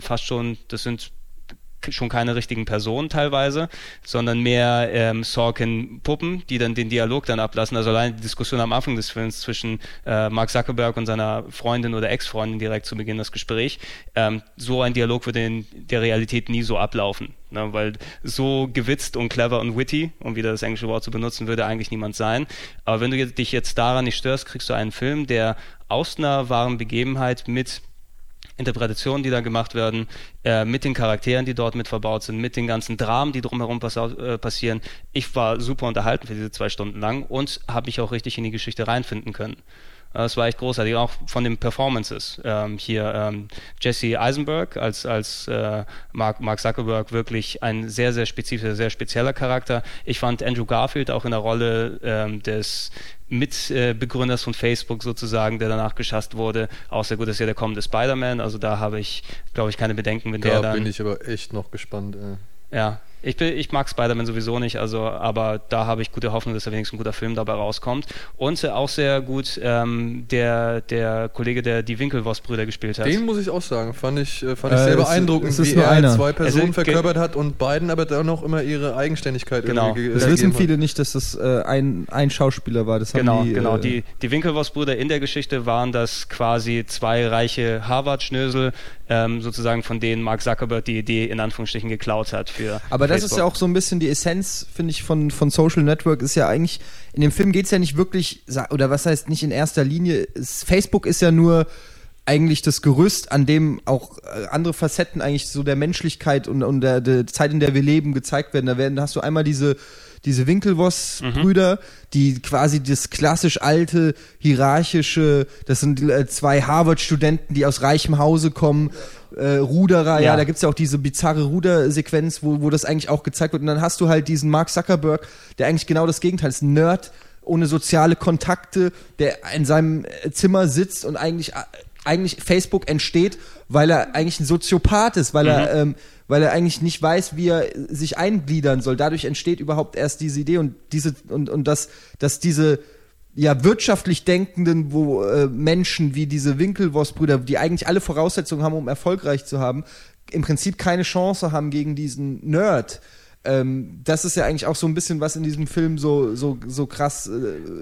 schon keine richtigen Personen teilweise, sondern mehr Sorkin-Puppen, die dann den Dialog dann ablassen. Also allein die Diskussion am Anfang des Films zwischen Mark Zuckerberg und seiner Freundin oder Ex-Freundin direkt zu Beginn das Gespräch. So ein Dialog würde in der Realität nie so ablaufen. Ne, weil so gewitzt und clever und witty, um wieder das englische Wort zu benutzen, würde eigentlich niemand sein. Aber wenn du dich jetzt daran nicht störst, kriegst du einen Film, der aus einer wahren Begebenheit mit Interpretationen, die da gemacht werden, mit den Charakteren, die dort mit verbaut sind, mit den ganzen Dramen, die drumherum passieren. Ich war super unterhalten für diese 2 Stunden lang und habe mich auch richtig in die Geschichte reinfinden können. Das war echt großartig, auch von den Performances. Jesse Eisenberg als Mark Zuckerberg wirklich ein sehr, sehr spezifischer, sehr spezieller Charakter. Ich fand Andrew Garfield auch in der Rolle des Mitbegründers von Facebook sozusagen, der danach geschasst wurde, auch sehr gut. Das ist ja der kommende Spider-Man, also da habe ich, glaube ich, keine Bedenken, wenn der dann... Da bin ich aber echt noch gespannt. Ja, ich mag Spider-Man sowieso nicht, aber da habe ich gute Hoffnung, dass da wenigstens ein guter Film dabei rauskommt. Und auch sehr gut der Kollege, der die Winklevoss-Brüder gespielt hat. Den muss ich auch sagen, fand ich sehr beeindruckend, wie er 2 Personen verkörpert hat und beiden aber dann auch immer ihre Eigenständigkeit irgendwie das wissen viele nicht, dass das ein Schauspieler war. Das haben die Winklevoss-Brüder in der Geschichte waren das quasi 2 reiche Harvard-Schnösel, sozusagen von denen Mark Zuckerberg die Idee in Anführungsstrichen geklaut hat für Aber das ist ja auch so ein bisschen die Essenz, finde ich, von Social Network, ist ja eigentlich, in dem Film geht es ja nicht wirklich, oder was heißt nicht in erster Linie, Facebook ist ja nur eigentlich das Gerüst, an dem auch andere Facetten eigentlich so der Menschlichkeit und der Zeit, in der wir leben, gezeigt werden. Hast du einmal diese Winklevoss-Brüder, die quasi das klassisch alte, hierarchische, das sind 2 Harvard-Studenten, die aus reichem Hause kommen, Ruderer, da gibt's ja auch diese bizarre Rudersequenz, wo das eigentlich auch gezeigt wird. Und dann hast du halt diesen Mark Zuckerberg, der eigentlich genau das Gegenteil ist, ein Nerd ohne soziale Kontakte, der in seinem Zimmer sitzt und eigentlich Facebook entsteht, weil er eigentlich ein Soziopath ist, weil er eigentlich nicht weiß, wie er sich eingliedern soll. Dadurch entsteht überhaupt erst diese Idee und dass diese wirtschaftlich denkenden Menschen wie diese Winklevoss-Brüder, die eigentlich alle Voraussetzungen haben, um erfolgreich zu haben, im Prinzip keine Chance haben gegen diesen Nerd. Das ist ja eigentlich auch so ein bisschen, was in diesem Film so krass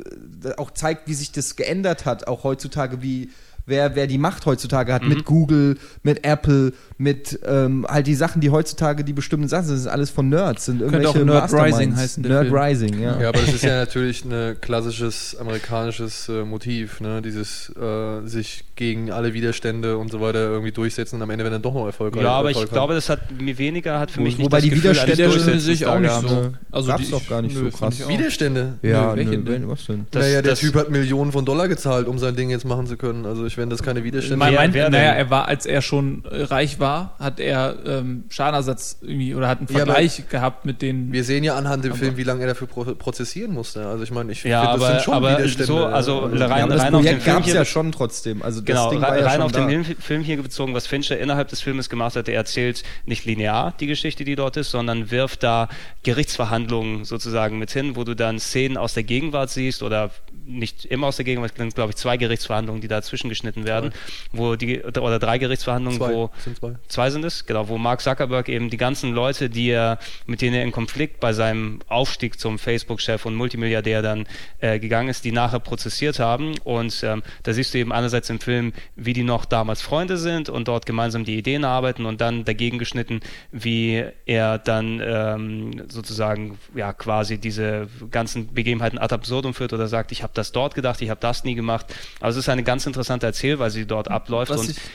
auch zeigt, wie sich das geändert hat, auch heutzutage, wie wer die Macht heutzutage hat, mit Google, mit Apple, mit halt die Sachen, die heutzutage die bestimmten Sachen sind, das ist alles von Nerds, sind irgendwelche Könnte auch Nerd Rising heißen. Nerd Rising, ja. Ja, aber das ist ja natürlich ein klassisches amerikanisches Motiv, ne? Dieses sich gegen alle Widerstände und so weiter irgendwie durchsetzen und am Ende werden dann doch noch erfolgreich. Ja, aber ich glaube, das hat für mich nicht wobei das die Gefühl, Widerstände sich auch nicht so. Also gab's doch gar nicht so krass. Widerstände? Ja, welche denn? Was denn? Der Typ hat Millionen von Dollar gezahlt, um sein Ding jetzt machen zu können. Also wenn das keine Widerstände er war, als er schon reich war, hat er Schadenersatz irgendwie oder hat einen Vergleich gehabt mit den. Wir sehen ja anhand dem Film, wie lange er dafür prozessieren musste. Also ich meine, das sind schon Widerstände. Das Projekt gab es ja schon trotzdem. Also das Ding war ja rein schon auf den Film hier bezogen, was Fincher innerhalb des Filmes gemacht hat, er erzählt nicht linear die Geschichte, die dort ist, sondern wirft da Gerichtsverhandlungen sozusagen mit hin, wo du dann Szenen aus der Gegenwart siehst oder nicht immer aus der Gegenwart, es sind glaube ich 2 Gerichtsverhandlungen, die dazwischen geschnitten werden, oder 3 Gerichtsverhandlungen, zwei sind es, genau, wo Mark Zuckerberg eben die ganzen Leute, mit denen er in Konflikt bei seinem Aufstieg zum Facebook-Chef und Multimilliardär dann gegangen ist, die nachher prozessiert haben und da siehst du eben einerseits im Film, wie die noch damals Freunde sind und dort gemeinsam die Ideen arbeiten und dann dagegen geschnitten, wie er dann sozusagen quasi diese ganzen Begebenheiten ad absurdum führt oder sagt, ich habe das dort gedacht, ich habe das nie gemacht. Also es ist eine ganz interessante Erzählweise, die dort abläuft.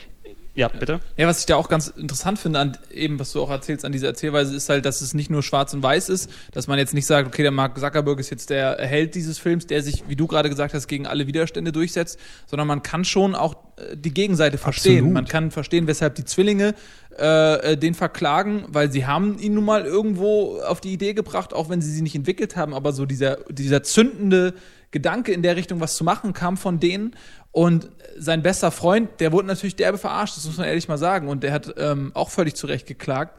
Ja, bitte? Ja, was ich da auch ganz interessant finde, an eben, was du auch erzählst, an dieser Erzählweise, ist halt, dass es nicht nur schwarz und weiß ist, dass man jetzt nicht sagt, okay, der Mark Zuckerberg ist jetzt der Held dieses Films, der sich, wie du gerade gesagt hast, gegen alle Widerstände durchsetzt, sondern man kann schon auch die Gegenseite verstehen. Absolut. Man kann verstehen, weshalb die Zwillinge den verklagen, weil sie haben ihn nun mal irgendwo auf die Idee gebracht, auch wenn sie nicht entwickelt haben, aber so dieser zündende Gedanke in der Richtung, was zu machen, kam von denen. Und sein bester Freund, der wurde natürlich derbe verarscht, das muss man ehrlich mal sagen. Und der hat auch völlig zu Recht geklagt.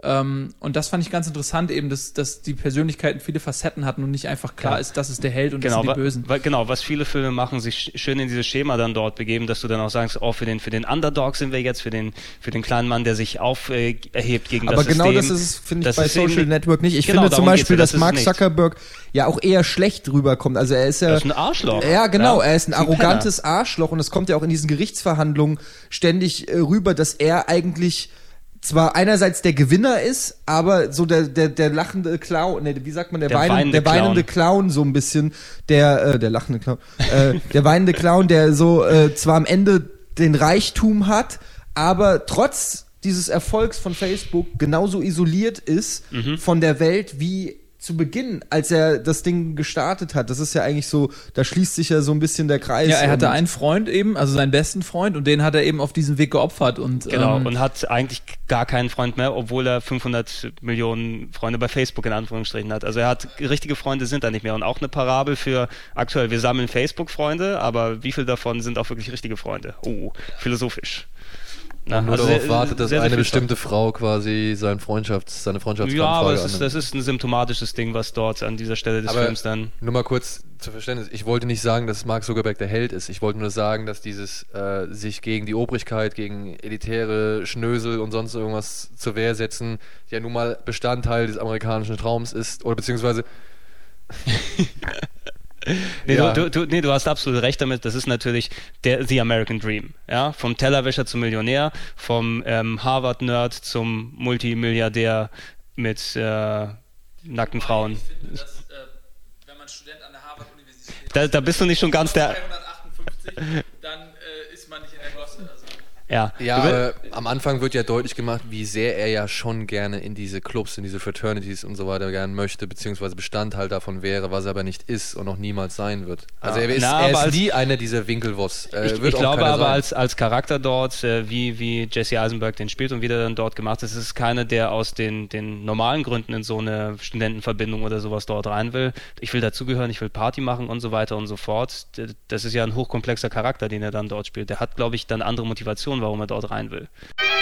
Und das fand ich ganz interessant, eben, dass die Persönlichkeiten viele Facetten hatten und nicht einfach klar ist, das ist der Held und das sind die Bösen. Genau, was viele Filme machen, sich schön in dieses Schema dann dort begeben, dass du dann auch sagst, für den Underdog sind wir jetzt, für den kleinen Mann, der sich erhebt gegen das System. Aber genau das ist, finde ich, bei Social Network nicht. Ich finde zum Beispiel, dass Mark Zuckerberg ja auch eher schlecht rüberkommt. Also er ist ja... Das ist ein Arschloch. Ja, genau, er ist ein arrogantes Arschloch und es kommt ja auch in diesen Gerichtsverhandlungen ständig rüber, dass er eigentlich zwar einerseits der Gewinner ist, aber so der lachende Clown, wie sagt man, der weinende Clown so ein bisschen, der lachende Clown, der weinende Clown, der so zwar am Ende den Reichtum hat, aber trotz dieses Erfolgs von Facebook genauso isoliert ist von der Welt wie zu Beginn, als er das Ding gestartet hat. Das ist ja eigentlich so, da schließt sich ja so ein bisschen der Kreis. Ja, er hatte einen Freund eben, also seinen besten Freund, und den hat er eben auf diesem Weg geopfert. Und, und hat eigentlich gar keinen Freund mehr, obwohl er 500 Millionen Freunde bei Facebook in Anführungsstrichen hat. Also er hat, richtige Freunde sind da nicht mehr. Und auch eine Parabel für aktuell, wir sammeln Facebook-Freunde, aber wie viel davon sind auch wirklich richtige Freunde? Oh, philosophisch. Nur darauf wartet, dass eine bestimmte Frau quasi seine Freundschaftsanfrage aber das ist ein symptomatisches Ding, was dort an dieser Stelle des Films dann... Nur mal kurz zur Verständnis. Ich wollte nicht sagen, dass Mark Zuckerberg der Held ist. Ich wollte nur sagen, dass dieses sich gegen die Obrigkeit, gegen elitäre Schnösel und sonst irgendwas zur Wehr setzen, ja nun mal Bestandteil des amerikanischen Traums ist, oder beziehungsweise... Du hast absolut recht damit. Das ist natürlich the American Dream. Ja? Vom Tellerwäscher zum Millionär, vom Harvard-Nerd zum Multimilliardär mit nackten Frauen. Ich finde, dass, wenn man Student an der Harvard-Universität da bist du nicht schon ganz der... 358, dann ist man nicht in der Gosse. Also Ja, aber am Anfang wird ja deutlich gemacht, wie sehr er ja schon gerne in diese Clubs, in diese Fraternities und so weiter gerne möchte, beziehungsweise Bestandteil davon wäre, was er aber nicht ist und noch niemals sein wird. Also er ist nie einer dieser Winkelwoss. Ich glaube aber als Charakter dort, wie Jesse Eisenberg den spielt und wie der dann dort gemacht ist, ist es keiner, der aus den normalen Gründen in so eine Studentenverbindung oder sowas dort rein will. Ich will dazugehören, ich will Party machen und so weiter und so fort. Das ist ja ein hochkomplexer Charakter, den er dann dort spielt. Der hat, glaube ich, dann andere Motivationen, warum er dort rein will.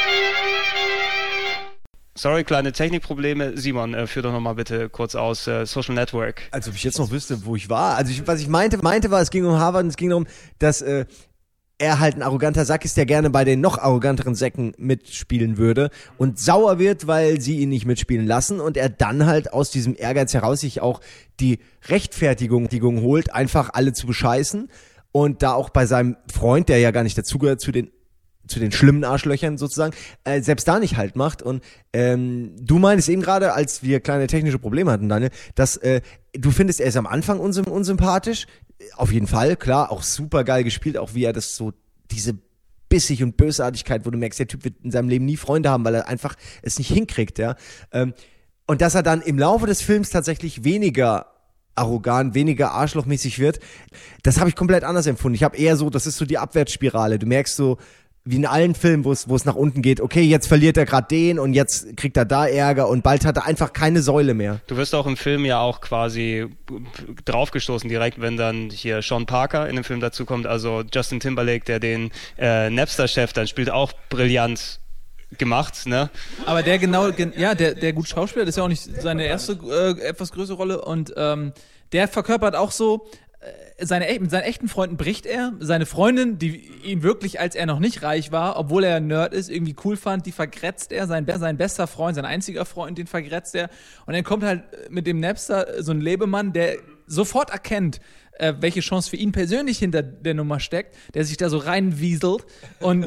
Sorry, kleine Technikprobleme. Simon, führ doch nochmal bitte kurz aus Social Network. Also, ob ich jetzt noch wüsste, wo ich war. Also, was ich meinte war, es ging um Harvard und es ging darum, dass er halt ein arroganter Sack ist, der gerne bei den noch arroganteren Säcken mitspielen würde und sauer wird, weil sie ihn nicht mitspielen lassen und er dann halt aus diesem Ehrgeiz heraus sich auch die Rechtfertigung holt, einfach alle zu bescheißen und da auch bei seinem Freund, der ja gar nicht dazugehört zu den schlimmen Arschlöchern sozusagen, selbst da nicht halt macht. Und du meintest eben gerade, als wir kleine technische Probleme hatten, Daniel, dass du findest, er ist am Anfang unsympathisch. Auf jeden Fall, klar, auch super geil gespielt, auch wie er das so, diese Bissig und Bösartigkeit, wo du merkst, der Typ wird in seinem Leben nie Freunde haben, weil er einfach es nicht hinkriegt, ja. Und dass er dann im Laufe des Films tatsächlich weniger arrogant, weniger arschlochmäßig wird, das habe ich komplett anders empfunden. Ich habe eher so, das ist so die Abwärtsspirale. Du merkst so, wie in allen Filmen, wo es nach unten geht, okay, jetzt verliert er gerade den und jetzt kriegt er da Ärger und bald hat er einfach keine Säule mehr. Du wirst auch im Film ja auch quasi draufgestoßen direkt, wenn dann hier Sean Parker in dem Film dazu kommt, also Justin Timberlake, der den Napster-Chef dann spielt, auch brillant gemacht, ne? Aber der der gut Schauspieler, das ist ja auch nicht seine erste etwas größere Rolle und der verkörpert auch so, mit seinen echten Freunden bricht er. Seine Freundin, die ihn wirklich, als er noch nicht reich war, obwohl er ein Nerd ist, irgendwie cool fand, die vergrätzt er. Sein bester Freund, sein einziger Freund, den vergrätzt er. Und dann kommt halt mit dem Napster so ein Lebemann, der sofort erkennt, welche Chance für ihn persönlich hinter der Nummer steckt, der sich da so reinwieselt und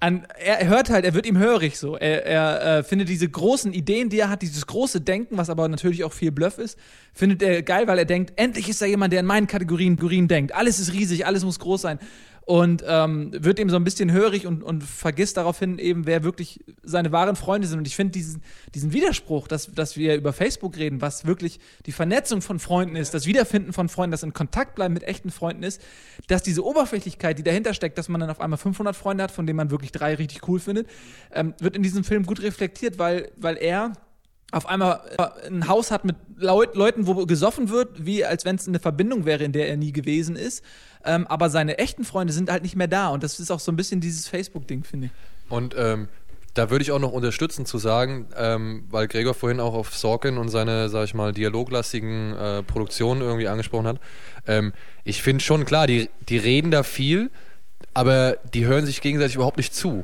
er hört halt, er wird ihm hörig so. Er findet diese großen Ideen, die er hat, dieses große Denken, was aber natürlich auch viel Bluff ist, findet er geil, weil er denkt, endlich ist da jemand, der in meinen Kategorien denkt. Alles ist riesig, alles muss groß sein. Und wird eben so ein bisschen hörig und vergisst daraufhin eben, wer wirklich seine wahren Freunde sind. Und ich finde diesen Widerspruch, dass wir über Facebook reden, was wirklich die Vernetzung von Freunden ist, das Wiederfinden von Freunden, das in Kontakt bleiben mit echten Freunden ist, dass diese Oberflächlichkeit, die dahinter steckt, dass man dann auf einmal 500 Freunde hat, von denen man wirklich 3 richtig cool findet, wird in diesem Film gut reflektiert, weil er auf einmal ein Haus hat mit Leuten, wo gesoffen wird, wie als wenn es eine Verbindung wäre, in der er nie gewesen ist. Aber seine echten Freunde sind halt nicht mehr da. Und das ist auch so ein bisschen dieses Facebook-Ding, finde ich. Und da würde ich auch noch unterstützen zu sagen, weil Gregor vorhin auch auf Sorkin und seine, sag ich mal, dialoglastigen Produktionen irgendwie angesprochen hat. Ich finde schon, klar, die reden da viel, aber die hören sich gegenseitig überhaupt nicht zu.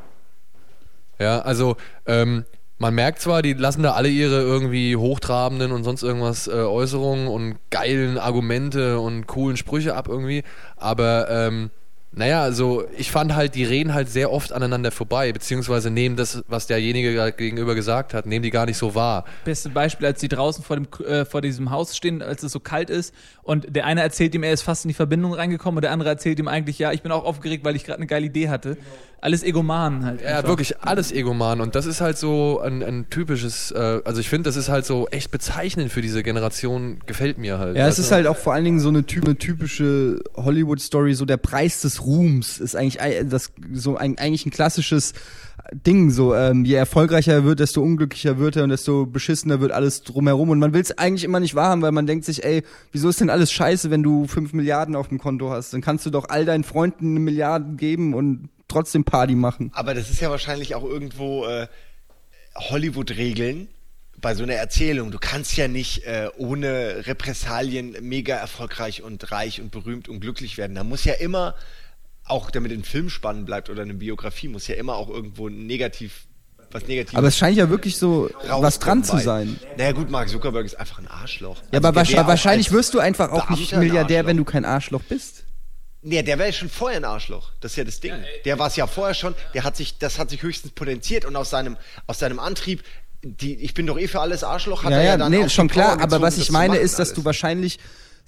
Ja, also man merkt zwar, die lassen da alle ihre irgendwie hochtrabenden und sonst irgendwas Äußerungen und geilen Argumente und coolen Sprüche ab irgendwie, aber naja, also ich fand halt, die reden halt sehr oft aneinander vorbei, beziehungsweise nehmen das, was derjenige gerade gegenüber gesagt hat, nehmen die gar nicht so wahr. Beste Beispiel, als die draußen vor diesem Haus stehen, als es so kalt ist und der eine erzählt ihm, er ist fast in die Verbindung reingekommen und der andere erzählt ihm eigentlich, ja, ich bin auch aufgeregt, weil ich gerade eine geile Idee hatte. Alles Egoman halt. Ja, wirklich alles Egoman und das ist halt so ein typisches, also ich finde, das ist halt so echt bezeichnend für diese Generation, gefällt mir halt. Ja, es ist halt auch vor allen Dingen so eine typische Hollywood-Story, so der Preis des Ruhms ist eigentlich eigentlich ein klassisches Ding, so je erfolgreicher er wird, desto unglücklicher wird er und desto beschissener wird alles drumherum und man will es eigentlich immer nicht wahrhaben, weil man denkt sich, ey, wieso ist denn alles scheiße, wenn du 5 Milliarden auf dem Konto hast? Dann kannst du doch all deinen Freunden 1 Milliarde geben und trotzdem Party machen. Aber das ist ja wahrscheinlich auch irgendwo Hollywood-Regeln bei so einer Erzählung. Du kannst ja nicht ohne Repressalien mega erfolgreich und reich und berühmt und glücklich werden. Da muss ja immer, auch damit ein Film spannend bleibt oder eine Biografie, muss ja immer auch irgendwo was Negatives. Aber es scheint ja wirklich so was dran zu sein. Naja gut, Mark Zuckerberg ist einfach ein Arschloch. Ja, also aber wahrscheinlich wirst du einfach auch nicht Milliardär, wenn du kein Arschloch bist. Nee, der wäre ja schon vorher ein Arschloch. Das ist ja das Ding. Der war es ja vorher schon. Das hat sich höchstens potenziert und aus seinem Antrieb, ich bin doch eh für alles Arschloch, hat er ja dann auch schon klar. Aber was ich meine ist, dass du wahrscheinlich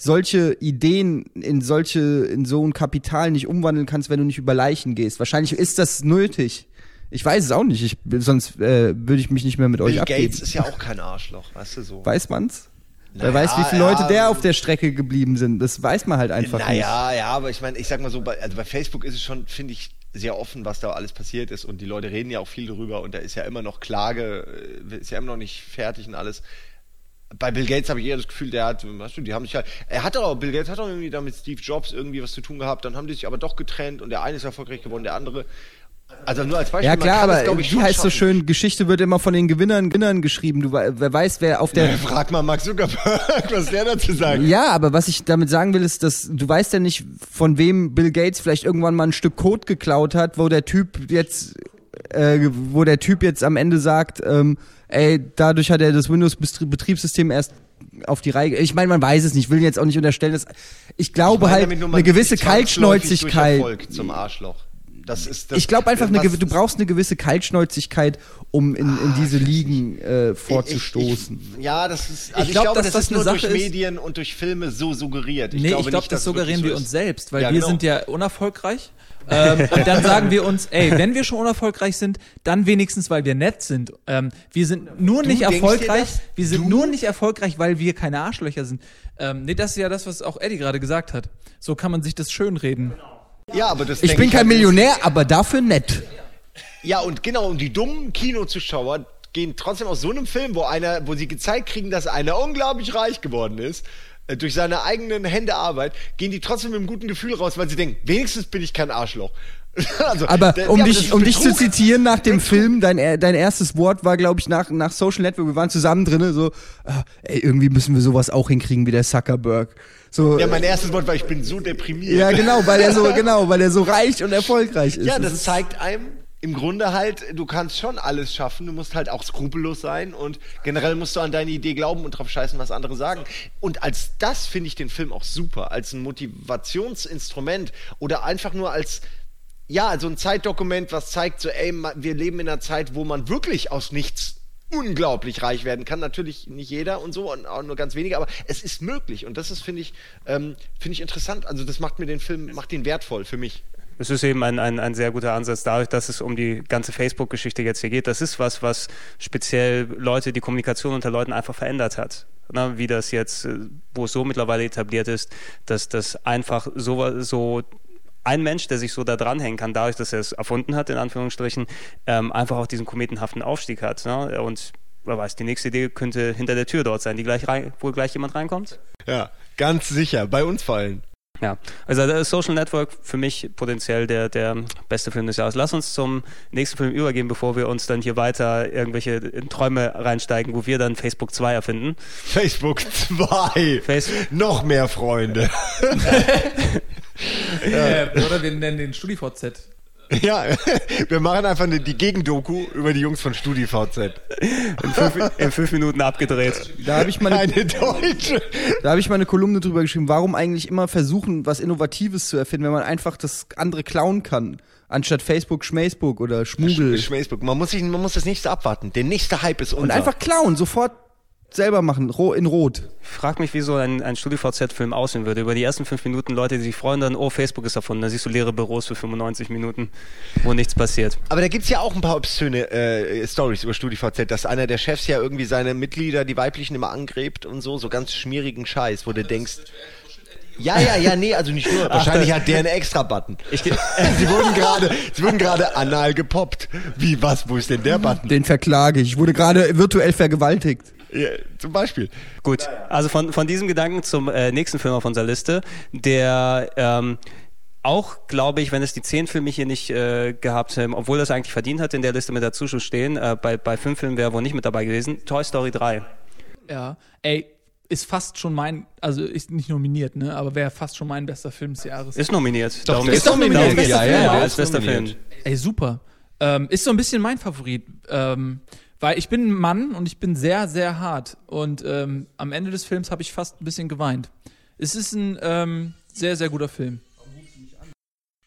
solche Ideen in so ein Kapital nicht umwandeln kannst, wenn du nicht über Leichen gehst. Wahrscheinlich ist das nötig. Ich weiß es auch nicht, sonst würde ich mich nicht mehr mit euch abgeben. Bill Gates ist ja auch kein Arschloch, weißt du so. Weiß man's? Wer weiß, wie viele Leute der auf der Strecke geblieben sind. Das weiß man halt einfach nicht. Ja, aber ich meine, ich sag mal so, bei Facebook ist es schon, finde ich, sehr offen, was da alles passiert ist und die Leute reden ja auch viel darüber und da ist ja immer noch Klage, ist ja immer noch nicht fertig und alles. Bei Bill Gates habe ich eher das Gefühl, Bill Gates hat auch irgendwie da mit Steve Jobs irgendwie was zu tun gehabt, dann haben die sich aber doch getrennt und der eine ist erfolgreich geworden, der andere. Also nur als Beispiel. Ja klar, aber wie heißt so schön, Geschichte wird immer von den Gewinnern geschrieben. Wer weiß, wer auf der... Ja, frag mal Mark Zuckerberg, was der dazu sagt. Ja, aber was ich damit sagen will, ist, dass du weißt ja nicht, von wem Bill Gates vielleicht irgendwann mal ein Stück Code geklaut hat, wo der Typ jetzt am Ende sagt, dadurch hat er das Windows-Betriebssystem erst auf die Reihe. Ich meine, man weiß es nicht, will jetzt auch nicht unterstellen, dass ich glaube halt eine gewisse Kaltschnäuzigkeit. Erfolg zum Arschloch. Ich glaube einfach, du brauchst eine gewisse Kaltschnäuzigkeit, um in diese Ligen vorzustoßen. Das ist. Also ich glaube, das ist nur durch Medien und durch Filme so suggeriert. Ich glaube, das suggerieren wir uns selbst, weil wir sind ja unerfolgreich. Und dann sagen wir uns, wenn wir schon unerfolgreich sind, dann wenigstens, weil wir nett sind. Wir sind nur nicht erfolgreich. Wir sind nur nicht erfolgreich, weil wir keine Arschlöcher sind. Das ist ja das, was auch Eddie gerade gesagt hat. So kann man sich das schönreden. Ja, aber ich bin kein Millionär, aber dafür nett. Ja, und genau, und die dummen Kinozuschauer gehen trotzdem aus so einem Film, wo sie gezeigt kriegen, dass einer unglaublich reich geworden ist, durch seine eigenen Hände Arbeit, gehen die trotzdem mit einem guten Gefühl raus, weil sie denken, wenigstens bin ich kein Arschloch. Also, aber um dich zu zitieren nach dem Film, dein erstes Wort war, glaube ich, nach Social Network, wir waren zusammen drin, so, irgendwie müssen wir sowas auch hinkriegen wie der Zuckerberg. So, ja, mein erstes Wort war, ich bin so deprimiert. Ja, weil er so reich und erfolgreich ist. Ja, das zeigt einem im Grunde halt, du kannst schon alles schaffen, du musst halt auch skrupellos sein und generell musst du an deine Idee glauben und drauf scheißen, was andere sagen. Und als das finde ich den Film auch super, als ein Motivationsinstrument oder einfach nur als so ein Zeitdokument, was zeigt so, wir leben in einer Zeit, wo man wirklich aus nichts unglaublich reich werden kann. Natürlich nicht jeder und so, und auch nur ganz wenige, aber es ist möglich. Und das ist, finde ich interessant. Also das macht den Film wertvoll für mich. Es ist eben ein sehr guter Ansatz, dadurch, dass es um die ganze Facebook-Geschichte jetzt hier geht. Das ist was speziell die Kommunikation unter Leuten einfach verändert hat. Na, wie das jetzt, wo es so mittlerweile etabliert ist, dass das einfach so ein Mensch, der sich so da dranhängen kann, dadurch, dass er es erfunden hat, in Anführungsstrichen, einfach auch diesen kometenhaften Aufstieg hat. Ne? Und wer weiß, die nächste Idee könnte hinter der Tür dort sein, wo gleich jemand reinkommt. Ja, ganz sicher, bei uns fallen. Ja, also das Social Network für mich potenziell der beste Film des Jahres. Lass uns zum nächsten Film übergehen, bevor wir uns dann hier weiter irgendwelche Träume reinsteigen, wo wir dann Facebook 2 erfinden. Facebook 2! Noch mehr Freunde. Oder wir nennen den StudiVZ. Ja, wir machen einfach die Gegendoku über die Jungs von StudiVZ. In 5 Minuten abgedreht. Da habe ich mal eine Kolumne drüber geschrieben, warum eigentlich immer versuchen, was Innovatives zu erfinden, wenn man einfach das andere klauen kann, anstatt Facebook, Schmacebook oder Schmugel. Schmacebook. Man muss das nächste abwarten. Der nächste Hype ist unser. Und einfach klauen, sofort selber machen, in Rot. Ich frage mich, wie so ein StudiVZ-Film aussehen würde. Über die ersten 5 Minuten Leute, die sich freuen, dann, Facebook ist erfunden. Da siehst du leere Büros für 95 Minuten, wo nichts passiert. Aber da gibt's ja auch ein paar obszöne Stories über StudiVZ, dass einer der Chefs ja irgendwie seine Mitglieder, die weiblichen, immer angrebt und so ganz schmierigen Scheiß, wo du denkst... Ja, nee, also nicht nur. Wahrscheinlich hat der einen Extra-Button. Sie wurden gerade anal gepoppt. Wie, was? Wo ist denn der Button? Den verklage ich. Ich wurde gerade virtuell vergewaltigt. Ja, zum Beispiel. Gut, also von diesem Gedanken zum nächsten Film auf unserer Liste, der auch, glaube ich, wenn es die 10 Filme hier nicht gehabt hätten, obwohl das eigentlich verdient hat, in der Liste mit dazu zu stehen, bei 5 Filmen wäre wohl nicht mit dabei gewesen, Toy Story 3. Ja, ist fast schon also ist nicht nominiert, ne, aber wäre fast schon mein bester Film des Jahres. Ist nominiert. Doch, ist doch nominiert. Ja, als bester Film. Super. Ist so ein bisschen mein Favorit, weil ich bin ein Mann und ich bin sehr, sehr hart und am Ende des Films habe ich fast ein bisschen geweint. Es ist ein sehr, sehr guter Film.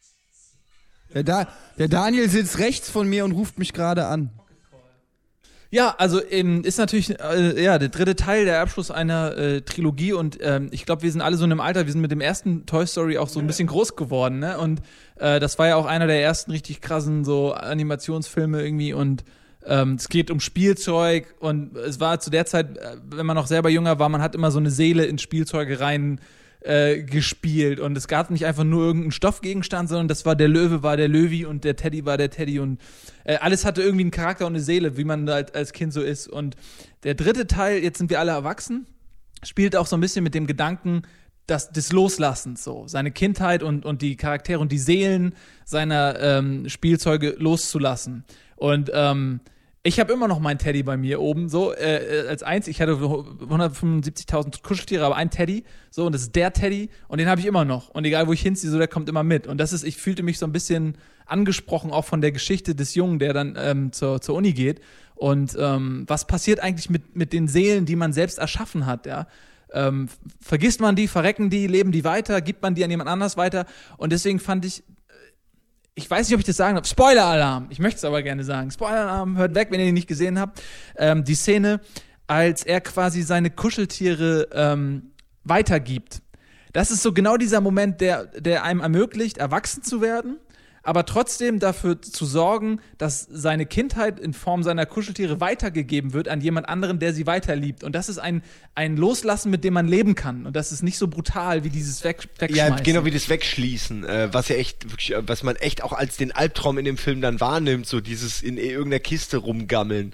Der Daniel sitzt rechts von mir und ruft mich gerade an. Ja, also ist natürlich der dritte Teil, der Abschluss einer Trilogie und ich glaube, wir sind alle so in einem Alter, wir sind mit dem ersten Toy Story auch so ein bisschen groß geworden, ne? Und das war ja auch einer der ersten richtig krassen so Animationsfilme irgendwie und es geht um Spielzeug und es war zu der Zeit, wenn man noch selber jünger war, man hat immer so eine Seele in Spielzeuge rein gespielt und es gab nicht einfach nur irgendeinen Stoffgegenstand, sondern das war der Löwe, war der Löwi und der Teddy war der Teddy und alles hatte irgendwie einen Charakter und eine Seele, wie man halt als Kind so ist. Und der dritte Teil, jetzt sind wir alle erwachsen, spielt auch so ein bisschen mit dem Gedanken des Loslassens, so seine Kindheit und die Charaktere und die Seelen seiner Spielzeuge loszulassen. Und ich habe immer noch meinen Teddy bei mir oben, so, als eins. Ich hatte 175.000 Kuscheltiere, aber ein Teddy, so, und das ist der Teddy, und den habe ich immer noch. Und egal, wo ich hinziehe, so, der kommt immer mit. Und ich fühlte mich so ein bisschen angesprochen, auch von der Geschichte des Jungen, der dann zur Uni geht. Und was passiert eigentlich mit den Seelen, die man selbst erschaffen hat, ja? Vergisst man die, verrecken die, leben die weiter, gibt man die an jemand anders weiter? Und deswegen fand ich weiß nicht, ob ich das sagen darf. Spoiler-Alarm. Ich möchte es aber gerne sagen. Spoiler-Alarm, hört weg, wenn ihr ihn nicht gesehen habt. Die Szene, als er quasi seine Kuscheltiere weitergibt. Das ist so genau dieser Moment, der einem ermöglicht, erwachsen zu werden, aber trotzdem dafür zu sorgen, dass seine Kindheit in Form seiner Kuscheltiere weitergegeben wird an jemand anderen, der sie weiterliebt. Und das ist ein Loslassen, mit dem man leben kann. Und das ist nicht so brutal wie dieses Wegschmeißen. Ja, genau wie das Wegschließen, was ja echt, wirklich, was man echt auch als den Albtraum in dem Film dann wahrnimmt, so dieses in irgendeiner Kiste rumgammeln.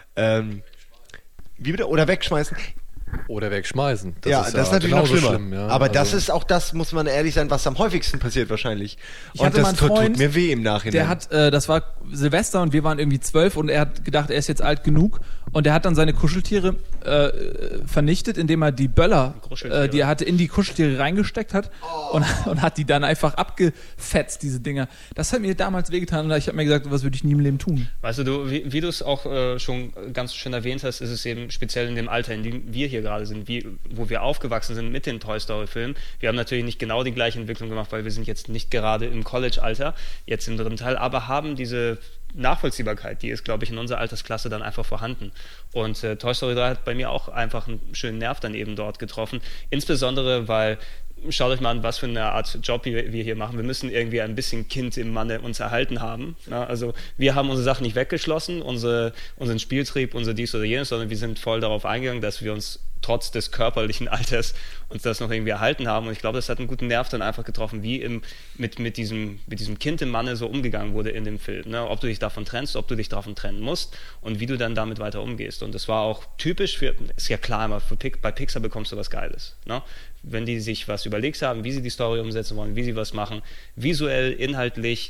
Wie bitte? Oder wegschmeißen. Oder wegschmeißen. Das ist natürlich noch schlimmer. Schlimm, ja. Aber das ist auch das, muss man ehrlich sein, was am häufigsten passiert wahrscheinlich. Und das tut mir weh im Nachhinein. Der hat, das war Silvester und wir waren irgendwie 12 und er hat gedacht, er ist jetzt alt genug und er hat dann seine Kuscheltiere vernichtet, indem er die Böller, die er hatte, in die Kuscheltiere reingesteckt hat und hat die dann einfach abgefetzt, diese Dinger. Das hat mir damals wehgetan und ich habe mir gesagt, was würde ich nie im Leben tun. Weißt du, wie du es auch schon ganz schön erwähnt hast, ist es eben speziell in dem Alter, in dem wir hier gerade sind, wo wir aufgewachsen sind mit den Toy Story Filmen. Wir haben natürlich nicht genau die gleiche Entwicklung gemacht, weil wir sind jetzt nicht gerade im College-Alter, jetzt im dritten Teil, aber haben diese Nachvollziehbarkeit, die ist, glaube ich, in unserer Altersklasse dann einfach vorhanden. Und Toy Story 3 hat bei mir auch einfach einen schönen Nerv dann eben dort getroffen. Insbesondere, weil schaut euch mal an, was für eine Art Job wir hier machen. Wir müssen irgendwie ein bisschen Kind im Manne uns erhalten haben. Ja, also wir haben unsere Sachen nicht weggeschlossen, unseren Spieltrieb, unser dies oder jenes, sondern wir sind voll darauf eingegangen, dass wir uns trotz des körperlichen Alters uns das noch irgendwie erhalten haben. Und ich glaube, das hat einen guten Nerv dann einfach getroffen, wie mit diesem Kind im Manne so umgegangen wurde in dem Film. Ne? Ob du dich davon trennst, ob du dich davon trennen musst und wie du dann damit weiter umgehst. Und das war auch typisch ist ja klar immer, bei Pixar bekommst du was Geiles. Ne? Wenn die sich was überlegt haben, wie sie die Story umsetzen wollen, wie sie was machen, visuell, inhaltlich,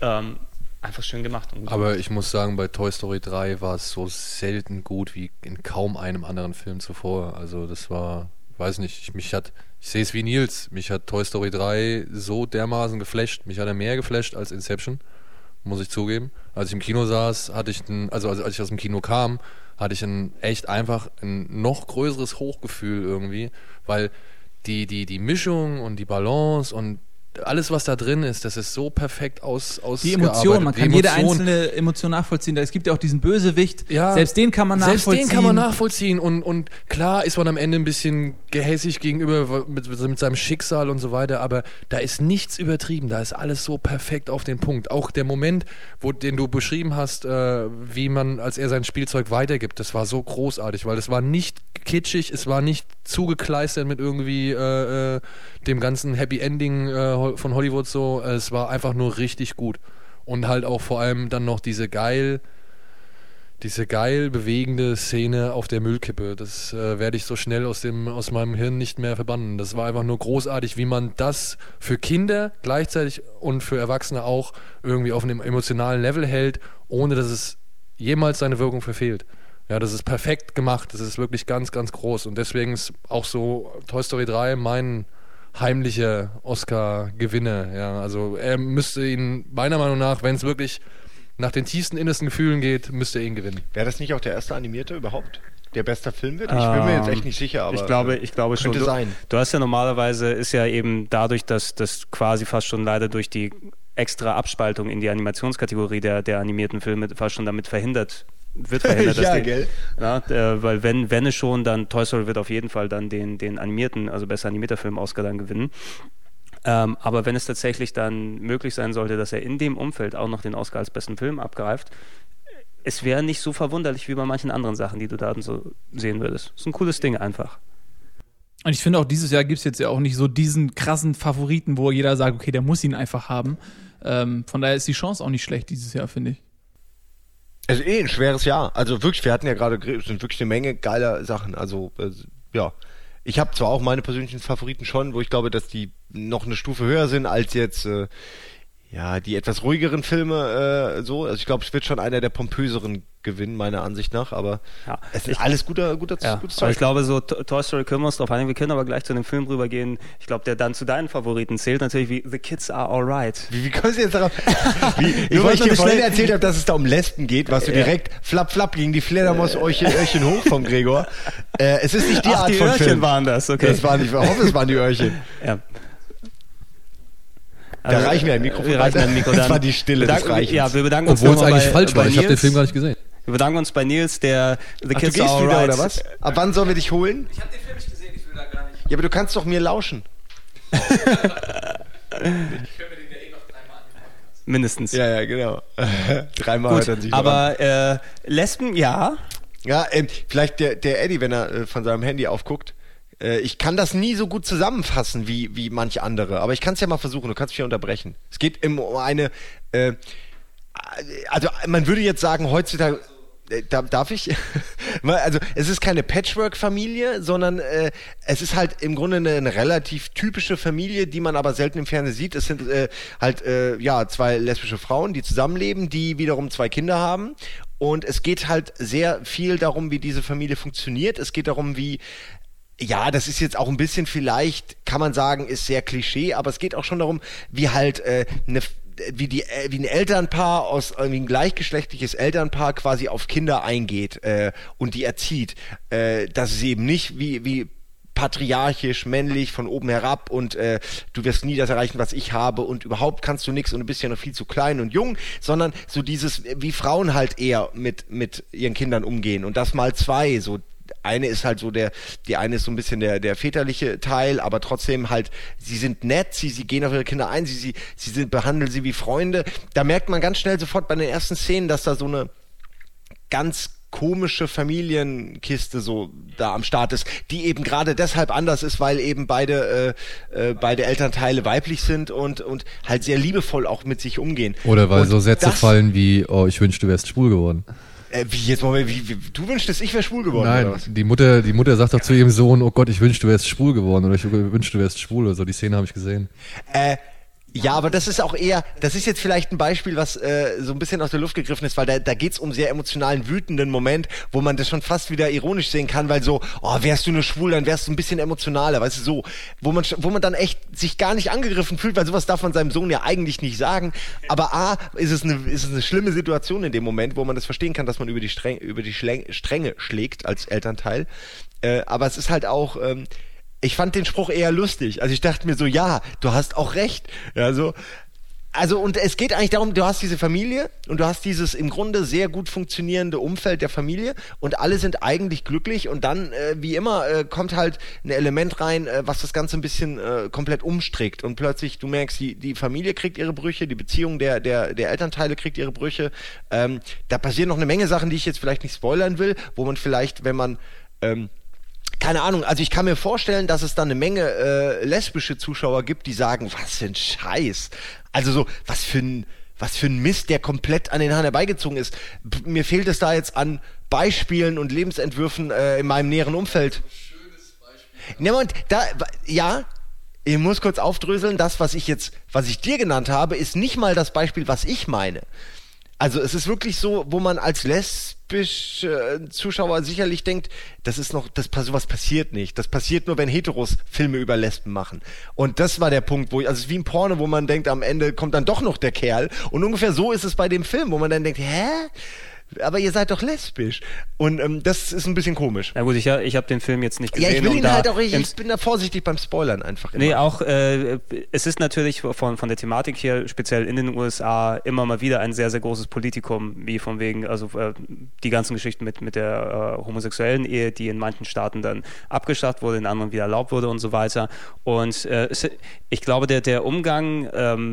einfach schön gemacht. Und gut aber gemacht. Ich muss sagen, bei Toy Story 3 war es so selten gut wie in kaum einem anderen Film zuvor. Also das war, weiß nicht, ich sehe es wie Nils, mich hat Toy Story 3 so dermaßen geflasht, mich hat er mehr geflasht als Inception, muss ich zugeben. Als ich im Kino saß, als ich aus dem Kino kam, hatte ich echt einfach ein noch größeres Hochgefühl irgendwie, weil die Mischung und die Balance und alles, was da drin ist, das ist so perfekt ausgearbeitet. Die Emotion, man kann jede einzelne Emotion nachvollziehen. Es gibt ja auch diesen Bösewicht, selbst den kann man nachvollziehen. Und klar ist man am Ende ein bisschen gehässig gegenüber mit seinem Schicksal und so weiter, aber da ist nichts übertrieben, da ist alles so perfekt auf den Punkt. Auch der Moment, den du beschrieben hast, wie man, als er sein Spielzeug weitergibt, das war so großartig, weil es war nicht kitschig, es war nicht zugekleistert mit irgendwie dem ganzen Happy Ending von Hollywood so, es war einfach nur richtig gut. Und halt auch vor allem dann noch diese geil bewegende Szene auf der Müllkippe. Das werde ich so schnell aus meinem Hirn nicht mehr verbannen. Das war einfach nur großartig, wie man das für Kinder gleichzeitig und für Erwachsene auch irgendwie auf einem emotionalen Level hält, ohne dass es jemals seine Wirkung verfehlt. Ja, das ist perfekt gemacht. Das ist wirklich ganz, ganz groß. Und deswegen ist auch so Toy Story 3 mein heimlicher Oscar-Gewinner. Ja, also er müsste ihn, meiner Meinung nach, wenn es wirklich nach den tiefsten, innersten Gefühlen geht, müsste er ihn gewinnen. Wäre das nicht auch der erste Animierte überhaupt, der bester Film wird? Ich bin mir jetzt echt nicht sicher, aber ich glaube schon. Könnte sein. Du hast ja normalerweise, ist ja eben dadurch, dass das quasi fast schon leider durch die extra Abspaltung in die Animationskategorie der animierten Filme fast schon damit verhindert wird verhindert, dass gell? Ja, weil wenn es schon, dann Toy Story wird auf jeden Fall dann den animierten, also bester animierter Film Oscar dann gewinnen. Aber wenn es tatsächlich dann möglich sein sollte, dass er in dem Umfeld auch noch den Oscar als besten Film abgreift, es wäre nicht so verwunderlich wie bei manchen anderen Sachen, die du da so sehen würdest. Das ist ein cooles Ding einfach. Und ich finde auch, dieses Jahr gibt es jetzt ja auch nicht so diesen krassen Favoriten, wo jeder sagt, okay, der muss ihn einfach haben. Von daher ist die Chance auch nicht schlecht dieses Jahr, finde ich. Es ist ein schweres Jahr. Also wirklich, wir hatten ja gerade, sind wirklich eine Menge geiler Sachen. Also, ja. Ich habe zwar auch meine persönlichen Favoriten schon, wo ich glaube, dass die noch eine Stufe höher sind als jetzt die etwas ruhigeren Filme so. Also ich glaube, es wird schon einer der pompöseren gewinnen, meiner Ansicht nach, aber es ist alles guter Zeug. Ich glaube, so Toy Story können wir uns drauf einigen. Wir können aber gleich zu dem Film rübergehen. Ich glaube, der dann zu deinen Favoriten zählt natürlich wie The Kids Are Alright. Wie kommst du jetzt darauf? Weil ich dir vorhin erzählt habe, dass es da um Lesben geht, was du direkt flapp gegen die Fledermaus-Öhrchen hoch von Gregor. Es ist nicht die Art die von Öhrchen Film. waren das, okay. Das war nicht, ich hoffe, es waren die Öhrchen. Ja. Da reichen wir ein Mikrofon. Das war die Stille, das reicht. Ja, wir bedanken uns. Obwohl es eigentlich falsch war, ich habe den Film gar nicht gesehen. Wir bedanken uns bei Nils, der The Kids Are Alright. Wieder, oder was? Ab wann sollen wir dich holen? Ich habe den Film nicht gesehen, ich will da gar nicht. Ja, aber du kannst doch mir lauschen. Ich höre mir den ja noch 3-mal an. Mindestens. Ja, genau. 3-mal hört er sich noch an. Aber Lesben, ja. Ja, vielleicht der Eddie, wenn er von seinem Handy aufguckt. Ich kann das nie so gut zusammenfassen wie manche andere, aber ich kann es ja mal versuchen, du kannst mich ja unterbrechen. Es geht um eine, also man würde jetzt sagen, heutzutage, darf ich? Also es ist keine Patchwork-Familie, sondern es ist halt im Grunde eine relativ typische Familie, die man aber selten im Fernsehen sieht. Es sind zwei lesbische Frauen, die zusammenleben, die wiederum 2 Kinder haben. Und es geht halt sehr viel darum, wie diese Familie funktioniert. Es geht darum, das ist jetzt auch ein bisschen vielleicht, kann man sagen, ist sehr Klischee, aber es geht auch schon darum, wie halt wie ein Elternpaar wie ein gleichgeschlechtliches Elternpaar quasi auf Kinder eingeht und die erzieht. Dass es eben nicht wie patriarchisch, männlich, von oben herab und du wirst nie das erreichen, was ich habe und überhaupt kannst du nichts und du bist ja noch viel zu klein und jung, sondern so dieses, wie Frauen halt eher mit ihren Kindern umgehen und das mal 2, so eine ist halt so die eine ist so ein bisschen der väterliche Teil, aber trotzdem halt, sie sind nett, sie gehen auf ihre Kinder ein, sie behandeln sie wie Freunde. Da merkt man ganz schnell sofort bei den ersten Szenen, dass da so eine ganz komische Familienkiste so da am Start ist, die eben gerade deshalb anders ist, weil eben beide Elternteile weiblich sind und halt sehr liebevoll auch mit sich umgehen. Oder weil so Sätze fallen wie, oh, ich wünschte, du wärst schwul geworden. Wie du wünschst, ich wäre schwul geworden? Nein, oder was? Die Mutter sagt doch zu ihrem Sohn, oh Gott, ich wünschte, du wärst schwul geworden oder ich wünschte, du wärst schwul oder so. Die Szene habe ich gesehen. Ja, aber das ist auch eher, das ist jetzt vielleicht ein Beispiel, was so ein bisschen aus der Luft gegriffen ist, weil da geht's um sehr emotionalen, wütenden Moment, wo man das schon fast wieder ironisch sehen kann, weil so, oh, wärst du nur schwul, dann wärst du ein bisschen emotionaler, weißt du, so, wo man dann echt sich gar nicht angegriffen fühlt, weil sowas darf man seinem Sohn ja eigentlich nicht sagen, aber ist es eine schlimme Situation in dem Moment, wo man das verstehen kann, dass man über die Stränge schlägt als Elternteil, aber es ist halt auch, ich fand den Spruch eher lustig. Also ich dachte mir so, ja, du hast auch recht. Ja, so. Also und es geht eigentlich darum, du hast diese Familie und du hast dieses im Grunde sehr gut funktionierende Umfeld der Familie und alle sind eigentlich glücklich und dann, wie immer, kommt halt ein Element rein, was das Ganze ein bisschen komplett umstrickt und plötzlich, du merkst, die Familie kriegt ihre Brüche, die Beziehung der Elternteile kriegt ihre Brüche. Da passieren noch eine Menge Sachen, die ich jetzt vielleicht nicht spoilern will, wo man vielleicht, wenn man keine Ahnung, also ich kann mir vorstellen, dass es da eine Menge lesbische Zuschauer gibt, die sagen, was für ein Scheiß. Also so, was für ein Mist, der komplett an den Haaren herbeigezogen ist. Mir fehlt es da jetzt an Beispielen und Lebensentwürfen in meinem näheren Umfeld. Schönes Beispiel. Ich muss kurz aufdröseln, das, was ich dir genannt habe, ist nicht mal das Beispiel, was ich meine. Also es ist wirklich so, wo man als lesbische Zuschauer sicherlich denkt, sowas passiert nicht. Das passiert nur, wenn Heteros Filme über Lesben machen. Und das war der Punkt, also es ist wie ein Porno, wo man denkt, am Ende kommt dann doch noch der Kerl. Und ungefähr so ist es bei dem Film, wo man dann denkt, hä? aber ihr seid doch lesbisch. Und das ist ein bisschen komisch. Na gut, ich habe den Film jetzt nicht gesehen. Ja, ich will ihn halt auch ich bin da vorsichtig beim Spoilern einfach. Immer. Nee, auch, es ist natürlich von der Thematik hier, speziell in den USA, immer mal wieder ein sehr, sehr großes Politikum, wie von wegen, also die ganzen Geschichten mit der homosexuellen Ehe, die in manchen Staaten dann abgeschafft wurde, in anderen wieder erlaubt wurde und so weiter. Und ich glaube, der Umgang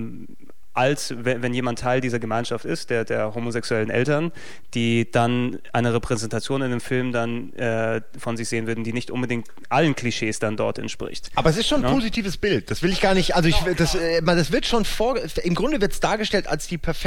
wenn jemand Teil dieser Gemeinschaft ist, der homosexuellen Eltern, die dann eine Repräsentation in einem Film dann von sich sehen würden, die nicht unbedingt allen Klischees dann dort entspricht. Aber es ist schon ein positives Bild. Das will ich gar nicht, also das wird schon im Grunde wird es dargestellt als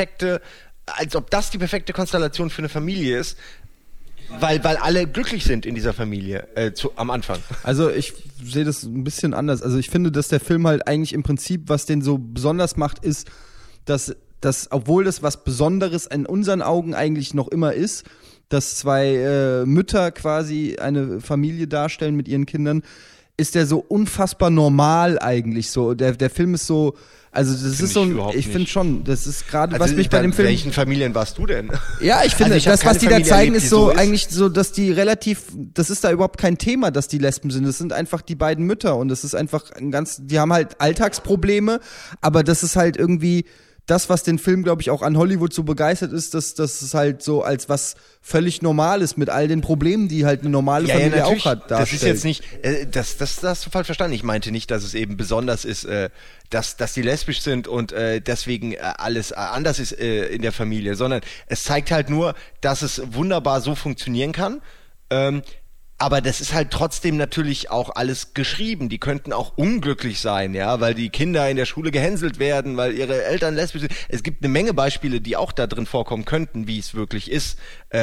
als ob das die perfekte Konstellation für eine Familie ist. Weil alle glücklich sind in dieser Familie am Anfang. Also ich sehe das ein bisschen anders. Also ich finde, dass der Film halt eigentlich im Prinzip, was den so besonders macht, ist, dass obwohl das was Besonderes in unseren Augen eigentlich noch immer ist, dass zwei Mütter quasi eine Familie darstellen mit ihren Kindern, ist der so unfassbar normal eigentlich so. Der Film ist so, also das ist so, ich finde schon, das ist gerade, was mich bei dem Film... welchen Familien warst du denn? Ja, ich finde, das, was die da zeigen, ist so eigentlich so, dass die das ist da überhaupt kein Thema, dass die Lesben sind. Das sind einfach die beiden Mütter und das ist einfach die haben halt Alltagsprobleme, aber das ist halt irgendwie das, was den Film, glaube ich, auch an Hollywood so begeistert ist, dass es halt so als was völlig Normales mit all den Problemen, die halt eine normale Familie auch hat, darstellt. Das ist jetzt nicht, das hast du falsch verstanden. Ich meinte nicht, dass es eben besonders ist, dass die lesbisch sind und deswegen alles anders ist in der Familie, sondern es zeigt halt nur, dass es wunderbar so funktionieren kann. Aber das ist halt trotzdem natürlich auch alles geschrieben. Die könnten auch unglücklich sein, ja, weil die Kinder in der Schule gehänselt werden, weil ihre Eltern lesbisch sind. Es gibt eine Menge Beispiele, die auch da drin vorkommen könnten, wie es wirklich ist,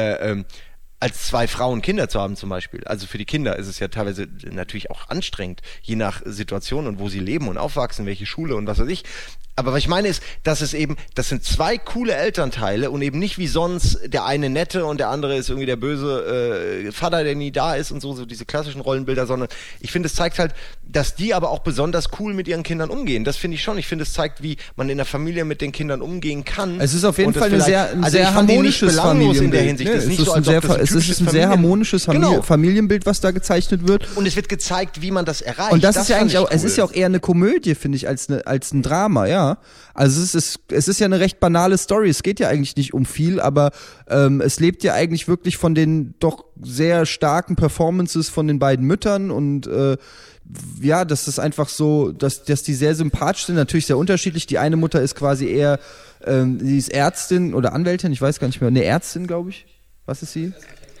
als zwei Frauen Kinder zu haben zum Beispiel. Also für die Kinder ist es ja teilweise natürlich auch anstrengend, je nach Situation und wo sie leben und aufwachsen, welche Schule und was weiß ich. Aber was ich meine ist, das sind zwei coole Elternteile und eben nicht wie sonst der eine nette und der andere ist irgendwie der böse Vater, der nie da ist und so diese klassischen Rollenbilder, sondern ich finde, es zeigt halt, dass die aber auch besonders cool mit ihren Kindern umgehen. Das finde ich schon. Ich finde, es zeigt, wie man in der Familie mit den Kindern umgehen kann. Es ist auf jeden Fall ein sehr harmonisches Familienbild. In der Hinsicht. Es ist ein sehr harmonisches Familienbild, was da gezeichnet wird. Und es wird gezeigt, wie man das erreicht. Und das ist ja eigentlich auch, es ist ja auch eher eine Komödie, finde ich, als ein Drama, ja. Also es ist ja eine recht banale Story. Es geht ja eigentlich nicht um viel, aber es lebt ja eigentlich wirklich von den doch sehr starken Performances von den beiden Müttern und ja, das ist einfach so, dass die sehr sympathisch sind, natürlich sehr unterschiedlich. Die eine Mutter ist quasi eher, die ist Ärztin oder Anwältin, ich weiß gar nicht mehr, eine Ärztin, glaube ich. Was ist sie?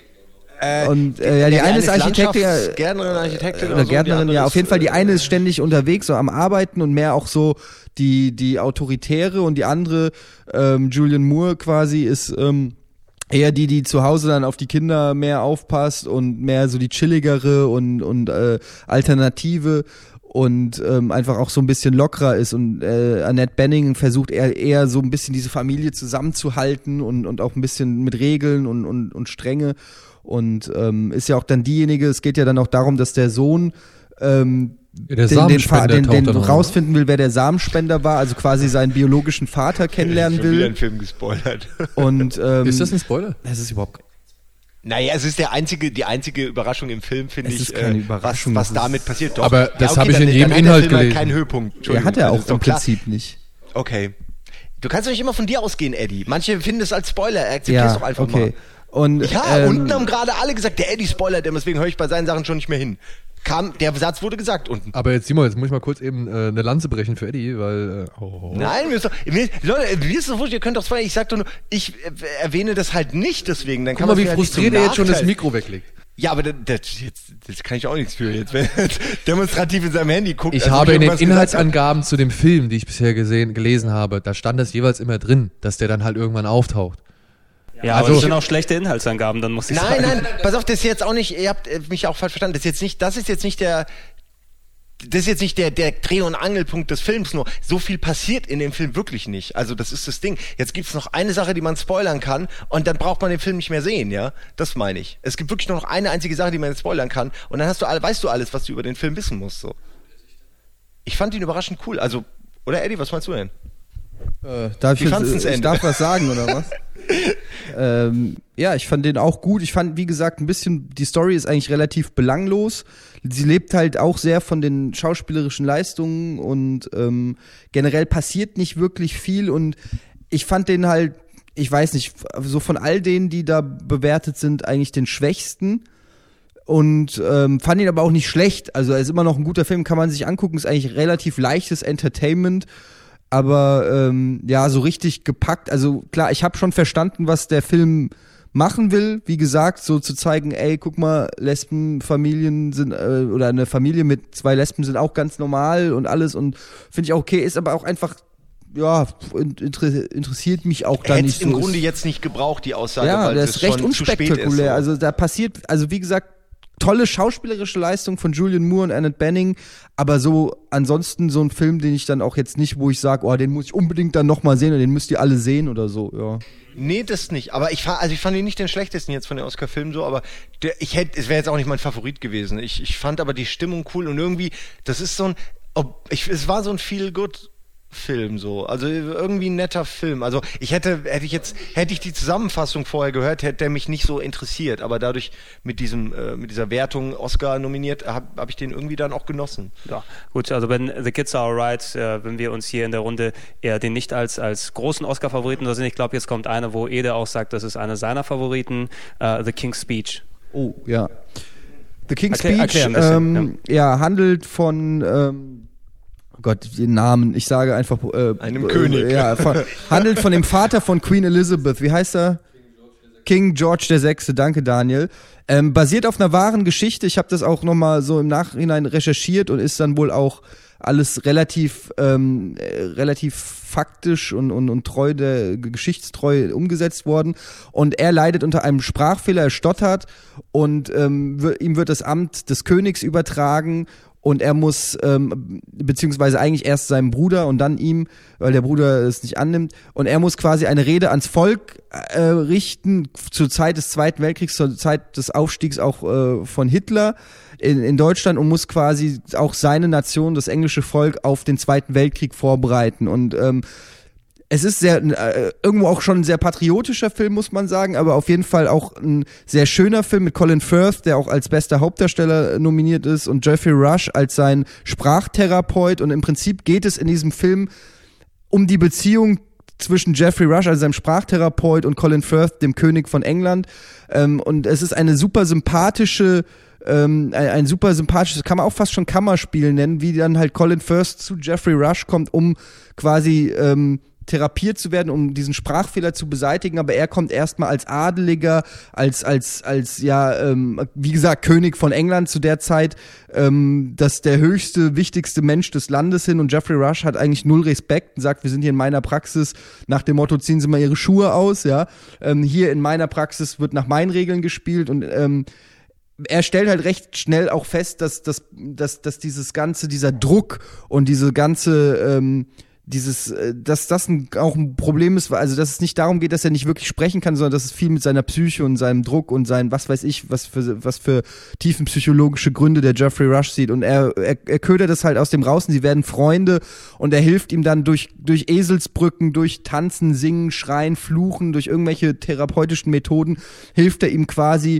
Und die eine ist Architektin, Architektin oder Gärtnerin, ja, auf jeden Fall, die eine ist ständig unterwegs, so am Arbeiten und mehr auch so die Autoritäre und die andere, Julianne Moore quasi, ist eher die zu Hause dann auf die Kinder mehr aufpasst und mehr so die chilligere und Alternative und einfach auch so ein bisschen lockerer ist und Annette Bening versucht eher so ein bisschen diese Familie zusammenzuhalten und auch ein bisschen mit Regeln und Strenge und ist ja auch dann diejenige, es geht ja dann auch darum, dass der Sohn den rausfinden will, wer der Samenspender war, also quasi seinen biologischen Vater kennenlernen will. Wieder ein Film gespoilert. Und ist das ein Spoiler? Das ist überhaupt Naja, es ist die einzige Überraschung im Film, finde ich, ist keine Überraschung, was damit passiert. Doch. Aber das habe ich in jedem Inhalt gelesen. Kein Höhepunkt. Er hat ja auch im Prinzip nicht. Okay. Du kannst doch nicht immer von dir ausgehen, Eddie. Manche finden es als Spoiler. Akzeptier's doch einfach mal. Und, unten haben gerade alle gesagt, der Eddie spoilert, deswegen höre ich bei seinen Sachen schon nicht mehr hin. Der Satz wurde gesagt unten. Aber jetzt, Simon, jetzt muss ich mal kurz eben eine Lanze brechen für Eddie, weil... Nein, mir ist so wurscht, ihr könnt doch ich sag doch nur, ich erwähne das halt nicht deswegen. Dann kann Guck mal, wie frustriert er jetzt schon das Mikro weglegt. Ja, aber das kann ich auch nichts für jetzt, wenn er demonstrativ in seinem Handy guckt. Ich habe in den Inhaltsangaben zu dem Film, die ich bisher gelesen habe, da stand das jeweils immer drin, dass der dann halt irgendwann auftaucht. Ja, also, aber das sind auch schlechte Inhaltsangaben, dann muss ich sagen. Nein, pass auf, das ist jetzt auch nicht, ihr habt mich auch falsch verstanden, das ist jetzt nicht der Dreh- und Angelpunkt des Films, nur so viel passiert in dem Film wirklich nicht. Also das ist das Ding. Jetzt gibt's noch eine Sache, die man spoilern kann und dann braucht man den Film nicht mehr sehen, ja? Das meine ich. Es gibt wirklich nur noch eine einzige Sache, die man jetzt spoilern kann und dann weißt du alles, was du über den Film wissen musst, so. Ich fand ihn überraschend cool, also, oder Eddie, was meinst du denn? Ich darf was sagen, oder was? Ja, ich fand den auch gut. Ich fand, wie gesagt, ein bisschen, die Story ist eigentlich relativ belanglos. Sie lebt halt auch sehr von den schauspielerischen Leistungen und generell passiert nicht wirklich viel und ich fand den halt, ich weiß nicht, so von all denen, die da bewertet sind, eigentlich den schwächsten. Und fand ihn aber auch nicht schlecht. Also er ist immer noch ein guter Film, kann man sich angucken. Ist eigentlich relativ leichtes Entertainment. Aber ja, so richtig gepackt. Also klar, ich habe schon verstanden, was der Film machen will. Wie gesagt, so zu zeigen, ey, guck mal, Lesbenfamilien sind, oder eine Familie mit 2 Lesben sind auch ganz normal und alles. Und finde ich auch okay, ist aber auch einfach, ja, interessiert mich auch da nicht so. Im Grunde jetzt nicht gebraucht, die Aussage, ja, weil das ist recht schon unspektakulär. zu spät ist, so. Also da passiert, also wie gesagt, tolle schauspielerische Leistung von Julianne Moore und Annette Bening, aber so ansonsten so ein Film, den ich dann auch jetzt nicht, wo ich sage, oh, den muss ich unbedingt dann nochmal sehen und den müsst ihr alle sehen oder so, ja. Nee, das nicht. Aber ich fand ihn nicht den schlechtesten jetzt von den Oscar-Filmen so, aber es wäre jetzt auch nicht mein Favorit gewesen. Ich fand aber die Stimmung cool und irgendwie, das ist so es war so ein Feel-Good-Film so, also irgendwie ein netter Film. Also hätte ich die Zusammenfassung vorher gehört, hätte der mich nicht so interessiert, aber dadurch mit dieser Wertung Oscar nominiert, hab ich den irgendwie dann auch genossen. Ja, gut, also wenn The Kids Are Alright, wenn wir uns hier in der Runde eher den nicht als großen Oscar-Favoriten sehen, ich glaube, jetzt kommt einer, wo Ede auch sagt, das ist einer seiner Favoriten, The King's Speech. Oh, ja. The King's Speech, handelt von Gott, den Namen, ich sage einfach einem König. Ja, handelt von dem Vater von Queen Elizabeth. Wie heißt er? King George VI. Danke, Daniel. Basiert auf einer wahren Geschichte. Ich habe das auch nochmal so im Nachhinein recherchiert und ist dann wohl auch alles relativ faktisch und geschichtstreu umgesetzt worden. Und er leidet unter einem Sprachfehler, er stottert und ihm wird das Amt des Königs übertragen. Und er muss, beziehungsweise eigentlich erst seinem Bruder und dann ihm, weil der Bruder es nicht annimmt. Und er muss quasi eine Rede ans Volk richten, zur Zeit des Zweiten Weltkriegs, zur Zeit des Aufstiegs auch von Hitler in Deutschland und muss quasi auch seine Nation, das englische Volk, auf den Zweiten Weltkrieg vorbereiten. Und es ist irgendwo auch schon ein sehr patriotischer Film, muss man sagen, aber auf jeden Fall auch ein sehr schöner Film mit Colin Firth, der auch als bester Hauptdarsteller nominiert ist, und Geoffrey Rush als sein Sprachtherapeut. Und im Prinzip geht es in diesem Film um die Beziehung zwischen Geoffrey Rush, also seinem Sprachtherapeut, und Colin Firth, dem König von England. Und es ist eine super sympathisches, kann man auch fast schon Kammerspiel nennen, wie dann halt Colin Firth zu Geoffrey Rush kommt, um quasi therapiert zu werden, um diesen Sprachfehler zu beseitigen, aber er kommt erstmal als Adeliger, als wie gesagt, König von England zu der Zeit, das der höchste, wichtigste Mensch des Landes hin, und Geoffrey Rush hat eigentlich null Respekt und sagt, wir sind hier in meiner Praxis, nach dem Motto, ziehen Sie mal Ihre Schuhe aus, ja, hier in meiner Praxis wird nach meinen Regeln gespielt, und er stellt halt recht schnell auch fest, dass dieser Druck und diese ganze dass das auch ein Problem ist, also dass es nicht darum geht, dass er nicht wirklich sprechen kann, sondern dass es viel mit seiner Psyche und seinem Druck und seinem, was weiß ich, was für tiefenpsychologische Gründe der Geoffrey Rush sieht, und er ködert das halt aus dem raus, und sie werden Freunde, und er hilft ihm dann durch Eselsbrücken, durch Tanzen, Singen, Schreien, Fluchen, durch irgendwelche therapeutischen Methoden, hilft er ihm quasi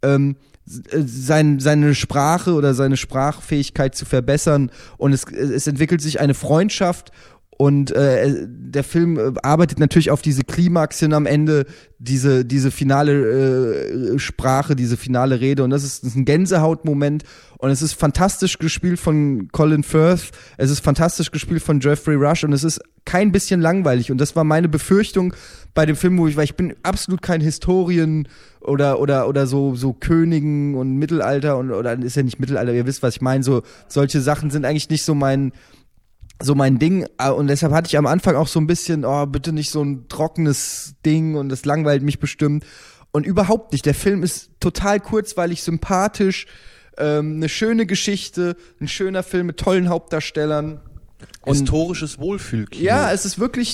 seine Sprache oder seine Sprachfähigkeit zu verbessern, und es entwickelt sich eine Freundschaft. Und der Film arbeitet natürlich auf diese Klimax hin am Ende, diese finale Sprache, diese finale Rede. Und das ist ein Gänsehautmoment. Und es ist fantastisch gespielt von Colin Firth. Es ist fantastisch gespielt von Geoffrey Rush. Und es ist kein bisschen langweilig. Und das war meine Befürchtung bei dem Film, weil ich bin absolut kein Historien oder so Königen und Mittelalter oder ist ja nicht Mittelalter, ihr wisst, was ich meine. So solche Sachen sind eigentlich nicht so mein Ding, und deshalb hatte ich am Anfang auch so ein bisschen, oh, bitte nicht so ein trockenes Ding und das langweilt mich bestimmt, und überhaupt nicht. Der Film ist total kurzweilig, sympathisch, eine schöne Geschichte, ein schöner Film mit tollen Hauptdarstellern. Historisches Wohlfühlkino. Ja, es ist wirklich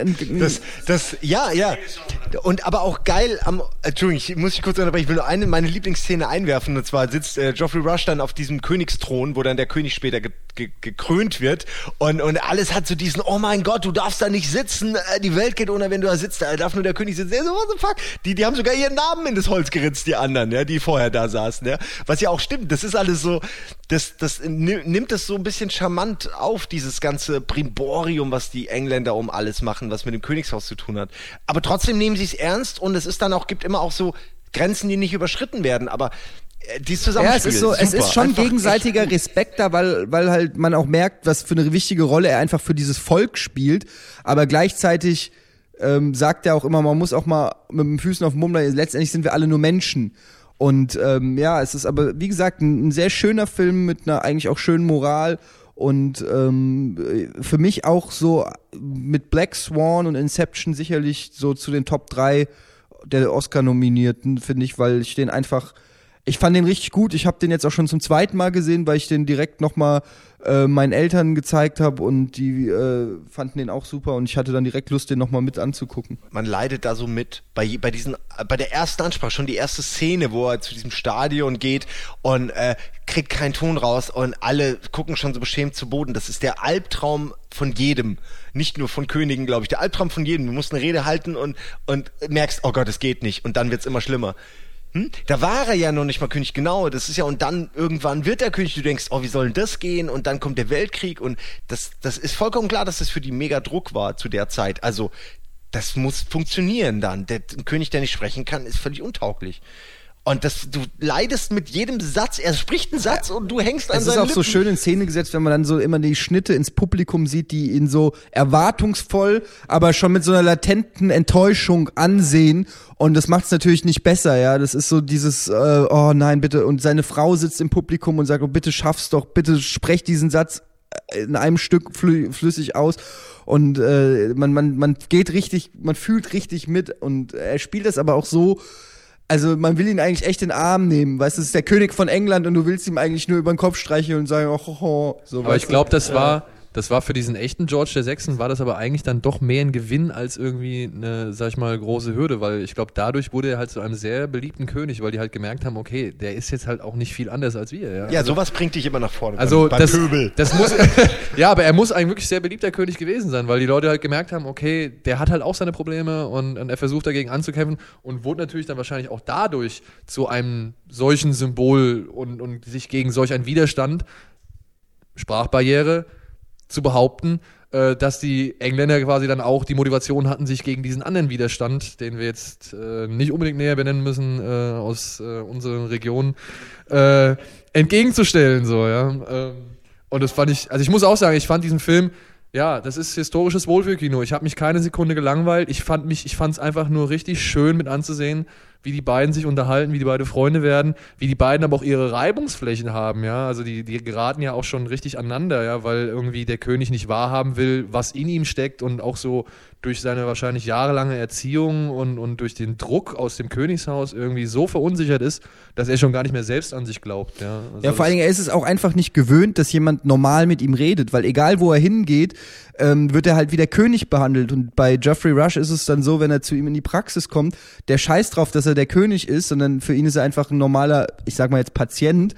ja. Und aber auch geil Entschuldigung, muss ich kurz unterbrechen, ich will nur meine Lieblingsszene einwerfen, und zwar sitzt Geoffrey Rush dann auf diesem Königstthron, wo dann der König später gekrönt wird und alles hat so diesen, oh mein Gott, du darfst da nicht sitzen, die Welt geht unter, wenn du da sitzt, da darf nur der König sitzen. So, what the fuck? Die haben sogar ihren Namen in das Holz geritzt, die anderen, ja, die vorher da saßen, ja. Was ja auch stimmt, das ist alles so, das nimmt es so ein bisschen charmant auf, dieses ganze Brimborium, was die Engländer um alles machen, was mit dem Königshaus zu tun hat. Aber trotzdem nehmen sie es ernst und es ist dann auch, gibt immer auch so Grenzen, die nicht überschritten werden, aber dieses Zusammenspiel. Ja, es ist schon einfach gegenseitiger Respekt da, weil halt man auch merkt, was für eine wichtige Rolle er einfach für dieses Volk spielt, aber gleichzeitig sagt er auch immer, man muss auch mal mit den Füßen auf dem Boden bleiben, letztendlich sind wir alle nur Menschen. Und es ist aber, wie gesagt, ein sehr schöner Film mit einer eigentlich auch schönen Moral und für mich auch so mit Black Swan und Inception sicherlich so zu den Top 3 der Oscar-Nominierten, finde ich, weil ich fand den richtig gut. Ich habe den jetzt auch schon zum zweiten Mal gesehen, weil ich den direkt nochmal meinen Eltern gezeigt habe und die fanden den auch super und ich hatte dann direkt Lust, den nochmal mit anzugucken. Man leidet da so mit bei der ersten Ansprache, schon die erste Szene, wo er zu diesem Stadion geht und kriegt keinen Ton raus und alle gucken schon so beschämt zu Boden. Das ist der Albtraum von jedem, nicht nur von Königen, glaube ich, der Albtraum von jedem. Du musst eine Rede halten und merkst, oh Gott, es geht nicht und dann wird's immer schlimmer. Da war er ja noch nicht mal König, genau, das ist ja, und dann irgendwann wird er König, du denkst, oh, wie soll denn das gehen, und dann kommt der Weltkrieg, und das ist vollkommen klar, dass das für die mega Druck war zu der Zeit, also das muss funktionieren dann, ein König, der nicht sprechen kann, ist völlig untauglich. Und du leidest mit jedem Satz, er spricht einen Satz und du hängst an seinen Lippen. Es ist auch so schön in Szene gesetzt, wenn man dann so immer die Schnitte ins Publikum sieht, die ihn so erwartungsvoll, aber schon mit so einer latenten Enttäuschung ansehen. Und das macht es natürlich nicht besser, ja. Das ist so dieses, oh nein, bitte. Und seine Frau sitzt im Publikum und sagt, oh, bitte schaff's doch, bitte sprech diesen Satz in einem Stück flüssig aus. Und man geht richtig, man fühlt richtig mit. Und er spielt das aber auch so. Also man will ihn eigentlich echt in den Arm nehmen, weißt du, es ist der König von England und du willst ihm eigentlich nur über den Kopf streicheln und sagen, oh. So, aber ich glaube, das war für diesen echten George VI. War das aber eigentlich dann doch mehr ein Gewinn als irgendwie eine, sag ich mal, große Hürde, weil ich glaube, dadurch wurde er halt zu einem sehr beliebten König, weil die halt gemerkt haben, okay, der ist jetzt halt auch nicht viel anders als wir. Ja, also, sowas bringt dich immer nach vorne. Also beim Pöbel. Das muss, ja, aber er muss ein wirklich sehr beliebter König gewesen sein, weil die Leute halt gemerkt haben, okay, der hat halt auch seine Probleme und er versucht dagegen anzukämpfen und wurde natürlich dann wahrscheinlich auch dadurch zu einem solchen Symbol und sich gegen solch einen Widerstand, Sprachbarriere, zu behaupten, dass die Engländer quasi dann auch die Motivation hatten, sich gegen diesen anderen Widerstand, den wir jetzt nicht unbedingt näher benennen müssen, aus unseren Regionen, entgegenzustellen. So, ja. Und das fand ich, also ich muss auch sagen, ich fand diesen Film, ja, das ist historisches Wohlfühlkino. Ich habe mich keine Sekunde gelangweilt. Ich fand es einfach nur richtig schön mit anzusehen, wie die beiden sich unterhalten, wie die beiden Freunde werden, wie die beiden aber auch ihre Reibungsflächen haben, ja, also die geraten ja auch schon richtig aneinander, ja, weil irgendwie der König nicht wahrhaben will, was in ihm steckt und auch so durch seine wahrscheinlich jahrelange Erziehung und durch den Druck aus dem Königshaus irgendwie so verunsichert ist, dass er schon gar nicht mehr selbst an sich glaubt, ja. Also ja, vor allen Dingen, er ist es auch einfach nicht gewöhnt, dass jemand normal mit ihm redet, weil egal wo er hingeht, wird er halt wie der König behandelt. Und bei Geoffrey Rush ist es dann so, wenn er zu ihm in die Praxis kommt, der scheißt drauf, dass er der König ist, sondern für ihn ist er einfach ein normaler, ich sag mal jetzt Patient,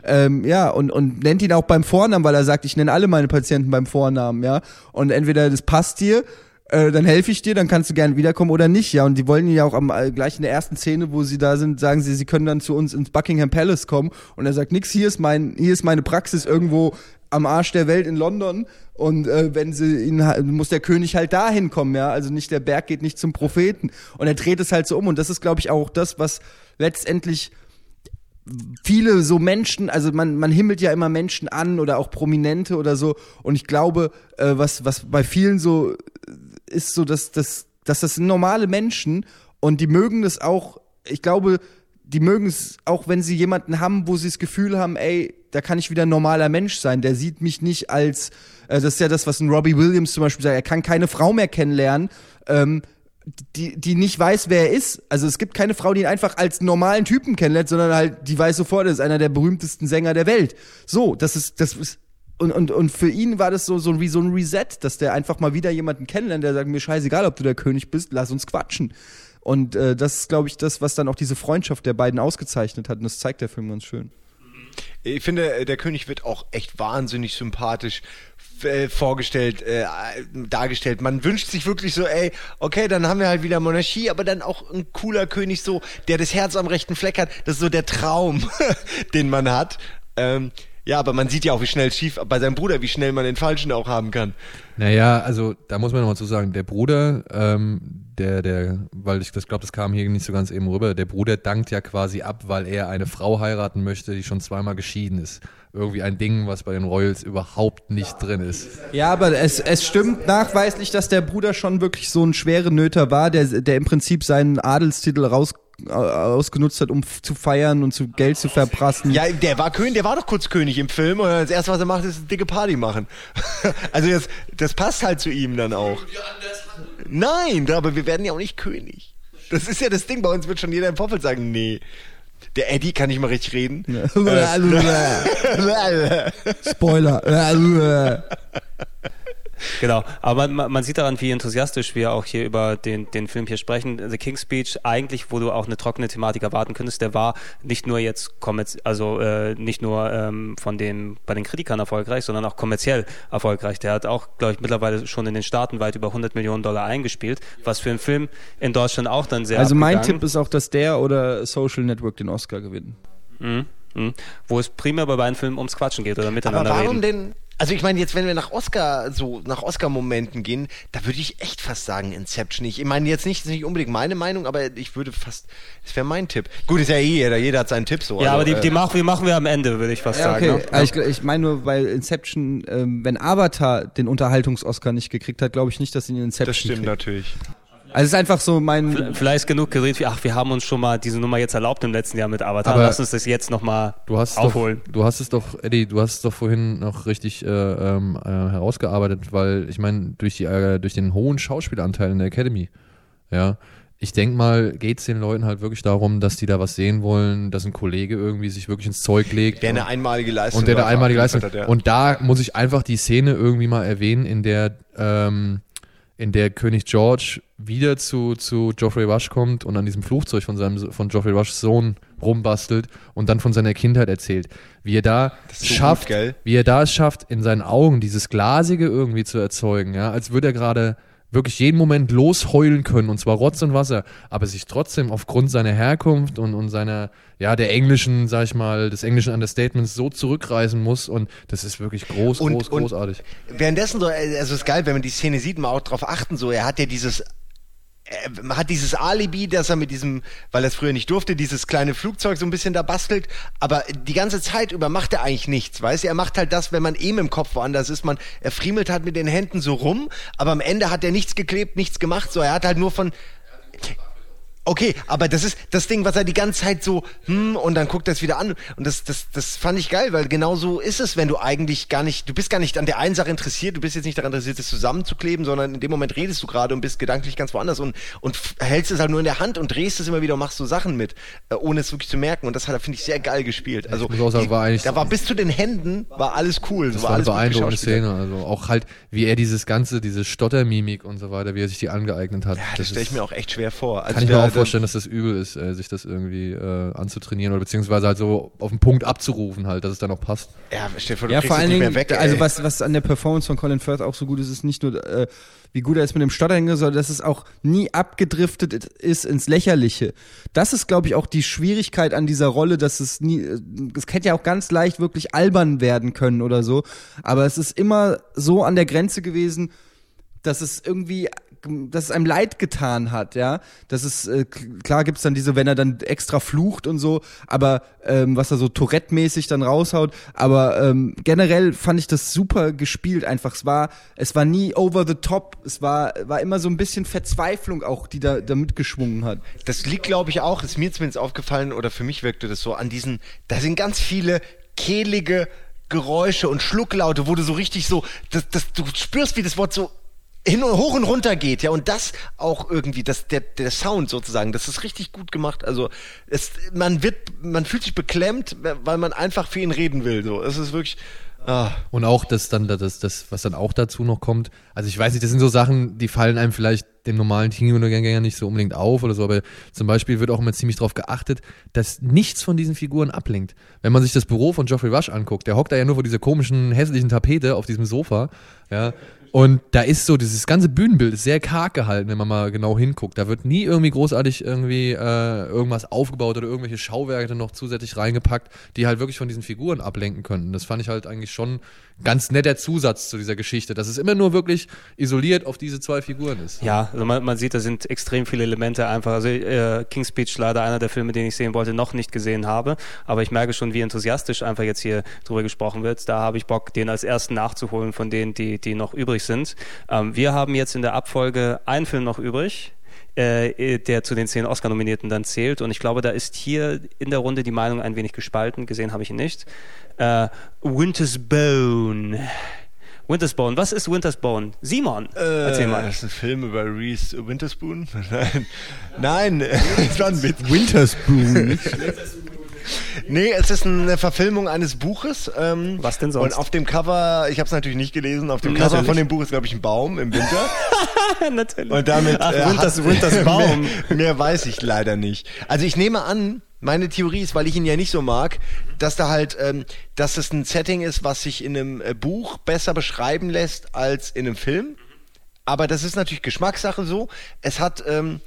und nennt ihn auch beim Vornamen, weil er sagt, ich nenne alle meine Patienten beim Vornamen, ja. Und entweder das passt dir, dann helfe ich dir, dann kannst du gerne wiederkommen oder nicht, ja. Und die wollen ihn ja auch gleich in der ersten Szene, wo sie da sind, sagen sie können dann zu uns ins Buckingham Palace kommen. Und er sagt, nix, hier ist meine Praxis irgendwo am Arsch der Welt in London. Und wenn sie muss der König halt dahin kommen, ja. Also nicht, der Berg geht nicht zum Propheten. Und er dreht es halt so um. Und das ist, glaube ich, auch das, was letztendlich viele so Menschen, also man himmelt ja immer Menschen an oder auch Prominente oder so. Und ich glaube, was bei vielen so ist, so dass das sind normale Menschen und die mögen das auch, ich glaube, die mögen es auch, wenn sie jemanden haben, wo sie das Gefühl haben, ey, da kann ich wieder ein normaler Mensch sein. Der sieht mich nicht als, das ist ja das, was ein Robbie Williams zum Beispiel sagt, er kann keine Frau mehr kennenlernen, die nicht weiß, wer er ist. Also es gibt keine Frau, die ihn einfach als normalen Typen kennenlernt, sondern halt, die weiß sofort, er ist einer der berühmtesten Sänger der Welt. So, das ist und für ihn war das so wie so ein Reset, dass der einfach mal wieder jemanden kennenlernt, der sagt, mir scheißegal, ob du der König bist, lass uns quatschen. Und das ist, glaube ich, das, was dann auch diese Freundschaft der beiden ausgezeichnet hat. Und das zeigt der Film ganz schön. Ich finde, der König wird auch echt wahnsinnig sympathisch dargestellt. Man wünscht sich wirklich so, okay, dann haben wir halt wieder Monarchie, aber dann auch ein cooler König so, der das Herz am rechten Fleck hat. Das ist so der Traum, den man hat. Ja, aber man sieht ja auch, wie schnell bei seinem Bruder, wie schnell man den Falschen auch haben kann. Naja, also da muss man nochmal zu sagen, der Bruder, weil ich glaube, das kam hier nicht so ganz eben rüber, der Bruder dankt ja quasi ab, weil er eine Frau heiraten möchte, die schon zweimal geschieden ist. Irgendwie ein Ding, was bei den Royals überhaupt nicht drin ist. Ja, aber es stimmt nachweislich, dass der Bruder schon wirklich so ein schwere Nöter war, der im Prinzip seinen Adelstitel ausgenutzt hat, um zu feiern und zu Geld zu verprassen. Ja, der war doch kurz König im Film und das erste, was er macht, ist eine dicke Party machen. Also das passt halt zu ihm dann auch. Nein, aber wir werden ja auch nicht König. Das ist ja das Ding, bei uns wird schon jeder im Vorfeld sagen, nee. Der Eddie kann nicht mal richtig reden. Spoiler. Genau, aber man sieht daran, wie enthusiastisch wir auch hier über den Film hier sprechen. The King's Speech, eigentlich, wo du auch eine trockene Thematik erwarten könntest, der war nicht nur jetzt nicht nur bei den Kritikern erfolgreich, sondern auch kommerziell erfolgreich. Der hat auch, glaube ich, mittlerweile schon in den Staaten weit über $100 Millionen eingespielt, was für einen Film in Deutschland auch dann sehr Also mein Tipp ist auch, dass der oder Social Network den Oscar gewinnen. Wo es primär bei beiden Filmen ums Quatschen geht oder miteinander aber warum reden. denn? Also ich meine, jetzt wenn wir nach Oscar-Momenten gehen, da würde ich echt fast sagen Inception. Ich meine jetzt nicht unbedingt meine Meinung, aber ich würde fast, das wäre mein Tipp. Gut, ist ja jeder hat seinen Tipp so. Ja, also, aber die machen wir am Ende, würde ich fast sagen. Okay. Ne? Ich meine nur, weil Inception, wenn Avatar den Unterhaltungs-Oscar nicht gekriegt hat, glaube ich nicht, dass ihn Inception das stimmt kriegt. natürlich. Also es ist einfach so Vielleicht ist genug geredet, wir haben uns schon mal diese Nummer jetzt erlaubt im letzten Jahr mit Avatar. Aber lass uns das jetzt nochmal aufholen. Eddie, du hast es doch vorhin noch richtig herausgearbeitet, weil ich meine, durch den hohen Schauspielanteil in der Academy, ja, ich denke mal, geht es den Leuten halt wirklich darum, dass die da was sehen wollen, dass ein Kollege irgendwie sich wirklich ins Zeug legt. Der eine einmalige Leistung und der eine einmalige Leistung hat, ja. Und da muss ich einfach die Szene irgendwie mal erwähnen, in der König George wieder zu Geoffrey Rush kommt und an diesem Flugzeug von Geoffrey Rushs Sohn rumbastelt und dann von seiner Kindheit erzählt. Wie er da es schafft, in seinen Augen dieses Glasige irgendwie zu erzeugen, ja, als würde er gerade wirklich jeden Moment losheulen können, und zwar Rotz und Wasser, aber sich trotzdem aufgrund seiner Herkunft und seiner, ja, der englischen, sag ich mal, des englischen Understatements so zurückreißen muss, und das ist wirklich großartig. Währenddessen so, also ist geil, wenn man die Szene sieht, mal auch drauf achten, so, er hat dieses Alibi, dass er mit diesem, weil er es früher nicht durfte, dieses kleine Flugzeug so ein bisschen da bastelt, aber die ganze Zeit über macht er eigentlich nichts, weißt du? Er macht halt das, wenn man eben im Kopf woanders ist, er friemelt halt mit den Händen so rum, aber am Ende hat er nichts geklebt, nichts gemacht, so, er hat halt nur von... Okay, aber das ist das Ding, was er die ganze Zeit so, und dann guckt er es wieder an. Und das fand ich geil, weil genau so ist es, wenn du eigentlich du bist gar nicht an der einen Sache interessiert, du bist jetzt nicht daran interessiert, es zusammenzukleben, sondern in dem Moment redest du gerade und bist gedanklich ganz woanders und hältst es halt nur in der Hand und drehst es immer wieder und machst so Sachen mit, ohne es wirklich zu merken. Und das hat er, finde ich, sehr geil gespielt. Also, ich muss auch sagen, da war bis zu den Händen, war alles cool. Das war alles eine beeindruckende Szene. Also auch halt, wie er diese Stottermimik und so weiter, wie er sich die angeeignet hat. Ja, das stelle ich mir auch echt schwer vor. Also kann ich mir auch vorstellen, dass das übel ist, sich das irgendwie anzutrainieren oder beziehungsweise halt so auf den Punkt abzurufen halt, dass es dann auch passt. Ja, stell dir vor, du kriegst vor allen es nicht Dingen, mehr weg. Also was an der Performance von Colin Firth auch so gut ist nicht nur, wie gut er ist mit dem Stottern, sondern dass es auch nie abgedriftet ist ins Lächerliche. Das ist, glaube ich, auch die Schwierigkeit an dieser Rolle, dass es hätte ja auch ganz leicht wirklich albern werden können oder so, aber es ist immer so an der Grenze gewesen, dass es einem leid getan hat, ja. Das ist, klar gibt's dann wenn er dann extra flucht und so, aber was er so Tourette-mäßig dann raushaut, aber generell fand ich das super gespielt einfach. Es war nie over the top, es war immer so ein bisschen Verzweiflung auch, die da mitgeschwungen hat. Das liegt, glaube ich, auch, ist mir zumindest aufgefallen, oder für mich wirkte das so, da sind ganz viele kehlige Geräusche und Schlucklaute, wo du so richtig so, du spürst, wie das Wort so hoch und runter geht, ja, und das auch irgendwie, der Sound sozusagen, das ist richtig gut gemacht, also man fühlt sich beklemmt, weil man einfach für ihn reden will, so, es ist wirklich, Und auch das, was dann auch dazu noch kommt. Also ich weiß nicht, das sind so Sachen, die fallen einem vielleicht dem normalen Kinogänger nicht so unbedingt auf oder so, aber zum Beispiel wird auch immer ziemlich darauf geachtet, dass nichts von diesen Figuren ablenkt. Wenn man sich das Büro von Geoffrey Rush anguckt, der hockt da ja nur vor dieser komischen, hässlichen Tapete auf diesem Sofa, ja, und da ist so, dieses ganze Bühnenbild ist sehr karg gehalten, wenn man mal genau hinguckt. Da wird nie irgendwie großartig irgendwie irgendwas aufgebaut oder irgendwelche Schauwerke dann noch zusätzlich reingepackt, die halt wirklich von diesen Figuren ablenken könnten. Das fand ich halt eigentlich schon ganz netter Zusatz zu dieser Geschichte, dass es immer nur wirklich isoliert auf diese zwei Figuren ist. Ja, also man sieht, da sind extrem viele Elemente einfach. Also King's Speech, leider einer der Filme, den ich sehen wollte, noch nicht gesehen habe, aber ich merke schon, wie enthusiastisch einfach jetzt hier drüber gesprochen wird. Da habe ich Bock, den als ersten nachzuholen von denen, die noch übrig sind. Wir haben jetzt in der Abfolge einen Film noch übrig, der zu den 10 Oscar-Nominierten dann zählt, und ich glaube, da ist hier in der Runde die Meinung ein wenig gespalten. Gesehen habe ich ihn nicht. Winter's Bone. Winter's Bone. Was ist Winter's Bone? Simon, erzähl mal. Das ist ein Film über Reese Witherspoon? Nein, es war ein Witz. Witherspoon. Nee, es ist eine Verfilmung eines Buches. Was denn sonst? Und auf dem Cover, ich habe es natürlich nicht gelesen, auf dem Cover von dem Buch ist, glaube ich, ein Baum im Winter. Natürlich. Und damit Winter's Baum. Mehr weiß ich leider nicht. Also ich nehme an, meine Theorie ist, weil ich ihn ja nicht so mag, dass da halt, dass es ein Setting ist, was sich in einem Buch besser beschreiben lässt als in einem Film. Aber das ist natürlich Geschmackssache so. Es hat,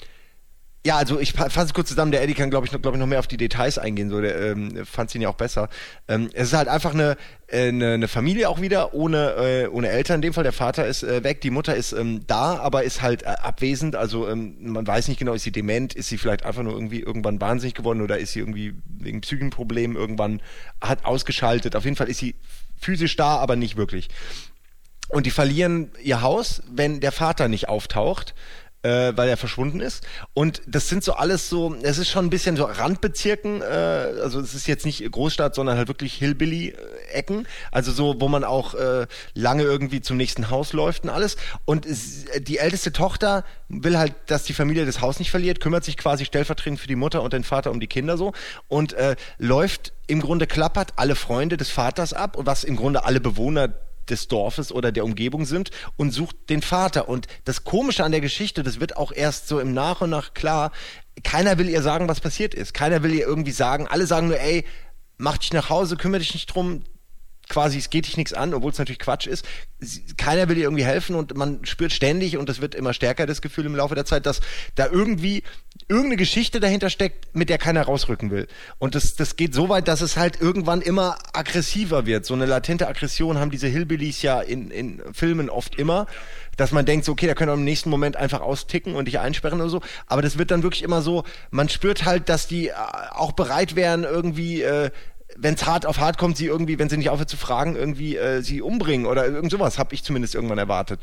ja, also ich fasse es kurz zusammen, der Eddie kann, glaube ich, noch mehr auf die Details eingehen, so, der fand ihn ja auch besser. Es ist halt einfach eine Familie auch wieder, ohne Eltern, in dem Fall, der Vater ist weg, die Mutter ist da, aber ist halt abwesend, also man weiß nicht genau, ist sie dement, ist sie vielleicht einfach nur irgendwann wahnsinnig geworden oder ist sie irgendwie wegen psychischen Problemen irgendwann hat ausgeschaltet, auf jeden Fall ist sie physisch da, aber nicht wirklich. Und die verlieren ihr Haus, wenn der Vater nicht auftaucht, weil er verschwunden ist. Und das sind so alles so, es ist schon ein bisschen so Randbezirken, also es ist jetzt nicht Großstadt, sondern halt wirklich Hillbilly-Ecken, also so, wo man auch lange irgendwie zum nächsten Haus läuft und alles. Und die älteste Tochter will halt, dass die Familie das Haus nicht verliert, kümmert sich quasi stellvertretend für die Mutter und den Vater um die Kinder so und läuft im Grunde, klappert alle Freunde des Vaters ab und was im Grunde alle Bewohner des Dorfes oder der Umgebung sind und sucht den Vater. Und das Komische an der Geschichte, das wird auch erst so im Nach und nach klar, keiner will ihr sagen, was passiert ist. Keiner will ihr irgendwie sagen, alle sagen nur, ey, mach dich nach Hause, kümmere dich nicht drum, quasi, es geht dich nichts an, obwohl es natürlich Quatsch ist. Keiner will ihr irgendwie helfen und man spürt ständig, und das wird immer stärker, das Gefühl im Laufe der Zeit, dass da irgendwie irgendeine Geschichte dahinter steckt, mit der keiner rausrücken will. Und das geht so weit, dass es halt irgendwann immer aggressiver wird. So eine latente Aggression haben diese Hillbillies ja in Filmen oft immer, dass man denkt, so, okay, da können wir im nächsten Moment einfach austicken und dich einsperren oder so. Aber das wird dann wirklich immer so, man spürt halt, dass die auch bereit wären, irgendwie wenn es hart auf hart kommt, sie irgendwie, wenn sie nicht aufhört zu fragen, irgendwie sie umbringen oder irgend sowas, habe ich zumindest irgendwann erwartet.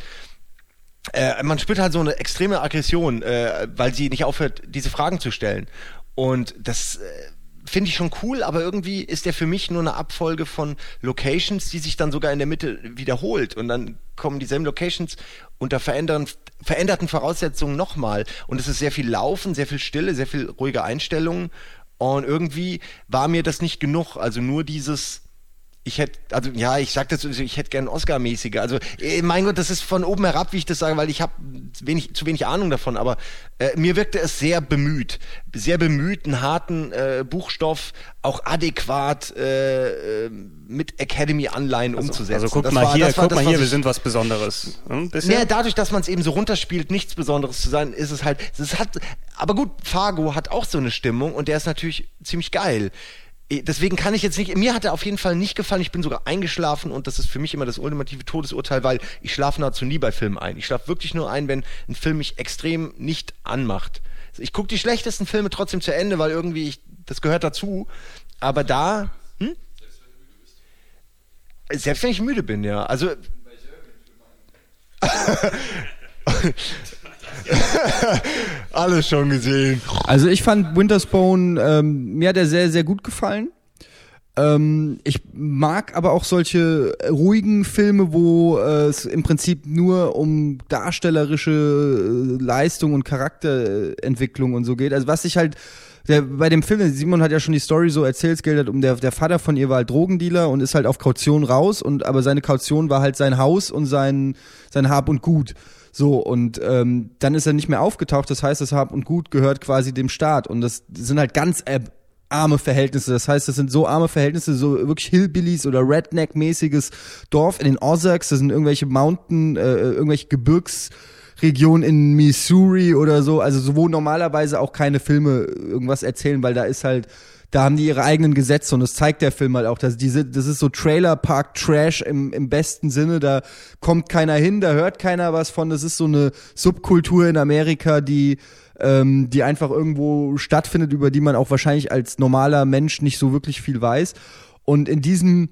Man spürt halt so eine extreme Aggression, weil sie nicht aufhört, diese Fragen zu stellen. Und das finde ich schon cool, aber irgendwie ist der für mich nur eine Abfolge von Locations, die sich dann sogar in der Mitte wiederholt. Und dann kommen dieselben Locations unter veränderten Voraussetzungen nochmal. Und es ist sehr viel Laufen, sehr viel Stille, sehr viel ruhige Einstellungen. Und irgendwie war mir das nicht genug. Also nur dieses, ich hätte gern Oscar-mäßige. Also, mein Gott, das ist von oben herab, wie ich das sage, weil ich habe zu wenig Ahnung davon. Aber mir wirkte es sehr bemüht, einen harten Buchstoff auch adäquat mit Academy-Anleihen umzusetzen. Also guck mal hier, wir sind was Besonderes. Ja, dadurch, dass man es eben so runterspielt, nichts Besonderes zu sein, ist es halt, aber gut, Fargo hat auch so eine Stimmung und der ist natürlich ziemlich geil. Deswegen kann ich jetzt nicht, mir hat er auf jeden Fall nicht gefallen, ich bin sogar eingeschlafen und das ist für mich immer das ultimative Todesurteil, weil ich schlafe nahezu nie bei Filmen ein. Ich schlafe wirklich nur ein, wenn ein Film mich extrem nicht anmacht. Ich gucke die schlechtesten Filme trotzdem zu Ende, weil irgendwie das gehört dazu, aber da, Selbst wenn ich müde bin, ja. Also alles schon gesehen. Also ich fand Winter's Bone, mir hat er sehr, sehr gut gefallen. Ich mag aber auch solche ruhigen Filme, wo es im Prinzip nur um darstellerische Leistung und Charakterentwicklung und so geht. Also was ich halt Bei dem Film, Simon hat ja schon die Story so erzählt, der Vater von ihr war halt Drogendealer und ist halt auf Kaution raus, aber seine Kaution war halt sein Haus und sein Hab und Gut. So, und dann ist er nicht mehr aufgetaucht, das heißt, das Hab und Gut gehört quasi dem Staat und das sind halt ganz arme Verhältnisse, das heißt, das sind so arme Verhältnisse, so wirklich Hillbillies oder Redneck-mäßiges Dorf in den Ozarks, das sind irgendwelche irgendwelche Gebirgsregionen in Missouri oder so, also wo normalerweise auch keine Filme irgendwas erzählen, weil da haben die ihre eigenen Gesetze und das zeigt der Film halt auch, das ist so Trailer-Park-Trash im besten Sinne, da kommt keiner hin, da hört keiner was von, das ist so eine Subkultur in Amerika, die einfach irgendwo stattfindet, über die man auch wahrscheinlich als normaler Mensch nicht so wirklich viel weiß. Und in diesem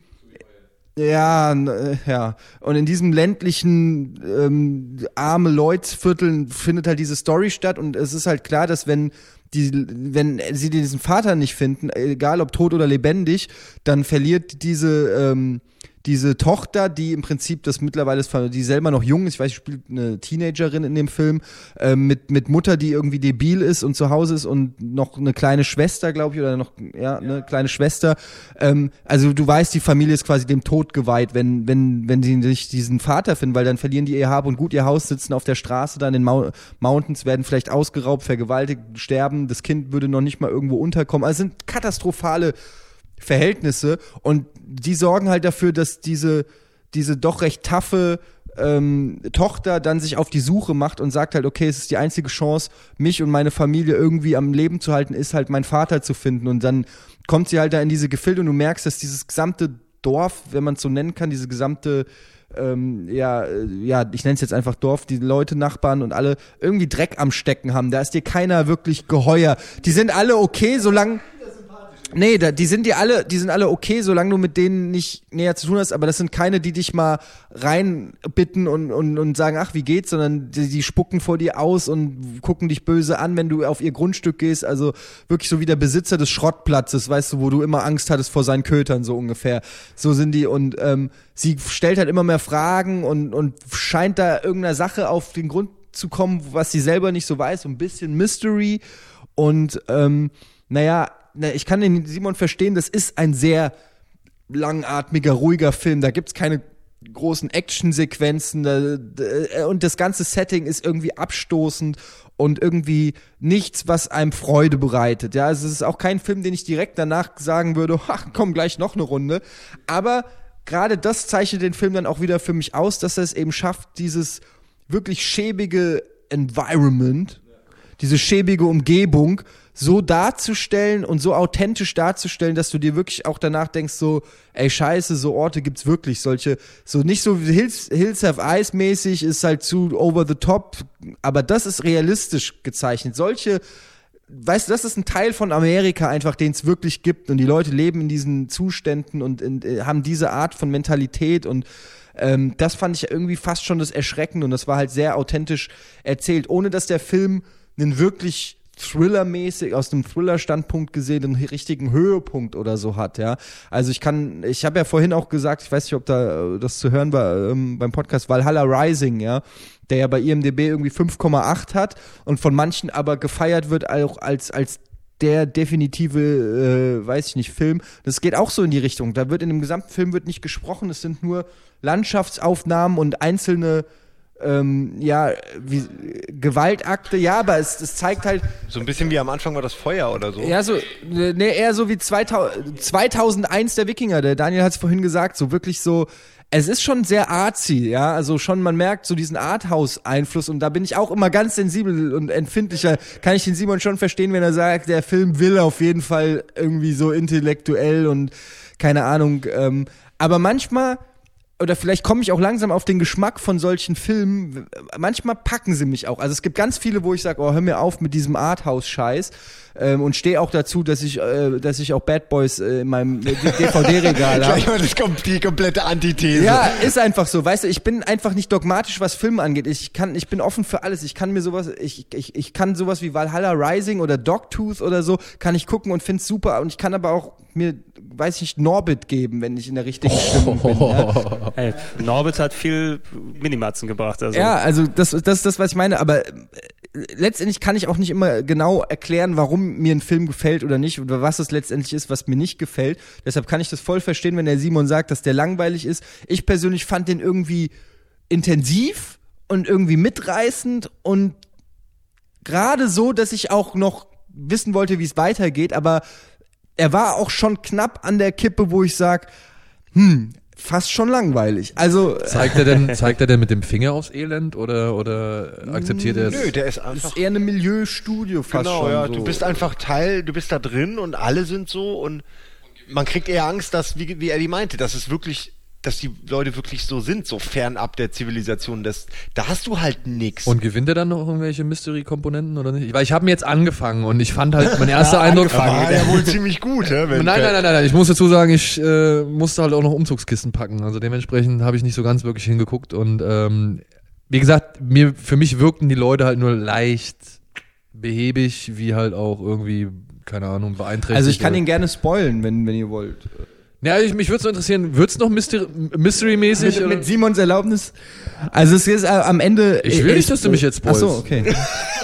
und in diesem ländlichen arme Leutsviertel findet halt diese Story statt und es ist halt klar, dass wenn sie diesen Vater nicht finden, egal ob tot oder lebendig, dann verliert diese Tochter, die im Prinzip die selber noch jung ist, ich weiß, sie spielt eine Teenagerin in dem Film, mit Mutter, die irgendwie debil ist und zu Hause ist und noch eine kleine Schwester, glaube ich, oder eine kleine Schwester. Also du weißt, die Familie ist quasi dem Tod geweiht, wenn sie nicht diesen Vater finden, weil dann verlieren die ihr Hab und Gut, ihr Haus, sitzen auf der Straße, da in den Mountains, werden vielleicht ausgeraubt, vergewaltigt, sterben, das Kind würde noch nicht mal irgendwo unterkommen. Also es sind katastrophale Verhältnisse und die sorgen halt dafür, dass diese doch recht taffe Tochter dann sich auf die Suche macht und sagt halt, okay, es ist die einzige Chance, mich und meine Familie irgendwie am Leben zu halten, ist halt mein Vater zu finden und dann kommt sie halt da in diese Gefilde und du merkst, dass dieses gesamte Dorf, wenn man es so nennen kann, diese gesamte ich nenne es jetzt einfach Dorf, die Leute, Nachbarn und alle irgendwie Dreck am Stecken haben, da ist dir keiner wirklich geheuer, die sind alle okay, solange Nee, die sind alle okay, solange du mit denen nicht näher zu tun hast, aber das sind keine, die dich mal reinbitten und sagen, ach, wie geht's, sondern die spucken vor dir aus und gucken dich böse an, wenn du auf ihr Grundstück gehst, also wirklich so wie der Besitzer des Schrottplatzes, weißt du, wo du immer Angst hattest vor seinen Kötern, so ungefähr. So sind die und sie stellt halt immer mehr Fragen und scheint da irgendeiner Sache auf den Grund zu kommen, was sie selber nicht so weiß, so ein bisschen Mystery und ich kann den Simon verstehen, das ist ein sehr langatmiger, ruhiger Film. Da gibt's keine großen Actionsequenzen und das ganze Setting ist irgendwie abstoßend und irgendwie nichts, was einem Freude bereitet. Ja, also es ist auch kein Film, den ich direkt danach sagen würde, ach, komm, gleich noch eine Runde. Aber gerade das zeichnet den Film dann auch wieder für mich aus, dass er es eben schafft, dieses wirklich schäbige Environment, diese schäbige Umgebung so darzustellen und so authentisch darzustellen, dass du dir wirklich auch danach denkst, so, ey, scheiße, so Orte gibt's wirklich, solche, so nicht so Hills Have Eyes mäßig, ist halt zu over the top, aber das ist realistisch gezeichnet. Solche, weißt du, das ist ein Teil von Amerika einfach, den es wirklich gibt und die Leute leben in diesen Zuständen und haben diese Art von Mentalität und das fand ich irgendwie fast schon das Erschreckende und das war halt sehr authentisch erzählt, ohne dass der Film einen wirklich Thriller-mäßig, aus dem Thriller-Standpunkt gesehen, einen richtigen Höhepunkt oder so hat, ja. Also ich habe ja vorhin auch gesagt, ich weiß nicht, ob da das zu hören war beim Podcast Valhalla Rising, ja, der ja bei IMDb irgendwie 5,8 hat und von manchen aber gefeiert wird auch als der definitive, weiß ich nicht, Film. Das geht auch so in die Richtung. Da wird in dem gesamten Film wird nicht gesprochen, es sind nur Landschaftsaufnahmen und einzelne Gewaltakte, ja, aber es zeigt halt... So ein bisschen wie am Anfang war das Feuer oder so. Ja, eher so wie 2001 der Wikinger, der Daniel hat es vorhin gesagt, so wirklich so, es ist schon sehr artsy, ja, also schon, man merkt so diesen Arthouse-Einfluss und da bin ich auch immer ganz sensibel und empfindlicher, kann ich den Simon schon verstehen, wenn er sagt, der Film will auf jeden Fall irgendwie so intellektuell und keine Ahnung, aber manchmal... Oder vielleicht komme ich auch langsam auf den Geschmack von solchen Filmen. Manchmal packen sie mich auch. Also es gibt ganz viele, wo ich sage, oh, hör mir auf mit diesem Arthouse-Scheiß. Und stehe auch dazu, dass ich auch Bad Boys in meinem DVD-Regal habe. Das kommt die komplette Antithese. Ja, ist einfach so. Weißt du, ich bin einfach nicht dogmatisch, was Filme angeht. Ich bin offen für alles. Ich kann mir sowas, ich kann sowas wie Valhalla Rising oder Dogtooth oder so, kann ich gucken und find's super. Und ich kann aber auch mir, weiß ich nicht, Norbit geben, wenn ich in der richtigen Stimmung bin. Ja? Hey, Norbit hat viel Minimatzen gebracht. Also. Ja, also das ist das, was ich meine. Aber letztendlich kann ich auch nicht immer genau erklären, warum mir ein Film gefällt oder nicht oder was es letztendlich ist, was mir nicht gefällt. Deshalb kann ich das voll verstehen, wenn der Simon sagt, dass der langweilig ist. Ich persönlich fand den irgendwie intensiv und irgendwie mitreißend und gerade so, dass ich auch noch wissen wollte, wie es weitergeht, aber er war auch schon knapp an der Kippe, wo ich sag, fast schon langweilig. Also zeigt er denn mit dem Finger aufs Elend oder akzeptiert er es? Nö, der ist einfach. Das ist eher eine Milieustudie fast Genau, schon. ja. So. Du bist einfach du bist da drin und alle sind so und man kriegt eher Angst, dass, wie Eddie meinte, dass die Leute wirklich so sind, so fernab der Zivilisation. Da hast du halt nix. Und gewinnt er dann noch irgendwelche Mystery-Komponenten oder nicht? Weil ich habe mir jetzt angefangen und ich fand halt, mein erster Eindruck... war ja wohl ziemlich gut, ja? Nein, ich muss dazu sagen, ich musste halt auch noch Umzugskisten packen. Also dementsprechend habe ich nicht so ganz wirklich hingeguckt und wie gesagt, für mich wirkten die Leute halt nur leicht behäbig, wie halt auch irgendwie, keine Ahnung, beeinträchtigt. Also ich kann ihn gerne spoilen, wenn ihr wollt. Ja, mich würde es so interessieren, wird es noch Mystery-mäßig? Mit Simons Erlaubnis? Also es ist am Ende... Ich will nicht, dass du mich jetzt spoilst. Ach so, okay.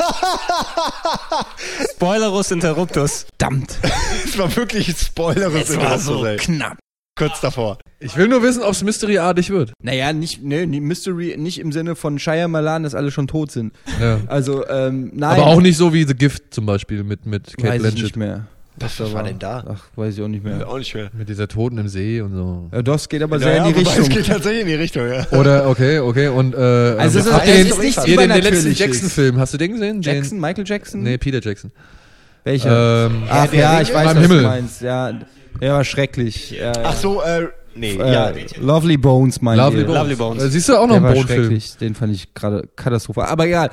Spoilerus Interruptus. Verdammt. Es war wirklich Spoilerus. Es war so knapp. Kurz davor. Ich will nur wissen, ob es Mystery-artig wird. Naja, Mystery, nicht im Sinne von Shyamalan, dass alle schon tot sind. Ja. Also, nein. Aber auch nicht so wie The Gift zum Beispiel mit Kate Weiß Blanchett. ich nicht mehr. Was war denn da? Ach, weiß ich auch nicht mehr. Auch nicht mehr. Mit dieser Toten im See und so. Ja, das geht aber sehr in die wobei, Richtung. Es geht tatsächlich in die Richtung, ja. Oder, okay. Und, Also es ist, habt es ihr ist nichts den letzten Übernatürliches. Jackson-Film, hast du den gesehen? Jackson? Michael Jackson? Nee, Peter Jackson. Welcher? Ach der ja, Ring ich ist weiß, beim was Himmel. du meinst. Ja, der war schrecklich. Ja, Ach so, nee. Lovely Bones, mein Lovely ihr. Bones. Lovely Bones. Siehst du auch noch Der einen war Bodenfilm? schrecklich. Den fand ich gerade katastrophal. Aber egal.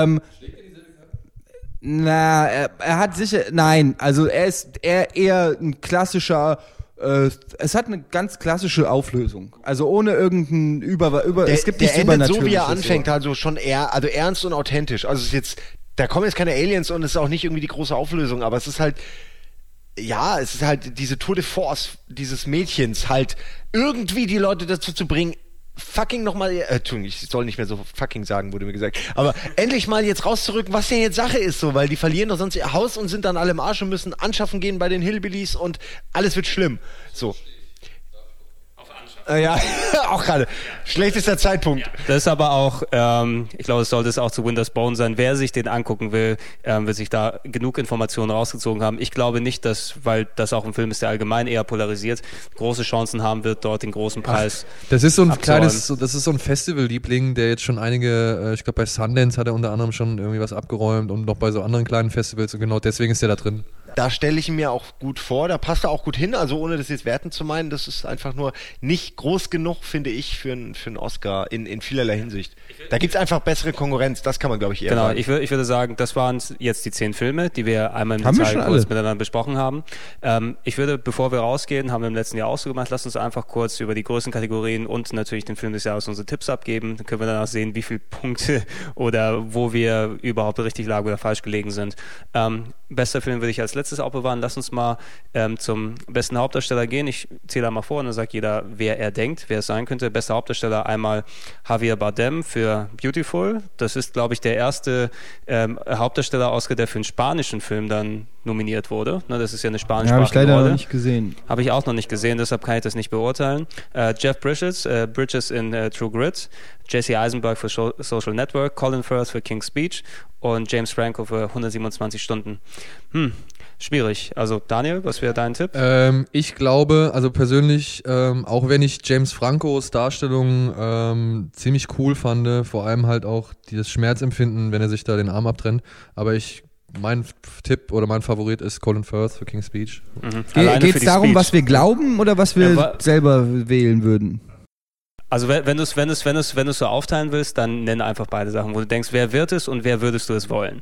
Er hat sicher, nein, also er ist eher ein klassischer, es hat eine ganz klassische Auflösung. Also ohne irgendein es gibt nichts der endet so, wie er Übernatürliches, anfängt, also schon eher, also ernst und authentisch. Also es ist jetzt, da kommen jetzt keine Aliens und es ist auch nicht irgendwie die große Auflösung, aber es ist halt, ja, es ist halt diese Tour de Force dieses Mädchens, halt irgendwie die Leute dazu zu bringen, fucking nochmal, Entschuldigung, ich soll nicht mehr so fucking sagen, wurde mir gesagt, aber endlich mal jetzt rauszurücken, was denn jetzt Sache ist, so, weil die verlieren doch sonst ihr Haus und sind dann alle im Arsch und müssen anschaffen gehen bei den Hillbillies und alles wird schlimm, so. Ja, auch gerade. Schlechtester Zeitpunkt. Das ist aber auch, ich glaube, es sollte es auch zu Winter's Bone sein. Wer sich den angucken will, wird sich da genug Informationen rausgezogen haben. Ich glaube nicht, dass, weil das auch ein Film ist, der allgemein eher polarisiert, große Chancen haben wird, dort den großen Preis. Das ist so ein abzuräumen. das ist so ein Festival-Liebling, der jetzt schon einige, ich glaube bei Sundance hat er unter anderem schon irgendwie was abgeräumt und noch bei so anderen kleinen Festivals und genau deswegen ist der da drin. Da stelle ich mir auch gut vor, da passt er auch gut hin, also ohne das jetzt werten zu meinen, das ist einfach nur nicht groß genug, finde ich, für einen Oscar in vielerlei Hinsicht. Da gibt es einfach bessere Konkurrenz, das kann man, glaube ich, eher sagen. Genau, ich würde sagen, das waren jetzt die 10 Filme, die wir einmal im Haben wir Detail schon kurz alle? miteinander besprochen haben. Ich würde, bevor wir rausgehen, haben wir im letzten Jahr auch so gemacht, lasst uns einfach kurz über die größten Kategorien und natürlich den Film des Jahres unsere Tipps abgeben. Dann können wir danach sehen, wie viele Punkte oder wo wir überhaupt richtig lagen oder falsch gelegen sind. Bester Film würde ich als letztes aufbewahren. Lass uns mal zum besten Hauptdarsteller gehen. Ich zähle mal vor und dann sagt jeder, wer er denkt, wer es sein könnte. Bester Hauptdarsteller einmal Javier Bardem für Beautiful. Das ist, glaube ich, der erste Hauptdarsteller-Oscar, der für einen spanischen Film dann nominiert wurde. Ne, das ist ja eine spanischsprachige habe ich leider Rolle. noch nicht gesehen. Habe ich auch noch nicht gesehen, deshalb kann ich das nicht beurteilen. Jeff Bridges in True Grit, Jesse Eisenberg für Social Network, Colin Firth für King's Speech und James Franco für 127 Stunden. Schwierig. Also Daniel, was wäre dein Tipp? Ich glaube, also persönlich, auch wenn ich James Francos Darstellung ziemlich cool fand, vor allem halt auch dieses Schmerzempfinden, wenn er sich da den Arm abtrennt, aber mein Tipp oder mein Favorit ist Colin Firth für King's Speech. Geht es darum, was wir glauben oder was wir selber wählen würden? Also wenn du es so aufteilen willst, dann nenn einfach beide Sachen, wo du denkst, wer wird es und wer würdest du es wollen?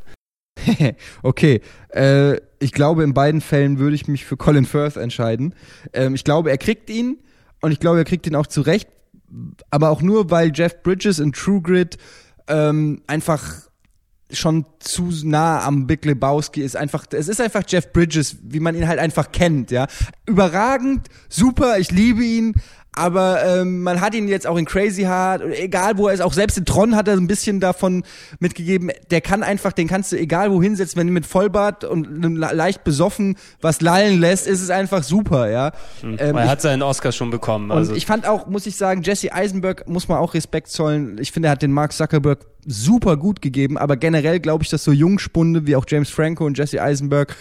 Okay, ich glaube, in beiden Fällen würde ich mich für Colin Firth entscheiden. Ich glaube, er kriegt ihn und ich glaube, er kriegt ihn auch zurecht, aber auch nur, weil Jeff Bridges in True Grit einfach schon zu nah am Big Lebowski ist. Es ist einfach Jeff Bridges, wie man ihn halt einfach kennt, ja. Überragend, super, ich liebe ihn, Aber man hat ihn jetzt auch in Crazy Heart, egal wo er ist, auch selbst in Tron hat er ein bisschen davon mitgegeben, der kann einfach, den kannst du egal wo hinsetzen, wenn du mit Vollbart und leicht besoffen was lallen lässt, ist es einfach super, ja. Er hat seinen Oscar schon bekommen. Also. Und ich fand auch, muss ich sagen, Jesse Eisenberg muss man auch Respekt zollen. Ich finde, er hat den Mark Zuckerberg super gut gegeben, aber generell glaube ich, dass so Jungspunde wie auch James Franco und Jesse Eisenberg,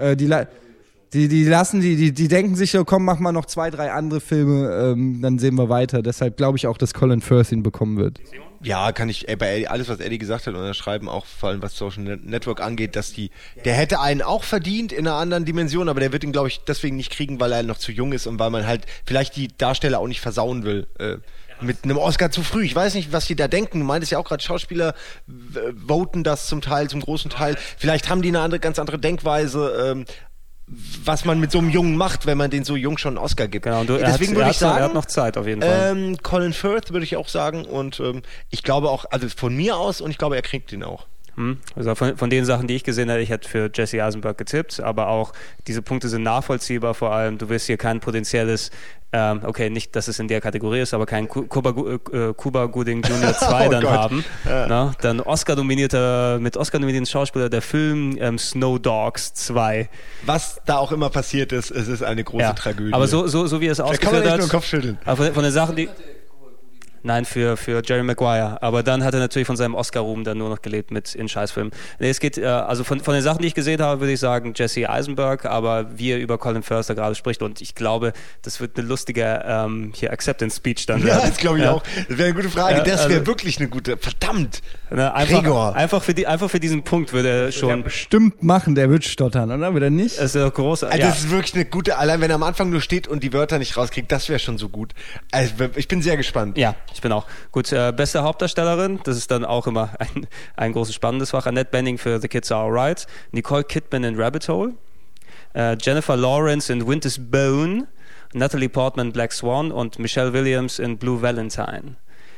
die denken sich so, komm, mach mal noch 2, 3 andere Filme, dann sehen wir weiter. Deshalb glaube ich auch, dass Colin Firth ihn bekommen wird. Ja, kann ich bei alles, was Eddie gesagt hat, unterschreiben, auch vor allem was Social Network angeht, dass der hätte einen auch verdient in einer anderen Dimension, aber der wird ihn, glaube ich, deswegen nicht kriegen, weil er noch zu jung ist und weil man halt vielleicht die Darsteller auch nicht versauen will. Mit einem Oscar zu früh. Ich weiß nicht, was die da denken. Du meintest ja auch gerade, Schauspieler voten das zum großen Teil. Vielleicht haben die eine ganz andere Denkweise, was man mit so einem Jungen macht, wenn man den so jung schon einen Oscar gibt. Genau, und deswegen würde ich sagen, er hat noch Zeit auf jeden Fall. Colin Firth würde ich auch sagen und ich glaube auch, also von mir aus und ich glaube, er kriegt den auch. Also von den Sachen, die ich gesehen habe, ich hätte für Jesse Eisenberg getippt, aber auch diese Punkte sind nachvollziehbar, vor allem, du wirst hier kein potenzielles, okay, nicht, dass es in der Kategorie ist, aber kein Cuba Gooding Jr. 2 dann haben. Ja. Na, dann mit Oscar-nominierten Schauspieler der Film Snow Dogs 2. Was da auch immer passiert ist, es ist eine große Tragödie. Aber so wie es ausgeführt hat. Da kann man echt nur den Kopf schütteln. Aber von den Sachen, die... Nein, für Jerry Maguire. Aber dann hat er natürlich von seinem Oscar-Ruhm dann nur noch gelebt mit in Scheißfilmen. Nee, es geht, also von den Sachen, die ich gesehen habe, würde ich sagen Jesse Eisenberg, aber wie er über Colin Firth gerade spricht und ich glaube, das wird eine lustige hier Acceptance-Speech dann werden. Ja, das glaube ich auch. Das wäre eine gute Frage. Das wäre wirklich eine gute, verdammt. Gregor. Einfach für diesen Punkt würde er schon... Der bestimmt machen, der wird stottern, oder? Wird er nicht? Das ist ja großartig. Also das ist wirklich eine gute, allein wenn er am Anfang nur steht und die Wörter nicht rauskriegt, das wäre schon so gut. Also ich bin sehr gespannt. Ja. Ich bin auch. Gut, beste Hauptdarstellerin, das ist dann auch immer ein großes spannendes Fach. Annette Bening für The Kids Are Alright, Nicole Kidman in Rabbit Hole, Jennifer Lawrence in Winter's Bone, Natalie Portman Black Swan und Michelle Williams in Blue Valentine.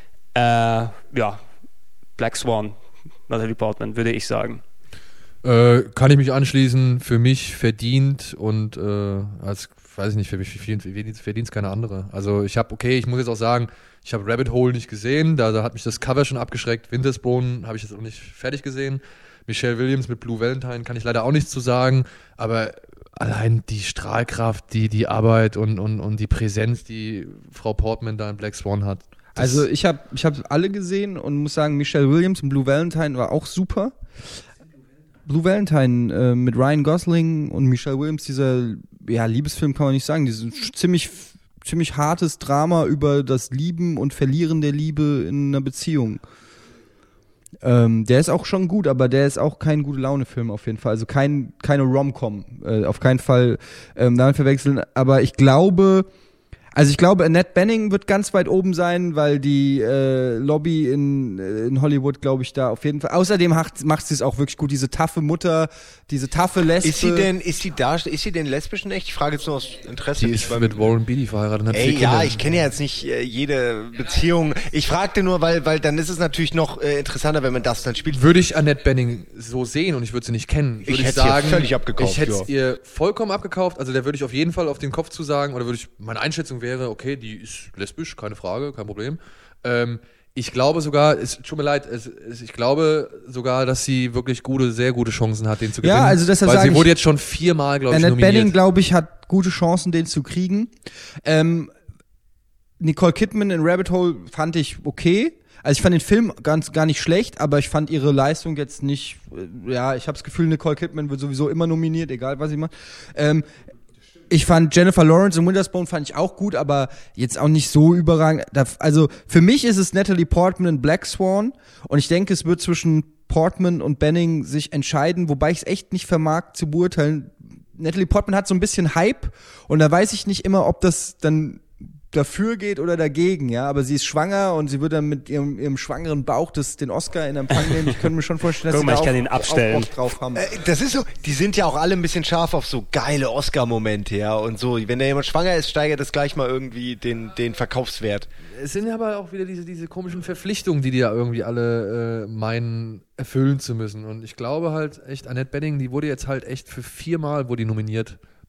Black Swan, Natalie Portman, würde ich sagen. Kann ich mich anschließen, für mich verdient und weiß ich nicht, für mich verdient es keine andere. Also ich muss jetzt auch sagen, ich habe Rabbit Hole nicht gesehen, da hat mich das Cover schon abgeschreckt. Winter's Bone habe ich jetzt auch nicht fertig gesehen. Michelle Williams mit Blue Valentine kann ich leider auch nichts zu sagen, aber allein die Strahlkraft, die Arbeit und die Präsenz, die Frau Portman da in Black Swan hat. Also ich hab alle gesehen und muss sagen, Michelle Williams und Blue Valentine war auch super. Blue Valentine mit Ryan Gosling und Michelle Williams, dieser Liebesfilm kann man nicht sagen, dieses ziemlich hartes Drama über das Lieben und Verlieren der Liebe in einer Beziehung. Der ist auch schon gut, aber der ist auch kein Gute-Laune-Film auf jeden Fall. Also keine Rom-Com, auf keinen Fall damit verwechseln. Aber ich glaube, Annette Bening wird ganz weit oben sein, weil die Lobby in Hollywood, glaube ich, da auf jeden Fall. Außerdem macht sie es auch wirklich gut, diese taffe Mutter, diese taffe Lesbe. Ist sie denn lesbisch in echt? Ich frage jetzt nur aus Interesse. Die ist mit Warren Beatty verheiratet. Hat ich kenne ja jetzt nicht jede Beziehung. Ich fragte nur, weil dann ist es natürlich noch interessanter, wenn man das dann spielt. Würde ich Annette Bening so sehen und ich würde sie nicht kennen, würde ich sagen, völlig abgekauft. Ich hätte es ihr vollkommen abgekauft. Also da würde ich auf jeden Fall auf den Kopf zu sagen, oder meine Einschätzung wäre, okay, die ist lesbisch, keine Frage, kein Problem. Ich glaube sogar, es tut mir leid, ich glaube sogar, dass sie wirklich sehr gute Chancen hat, den zu gewinnen. Ja, also deshalb weil sie wurde jetzt schon 4-mal, glaube ich, nominiert. Annette Bening, glaube ich, hat gute Chancen, den zu kriegen. Nicole Kidman in Rabbit Hole fand ich okay. Also ich fand den Film gar nicht schlecht, aber ich fand ihre Leistung jetzt nicht, ich habe das Gefühl, Nicole Kidman wird sowieso immer nominiert, egal was sie macht. Ich fand Jennifer Lawrence in Winter's Bone fand ich auch gut, aber jetzt auch nicht so überragend. Also für mich ist es Natalie Portman in Black Swan und ich denke, es wird zwischen Portman und Bening sich entscheiden, wobei ich es echt nicht vermag zu beurteilen. Natalie Portman hat so ein bisschen Hype und da weiß ich nicht immer, ob das dann dafür geht oder dagegen, ja, aber sie ist schwanger und sie wird dann mit ihrem schwangeren Bauch den Oscar in Empfang nehmen. Ich könnte mir schon vorstellen, dass sie da auch drauf haben. Das ist so, die sind ja auch alle ein bisschen scharf auf so geile Oscar-Momente, ja, und so. Wenn da jemand schwanger ist, steigert das gleich mal irgendwie den Verkaufswert. Es sind aber auch wieder diese komischen Verpflichtungen, die ja irgendwie alle meinen, erfüllen zu müssen. Und ich glaube halt echt, Annette Bening, die wurde jetzt halt echt für 4-mal nominiert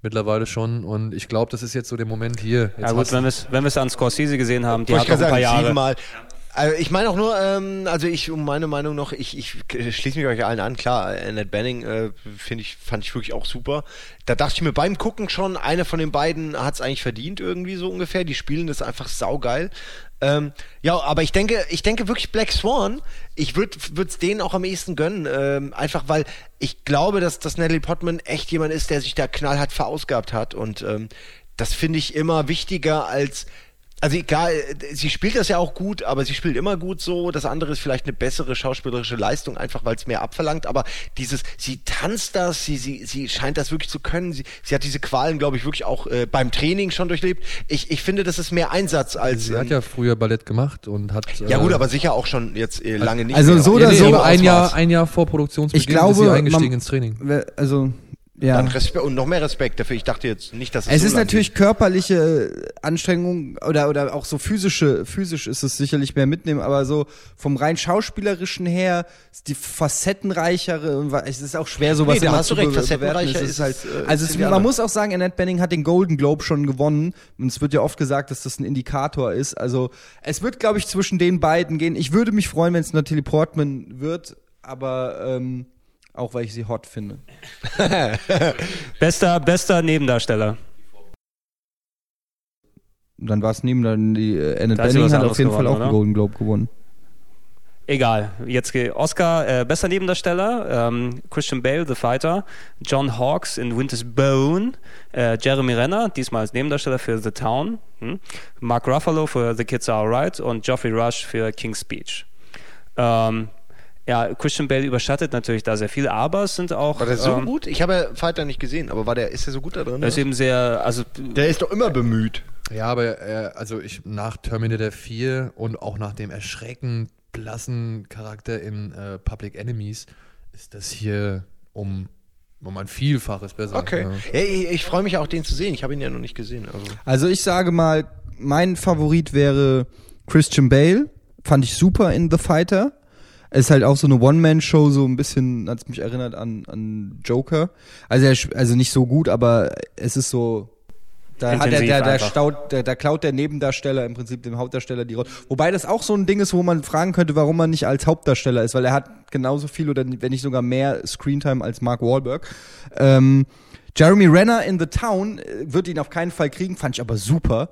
mittlerweile schon. Und ich glaube, das ist jetzt so der Moment hier. Jetzt ja gut, wenn wir es an Scorsese gesehen haben, die hat noch ein paar Jahre. 7-mal. Also ich meine auch nur, um meine Meinung noch, ich schließe mich euch allen an, klar, Annette Bening fand ich wirklich auch super. Da dachte ich mir beim Gucken schon, einer von den beiden hat es eigentlich verdient irgendwie so ungefähr, die spielen das einfach saugeil. Ja, aber ich denke wirklich Black Swan, ich würde es denen auch am ehesten gönnen, einfach weil ich glaube, dass Natalie Portman echt jemand ist, der sich da knallhart verausgabt hat und das finde ich immer wichtiger als also egal, sie spielt das ja auch gut, aber sie spielt immer gut so. Das andere ist vielleicht eine bessere schauspielerische Leistung, einfach weil es mehr abverlangt. Aber sie tanzt das, sie scheint das wirklich zu können. Sie hat diese Qualen, glaube ich, wirklich auch beim Training schon durchlebt. Ich finde, das ist mehr Einsatz als... Sie hat ja früher Ballett gemacht und hat... ja gut, aber sicher auch schon jetzt lange nicht also mehr. So oder so. Aber ein Jahr vor Produktionsbeginn ich glaube, ist sie eingestiegen ins Training. Also... Ja. Dann Respekt und noch mehr Respekt dafür. Ich dachte jetzt nicht, dass es so ist natürlich körperliche Anstrengung oder auch so physisch ist es sicherlich mehr mitnehmen, aber so vom rein schauspielerischen her ist die facettenreichere und es ist auch schwer sowas da hast du recht, facettenreicher ist halt man muss auch sagen, Annette Bening hat den Golden Globe schon gewonnen und es wird ja oft gesagt, dass das ein Indikator ist. Also es wird, glaube ich, zwischen den beiden gehen. Ich würde mich freuen, wenn es Natalie Portman wird, aber auch weil ich sie hot finde. Bester Nebendarsteller. Dann war es die Annette Bening hat auf jeden Fall auch einen Golden Globe gewonnen. Egal, jetzt Oscar, bester Nebendarsteller, Christian Bale, The Fighter, John Hawkes in Winter's Bone, Jeremy Renner, diesmal als Nebendarsteller für The Town, Mark Ruffalo für The Kids Are Alright und Geoffrey Rush für King's Speech. Ja, Christian Bale überschattet natürlich da sehr viel, aber es sind auch... War der so gut? Ich habe Fighter nicht gesehen, aber ist der so gut da drin? Der ist eben sehr... Also, der ist doch immer bemüht. Ja, aber nach Terminator 4 und auch nach dem erschreckend blassen Charakter in Public Enemies ist das hier um ein Vielfaches besser. Okay. Ja. Ich freue mich auch, den zu sehen. Ich habe ihn ja noch nicht gesehen. Also ich sage mal, mein Favorit wäre Christian Bale. Fand ich super in The Fighter. Es ist halt auch so eine One-Man-Show, so ein bisschen, hat es mich erinnert an Joker. Also nicht so gut, aber es ist so, da klaut der Nebendarsteller im Prinzip dem Hauptdarsteller die Rolle. Wobei das auch so ein Ding ist, wo man fragen könnte, warum man nicht als Hauptdarsteller ist, weil er hat genauso viel oder wenn nicht sogar mehr Screentime als Mark Wahlberg. Jeremy Renner in The Town wird ihn auf keinen Fall kriegen, fand ich aber super.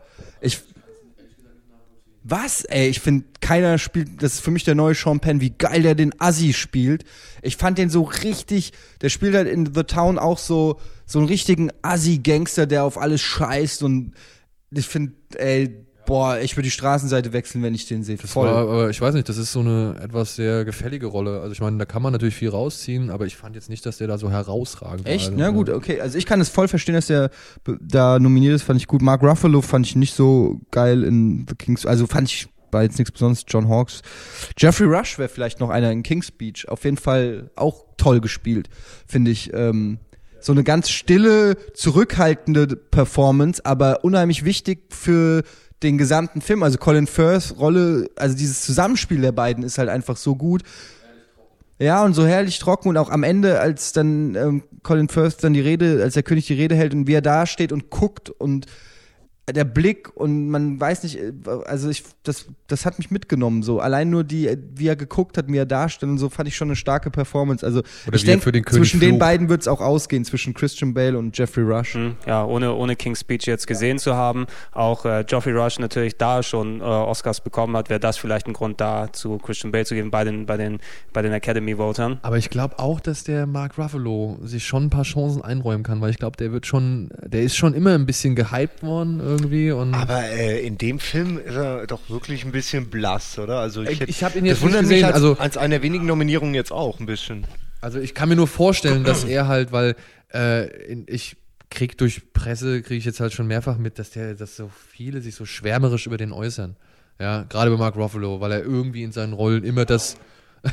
Was? Ich finde, keiner spielt, das ist für mich der neue Sean Penn, wie geil der den Assi spielt. Ich fand den so richtig, der spielt halt in The Town auch so einen richtigen Assi-Gangster, der auf alles scheißt und ich finde, ich würde die Straßenseite wechseln, wenn ich den sehe. Aber ich weiß nicht, das ist so eine etwas sehr gefällige Rolle. Also ich meine, da kann man natürlich viel rausziehen, aber ich fand jetzt nicht, dass der da so herausragend war. Echt? Na gut, okay. Also ich kann es voll verstehen, dass der da nominiert ist, fand ich gut. Mark Ruffalo fand ich nicht so geil in The King's, also war jetzt nichts Besonderes. John Hawkes. Geoffrey Rush wäre vielleicht noch einer in King's Speech. Auf jeden Fall auch toll gespielt, finde ich. So eine ganz stille, zurückhaltende Performance, aber unheimlich wichtig für den gesamten Film, also Colin Firths Rolle, also dieses Zusammenspiel der beiden ist halt einfach so gut. Ja, und so herrlich trocken und auch am Ende, als dann Colin Firth dann als der König die Rede hält und wie er da steht und guckt und der Blick und man weiß nicht, also das hat mich mitgenommen, so allein nur wie er geguckt hat, wie er darstellt und so, fand ich schon eine starke Performance. Also oder ich denke, zwischen den beiden wird es auch ausgehen, zwischen Christian Bale und Geoffrey Rush. Ja, ohne King's Speech jetzt gesehen zu haben, auch Geoffrey Rush natürlich da schon Oscars bekommen hat, wäre das vielleicht ein Grund da, zu Christian Bale zu geben bei den Academy-Votern. Aber ich glaube auch, dass der Mark Ruffalo sich schon ein paar Chancen einräumen kann, weil ich glaube, der ist schon immer ein bisschen gehypt worden irgendwie. Aber in dem Film ist er doch wirklich ein bisschen blass, oder? Also ich habe ihn jetzt das wundert nicht gesehen, mich als eine der wenigen Nominierungen jetzt auch ein bisschen. Also ich kann mir nur vorstellen, dass er halt, weil ich kriege ich jetzt halt schon mehrfach mit, dass so viele sich so schwärmerisch über den äußern. Ja, gerade bei Mark Ruffalo, weil er irgendwie in seinen Rollen immer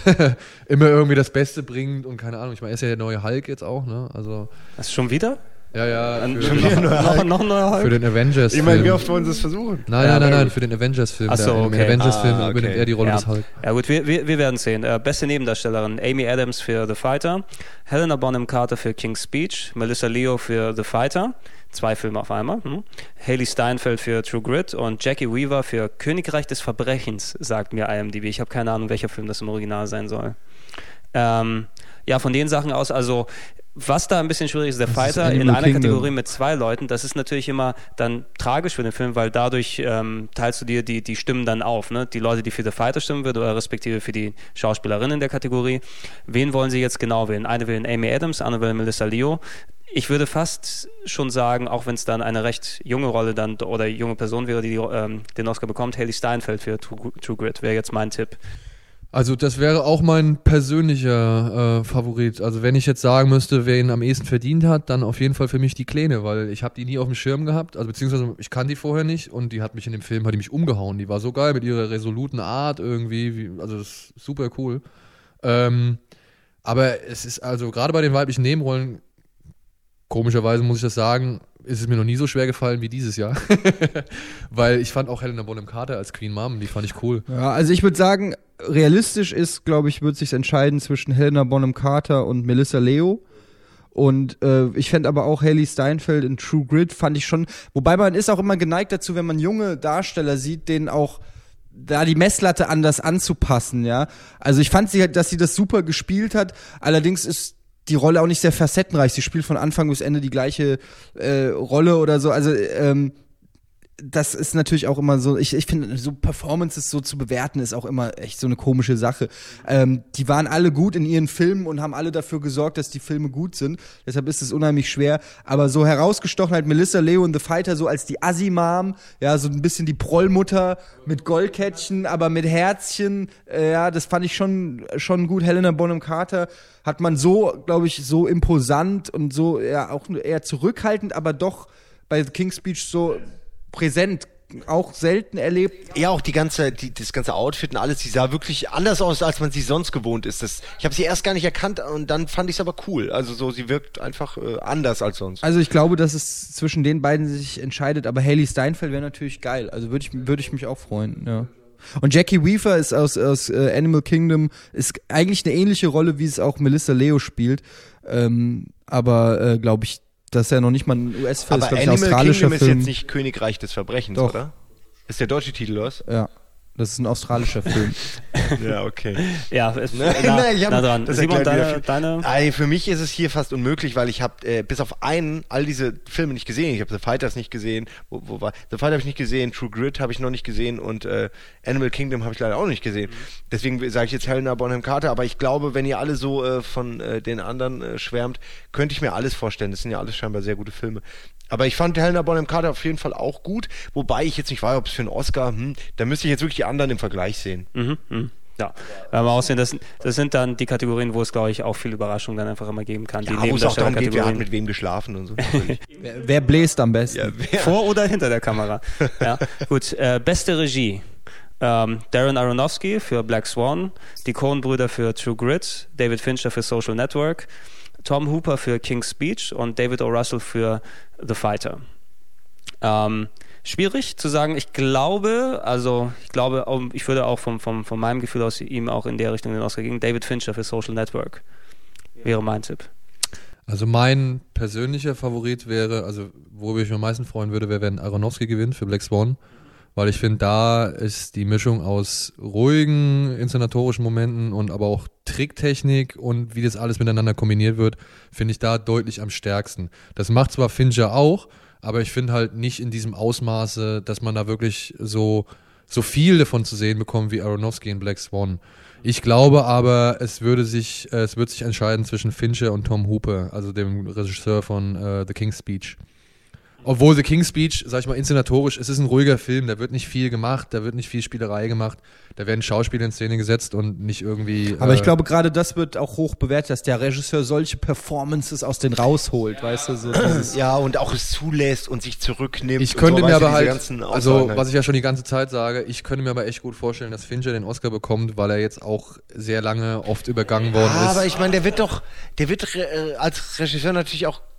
irgendwie das Beste bringt und keine Ahnung. Ich meine, er ist ja der neue Hulk jetzt auch, ne? Also das ist schon wieder? Ja, noch ein neuer Hulk? für den Avengers-Film. Ich meine, wie oft wollen sie es versuchen? Nein, für den Avengers-Film. Ach so, okay. Im Avengers-Film okay. übernimmt er die Rolle Ja. des Hulk. Ja gut, wir werden sehen. Beste Nebendarstellerin Amy Adams für The Fighter, Helena Bonham Carter für King's Speech, Melissa Leo für The Fighter, 2 Filme auf einmal, Hailee Steinfeld für True Grit und Jackie Weaver für Königreich des Verbrechens, sagt mir IMDb. Ich habe keine Ahnung, welcher Film das im Original sein soll. Ja, von den Sachen aus, also was da ein bisschen schwierig ist, der Fighter in einer Kategorie mit 2 Leuten, das ist natürlich immer dann tragisch für den Film, weil dadurch teilst du dir die Stimmen dann auf, ne? Die Leute, die für The Fighter stimmen würden oder respektive für die Schauspielerinnen der Kategorie. Wen wollen sie jetzt genau wählen? Eine will Amy Adams, andere will Melissa Leo. Ich würde fast schon sagen, auch wenn es dann eine recht junge Rolle dann oder junge Person wäre, die den Oscar bekommt, Hailee Steinfeld für True Grit wäre jetzt mein Tipp. Also das wäre auch mein persönlicher Favorit. Also wenn ich jetzt sagen müsste, wer ihn am ehesten verdient hat, dann auf jeden Fall für mich die Kleine, weil ich habe die nie auf dem Schirm gehabt, also beziehungsweise ich kannte die vorher nicht und die hat mich in dem Film, hat die mich umgehauen. Die war so geil mit ihrer resoluten Art irgendwie, also das ist super cool. Aber es ist also gerade bei den weiblichen Nebenrollen, komischerweise muss ich das sagen, ist es mir noch nie so schwer gefallen wie dieses Jahr. Weil ich fand auch Helena Bonham Carter als Queen Mom, die fand ich cool. Ja, also ich würde sagen, realistisch ist, glaube ich, wird sich entscheiden zwischen Helena Bonham Carter und Melissa Leo. Und ich fände aber auch Hailee Steinfeld in True Grit fand ich schon, wobei man ist auch immer geneigt dazu, wenn man junge Darsteller sieht, denen auch da die Messlatte anders anzupassen, ja. Also ich fand dass sie das super gespielt hat, allerdings ist die Rolle auch nicht sehr facettenreich. Sie spielt von Anfang bis Ende die gleiche Rolle oder so. Also das ist natürlich auch immer so, ich finde, so Performances so zu bewerten, ist auch immer echt so eine komische Sache. Die waren alle gut in ihren Filmen und haben alle dafür gesorgt, dass die Filme gut sind. Deshalb ist es unheimlich schwer. Aber so herausgestochen halt Melissa Leo in The Fighter so als die Assi-Mom, ja, so ein bisschen die Prollmutter mit Goldkettchen, aber mit Herzchen. Ja, das fand ich schon gut. Helena Bonham Carter hat man so, glaube ich, so imposant und so ja auch eher zurückhaltend, aber doch bei The King's Speech so präsent, auch selten erlebt. Ja, auch das ganze Outfit und alles, die sah wirklich anders aus, als man sie sonst gewohnt ist. Ich habe sie erst gar nicht erkannt und dann fand ich es aber cool. Also so, sie wirkt einfach anders als sonst. Also ich glaube, dass es zwischen den beiden sich entscheidet, aber Hailee Steinfeld wäre natürlich geil. Also würde ich mich auch freuen, ja. Und Jackie Weaver ist aus Animal Kingdom, ist eigentlich eine ähnliche Rolle, wie es auch Melissa Leo spielt. Aber glaube ich, das ist ja noch nicht mal ein US-Film, aber ist, ein Animal australischer Kingdom Film. ist jetzt nicht Königreich des Verbrechens, Doch. oder? Ist der deutsche Titel, was? Ja, das ist ein australischer Film. Ja, okay. Ja, dran. Simon, deine? Für mich ist es hier fast unmöglich, weil ich habe bis auf einen all diese Filme nicht gesehen. Ich habe The Fighters nicht gesehen. Wo war The Fighter habe ich nicht gesehen, True Grit habe ich noch nicht gesehen und Animal Kingdom habe ich leider auch noch nicht gesehen. Deswegen sage ich jetzt Helena Bonham Carter, aber ich glaube, wenn ihr alle so von den anderen schwärmt, könnte ich mir alles vorstellen. Das sind ja alles scheinbar sehr gute Filme. Aber ich fand Helena Bonham Carter auf jeden Fall auch gut, wobei ich jetzt nicht weiß, ob es für einen Oscar, da müsste ich jetzt wirklich die anderen im Vergleich sehen. Ja, wenn wir aussehen, das sind dann die Kategorien, wo es, glaube ich, auch viel Überraschung dann einfach immer geben kann. Ja, wo es auch darum geht, wer hat mit wem geschlafen und so. Wer bläst am besten? Ja, vor oder hinter der Kamera. Ja, gut, beste Regie. Darren Aronofsky für Black Swan, die Coen-Brüder für True Grit, David Fincher für Social Network, Tom Hooper für King's Speech und David O. Russell für The Fighter. Schwierig zu sagen. Ich glaube, ich würde auch von meinem Gefühl aus ihm auch in der Richtung den Oscar geben. David Fincher für Social Network wäre mein Tipp. Also mein persönlicher Favorit wäre, also worüber ich mich am meisten freuen würde, wäre, wenn Aronofsky gewinnt für Black Swan, weil ich finde, da ist die Mischung aus ruhigen inszenatorischen Momenten und aber auch Tricktechnik und wie das alles miteinander kombiniert wird, finde ich da deutlich am stärksten. Das macht zwar Fincher auch, aber ich finde halt nicht in diesem Ausmaße, dass man da wirklich so viel davon zu sehen bekommt wie Aronofsky in Black Swan. Ich glaube aber, es wird sich entscheiden zwischen Fincher und Tom Hooper, also dem Regisseur von The King's Speech. Obwohl The King's Speech, sag ich mal, inszenatorisch, es ist ein ruhiger Film, da wird nicht viel gemacht, da wird nicht viel Spielerei gemacht, da werden Schauspieler in Szene gesetzt und nicht irgendwie... Aber ich glaube, gerade das wird auch hoch bewertet, dass der Regisseur solche Performances aus denen rausholt, weißt du? So ja, und auch es zulässt und sich zurücknimmt. Ich könnte mir aber halt, also was ich ja schon die ganze Zeit sage, ich könnte mir aber echt gut vorstellen, dass Fincher den Oscar bekommt, weil er jetzt auch sehr lange oft übergangen worden ist. Aber ich meine, der wird als Regisseur natürlich auch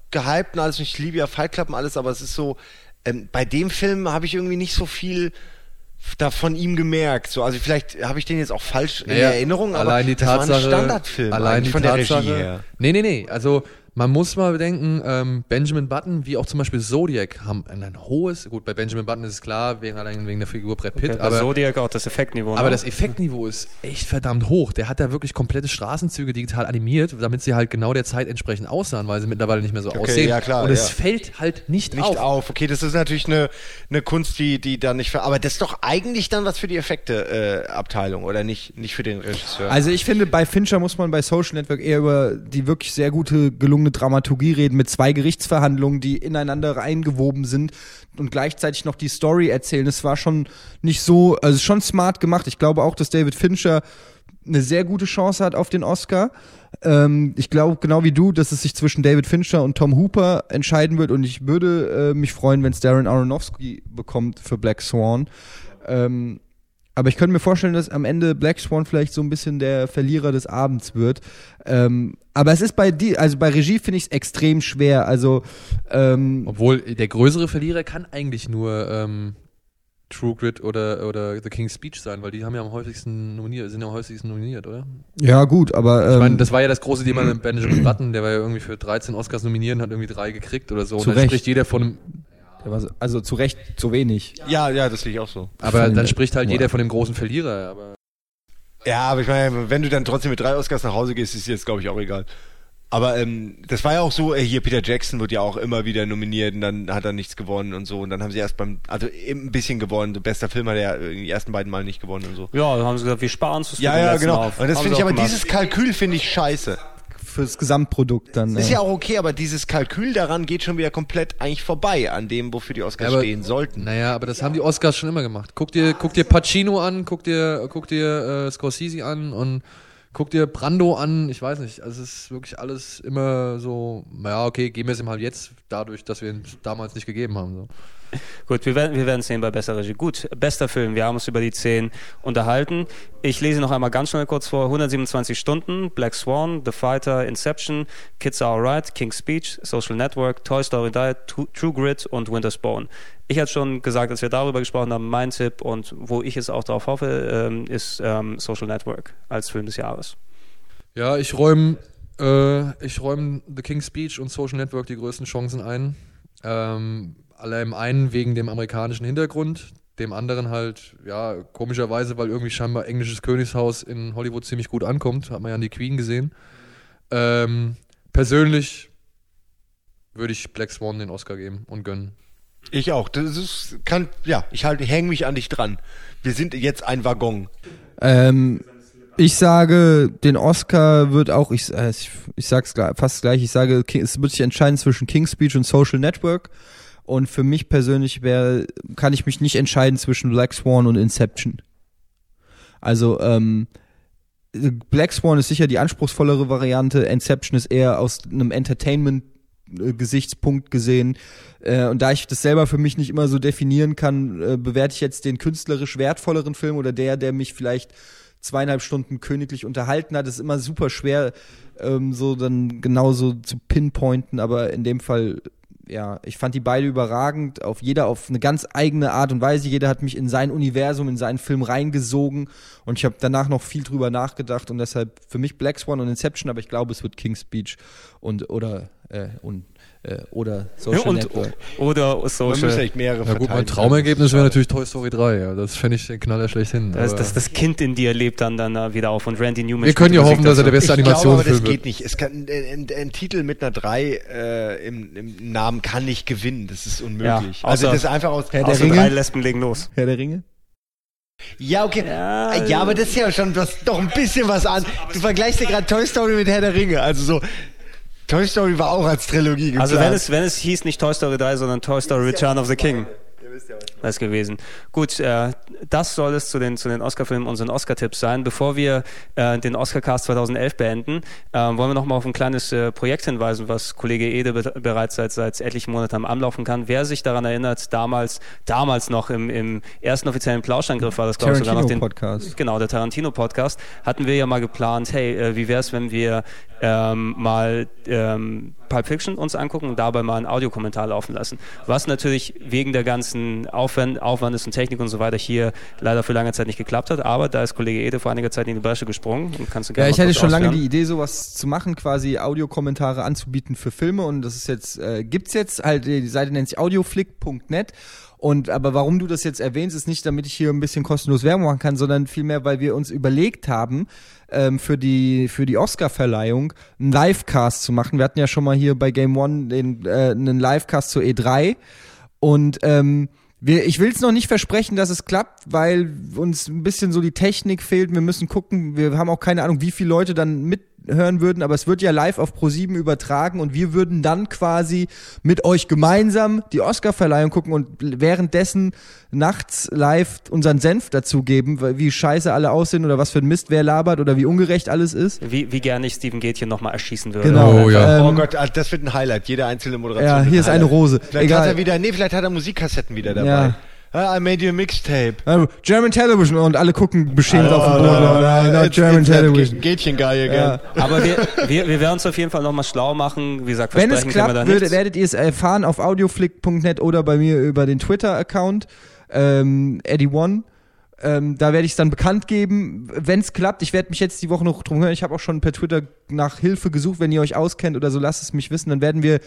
gehypt und alles. Und ich liebe ja Fight Club und alles, aber es ist so, bei dem Film habe ich irgendwie nicht so viel da von ihm gemerkt. So, also vielleicht habe ich den jetzt auch falsch in Erinnerung, aber allein die Tatsache, das war ein Standardfilm allein die von Tatsache, der Regie her. Nee, also man muss mal bedenken, Benjamin Button, wie auch zum Beispiel Zodiac, haben ein hohes, gut, bei Benjamin Button ist es klar, allein wegen der Figur Brad Pitt, Okay, aber Zodiac auch das Effektniveau. Aber das Effektniveau ist echt verdammt hoch. Der hat da wirklich komplette Straßenzüge digital animiert, damit sie halt genau der Zeit entsprechend aussahen, weil sie mittlerweile nicht mehr so aussehen. Ja, klar, und es fällt halt nicht auf. Okay, das ist natürlich eine Kunst, die dann nicht aber das ist doch eigentlich dann was für die Effekte-Abteilung oder nicht für den Regisseur. Also ich finde, bei Fincher muss man bei Social Network eher über die wirklich sehr gute, gelungene Dramaturgie reden, mit 2 Gerichtsverhandlungen, die ineinander reingewoben sind und gleichzeitig noch die Story erzählen. Es war schon nicht so, also schon smart gemacht. Ich glaube auch, dass David Fincher eine sehr gute Chance hat auf den Oscar. Ich glaube, genau wie du, dass es sich zwischen David Fincher und Tom Hooper entscheiden wird und ich würde mich freuen, wenn es Darren Aronofsky bekommt für Black Swan. Aber ich könnte mir vorstellen, dass am Ende Black Swan vielleicht so ein bisschen der Verlierer des Abends wird. Aber es ist bei Regie finde ich es extrem schwer. Also obwohl der größere Verlierer kann eigentlich nur True Grit oder The King's Speech sein, weil die haben ja am häufigsten nominiert, oder? Ja, gut, aber ich meine, das war ja das große Thema mit Benjamin Button, der war ja irgendwie für 13 Oscars nominiert und hat irgendwie 3 gekriegt oder so. Und dann spricht jeder von einem. Also zu Recht zu wenig. Ja, das sehe ich auch so. Aber dann spricht halt jeder von dem großen Verlierer. Aber ich meine, wenn du dann trotzdem mit 3 Oscars nach Hause gehst, ist jetzt, glaube ich, auch egal. Aber das war ja auch so, hier Peter Jackson wird ja auch immer wieder nominiert und dann hat er nichts gewonnen und so. Und dann haben sie erst also eben ein bisschen gewonnen. So, bester Film hat er die ersten beiden Mal nicht gewonnen und so. Ja, da haben sie gesagt, wir sparen es. Ja, genau. Auf. Und das finde ich aber, dieses Kalkül finde ich scheiße. Fürs Gesamtprodukt dann. Ist ja auch okay, aber dieses Kalkül daran geht schon wieder komplett eigentlich vorbei an dem, wofür die Oscars stehen sollten. Naja, aber das haben die Oscars schon immer gemacht. Guck dir Pacino an, guck dir Scorsese an und guck dir Brando an. Ich weiß nicht, also es ist wirklich alles immer so, naja, okay, geben wir es ihm halt jetzt, dadurch, dass wir ihn damals nicht gegeben haben. So. Gut, wir werden sehen bei bester Regie. Gut, bester Film, wir haben uns über die 10 unterhalten. Ich lese noch einmal ganz schnell kurz vor. 127 Stunden, Black Swan, The Fighter, Inception, Kids Are Alright, King's Speech, Social Network, Toy Story 3, True Grit und Winter's Bone. Ich hatte schon gesagt, als wir darüber gesprochen haben, mein Tipp und wo ich es auch darauf hoffe, ist Social Network als Film des Jahres. Ja, ich räume The King's Speech und Social Network die größten Chancen ein. Allein einen wegen dem amerikanischen Hintergrund, dem anderen halt, ja, komischerweise, weil irgendwie scheinbar englisches Königshaus in Hollywood ziemlich gut ankommt, hat man ja an die Queen gesehen. Persönlich würde ich Black Swan den Oscar geben und gönnen. Ich auch. Ich hänge mich an dich dran. Wir sind jetzt ein Waggon. Ich sage, den Oscar wird auch, ich sag's fast gleich, ich sage, es wird sich entscheiden zwischen King's Speech und Social Network. Und für mich persönlich kann ich mich nicht entscheiden zwischen Black Swan und Inception. Also, Black Swan ist sicher die anspruchsvollere Variante, Inception ist eher aus einem Entertainment-Gesichtspunkt gesehen. Und da ich das selber für mich nicht immer so definieren kann, bewerte ich jetzt den künstlerisch wertvolleren Film oder der mich vielleicht 2,5 Stunden königlich unterhalten hat. Das ist immer super schwer, so dann genauso zu pinpointen, aber in dem Fall, ja, ich fand die beide überragend, jeder auf eine ganz eigene Art und Weise. Jeder hat mich in sein Universum, in seinen Film reingesogen und ich habe danach noch viel drüber nachgedacht und deshalb für mich Black Swan und Inception, aber ich glaube, es wird King's Speech oder Social Network. Oder Social. Man echt mehrere ja gut, mein Traumergebnis wäre natürlich Toy Story 3, ja, das fände ich den Knaller schlechthin. Das Kind in dir lebt dann wieder auf und Randy Newman. Wir können ja hoffen, dass er der beste Animationsfilm wird. Aber das geht nicht. Es kann, ein Titel mit einer 3 im Namen kann nicht gewinnen, das ist unmöglich. Ja, also das ist einfach aus Herr der Ringe. 3 Lesben legen los. Herr der Ringe? Ja, okay. Ja, aber das ist ja schon doch ein bisschen was an. Du vergleichst ja gerade Toy Story mit Herr der Ringe, also so. Toy Story war auch als Trilogie geplant. Also wenn es hieß nicht Toy Story 3, sondern Toy Story Return of the King. Ihr wisst ja, was gewesen. Gut, das soll es zu den Oscar-Filmen, unseren Oscar-Tipps sein. Bevor wir den Oscar-Cast 2011 beenden, wollen wir nochmal auf ein kleines Projekt hinweisen, was Kollege Ede bereits seit etlichen Monaten am Anlaufen kann. Wer sich daran erinnert, damals noch im ersten offiziellen Plauschangriff war das, glaube ich, sogar noch Podcast. Genau, der Tarantino-Podcast, hatten wir ja mal geplant, hey, wie wäre es, wenn wir mal Pulp Fiction uns angucken und dabei mal einen Audiokommentar laufen lassen. Was natürlich wegen der ganzen Aufwandes und Technik und so weiter hier leider für lange Zeit nicht geklappt hat, aber da ist Kollege Ede vor einiger Zeit in die Bresche gesprungen. Und kannst du gerne ich hatte schon lange die Idee, sowas zu machen, quasi Audiokommentare anzubieten für Filme, und das ist jetzt, gibt's jetzt halt, die Seite nennt sich audioflick.net. Aber warum du das jetzt erwähnst, ist nicht, damit ich hier ein bisschen kostenlos Werbung machen kann, sondern vielmehr, weil wir uns überlegt haben, für die Oscar-Verleihung einen Livecast zu machen. Wir hatten ja schon mal hier bei Game One einen Livecast zur E3, und ich will es noch nicht versprechen, dass es klappt, weil uns ein bisschen so die Technik fehlt. Wir müssen gucken, wir haben auch keine Ahnung, wie viele Leute dann mithören würden, aber es wird ja live auf ProSieben übertragen, und wir würden dann quasi mit euch gemeinsam die Oscar-Verleihung gucken und währenddessen nachts live unseren Senf dazugeben, wie scheiße alle aussehen oder was für ein Mist wer labert oder wie ungerecht alles ist. Wie gerne ich Steven Gätchen nochmal erschießen würde. Genau. Oh, ja. Oh Gott, das wird ein Highlight. Jede einzelne Moderation. Ja, hier ist eine Rose. Vielleicht hat er Musikkassetten wieder dabei. Ja. I made you a mixtape. German Television, und alle gucken beschämt auf den Boden. Nein, German Television. Gätchen-Guy again. Ja. Aber wir werden uns auf jeden Fall nochmal schlau machen. Wie gesagt, Wenn es versprechen können wir klappt, da nichts. werdet ihr es erfahren auf audioflick.net oder bei mir über den Twitter-Account, Eddie One. Da werde ich es dann bekannt geben, wenn es klappt. Ich werde mich jetzt die Woche noch drum hören. Ich habe auch schon per Twitter nach Hilfe gesucht. Wenn ihr euch auskennt oder so, lasst es mich wissen. Dann werden wir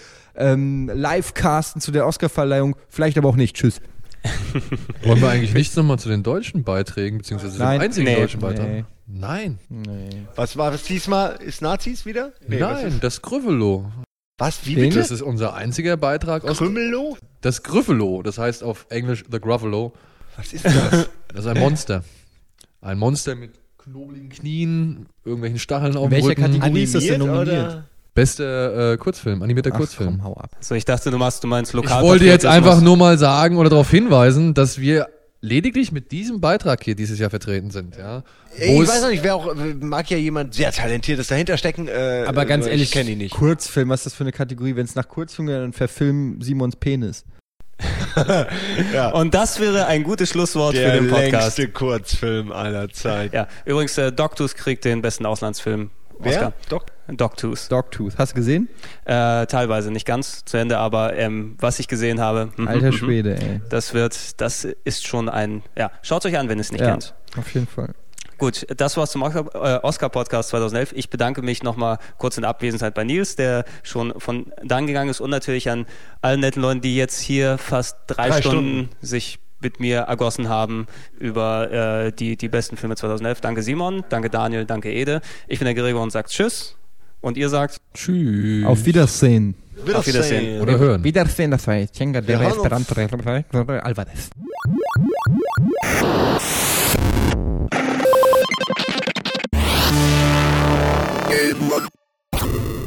live casten zu der Oscarverleihung. Vielleicht aber auch nicht. Tschüss. Wollen wir eigentlich nichts nochmal zu den deutschen Beiträgen, beziehungsweise dem einzigen deutschen Beitrag? Nee. Nein. Was war das diesmal? Ist Nazis wieder? Nee, was Nein, ist- das Gryffalo. Was? Wie bitte? Das ist unser einziger Beitrag aus Krümmelo? das Gryffalo. Das heißt auf Englisch The Gruffalo. Was ist das? Das ist ein Monster. Ein Monster mit knobeligen Knien, irgendwelchen Stacheln auf In dem welcher Rücken. Kategorie ist das denn Animiert nominiert? oder? Bester Kurzfilm, animierter Ach, Kurzfilm. komm, hau ab. So, ich dachte, du meinst Ich lokal. wollte jetzt einfach nur mal sagen oder darauf hinweisen, dass wir lediglich mit diesem Beitrag hier dieses Jahr vertreten sind. Ja. Ich weiß noch nicht, mag ja jemand sehr Talentiertes dahinter stecken. Aber ganz ich ehrlich, kenne ihn nicht. Kurzfilm, was ist das für eine Kategorie? Wenn es nach Kurzfilm geht, dann verfilmen Simons Penis. Und das wäre ein gutes Schlusswort für den Podcast. längste Kurzfilm aller Zeit. Ja, übrigens, Dogtooth kriegt den besten Auslandsfilm. Oscar. Wer? Dogtooth. Dogtooth. Hast du gesehen? Teilweise, nicht ganz zu Ende, aber was ich gesehen habe, Alter Schwede, ey. das ist schon schaut euch an, wenn ihr es nicht Ja, kennt. auf jeden Fall. Gut, das war's zum Oscar-Podcast 2011. Ich bedanke mich nochmal kurz in Abwesenheit bei Nils, der schon von dann gegangen ist, und natürlich an allen netten Leuten, die jetzt hier fast drei Stunden sich mit mir ergossen haben über die besten Filme 2011. Danke Simon, danke Daniel, danke Ede. Ich bin der Gregor und sagt Tschüss. Und ihr sagt Tschüss. Auf Wiedersehen. Auf Wiedersehen. Oder hören. Wiedersehen, das war Chenga de Wir hören Esperanto Alvarez. Game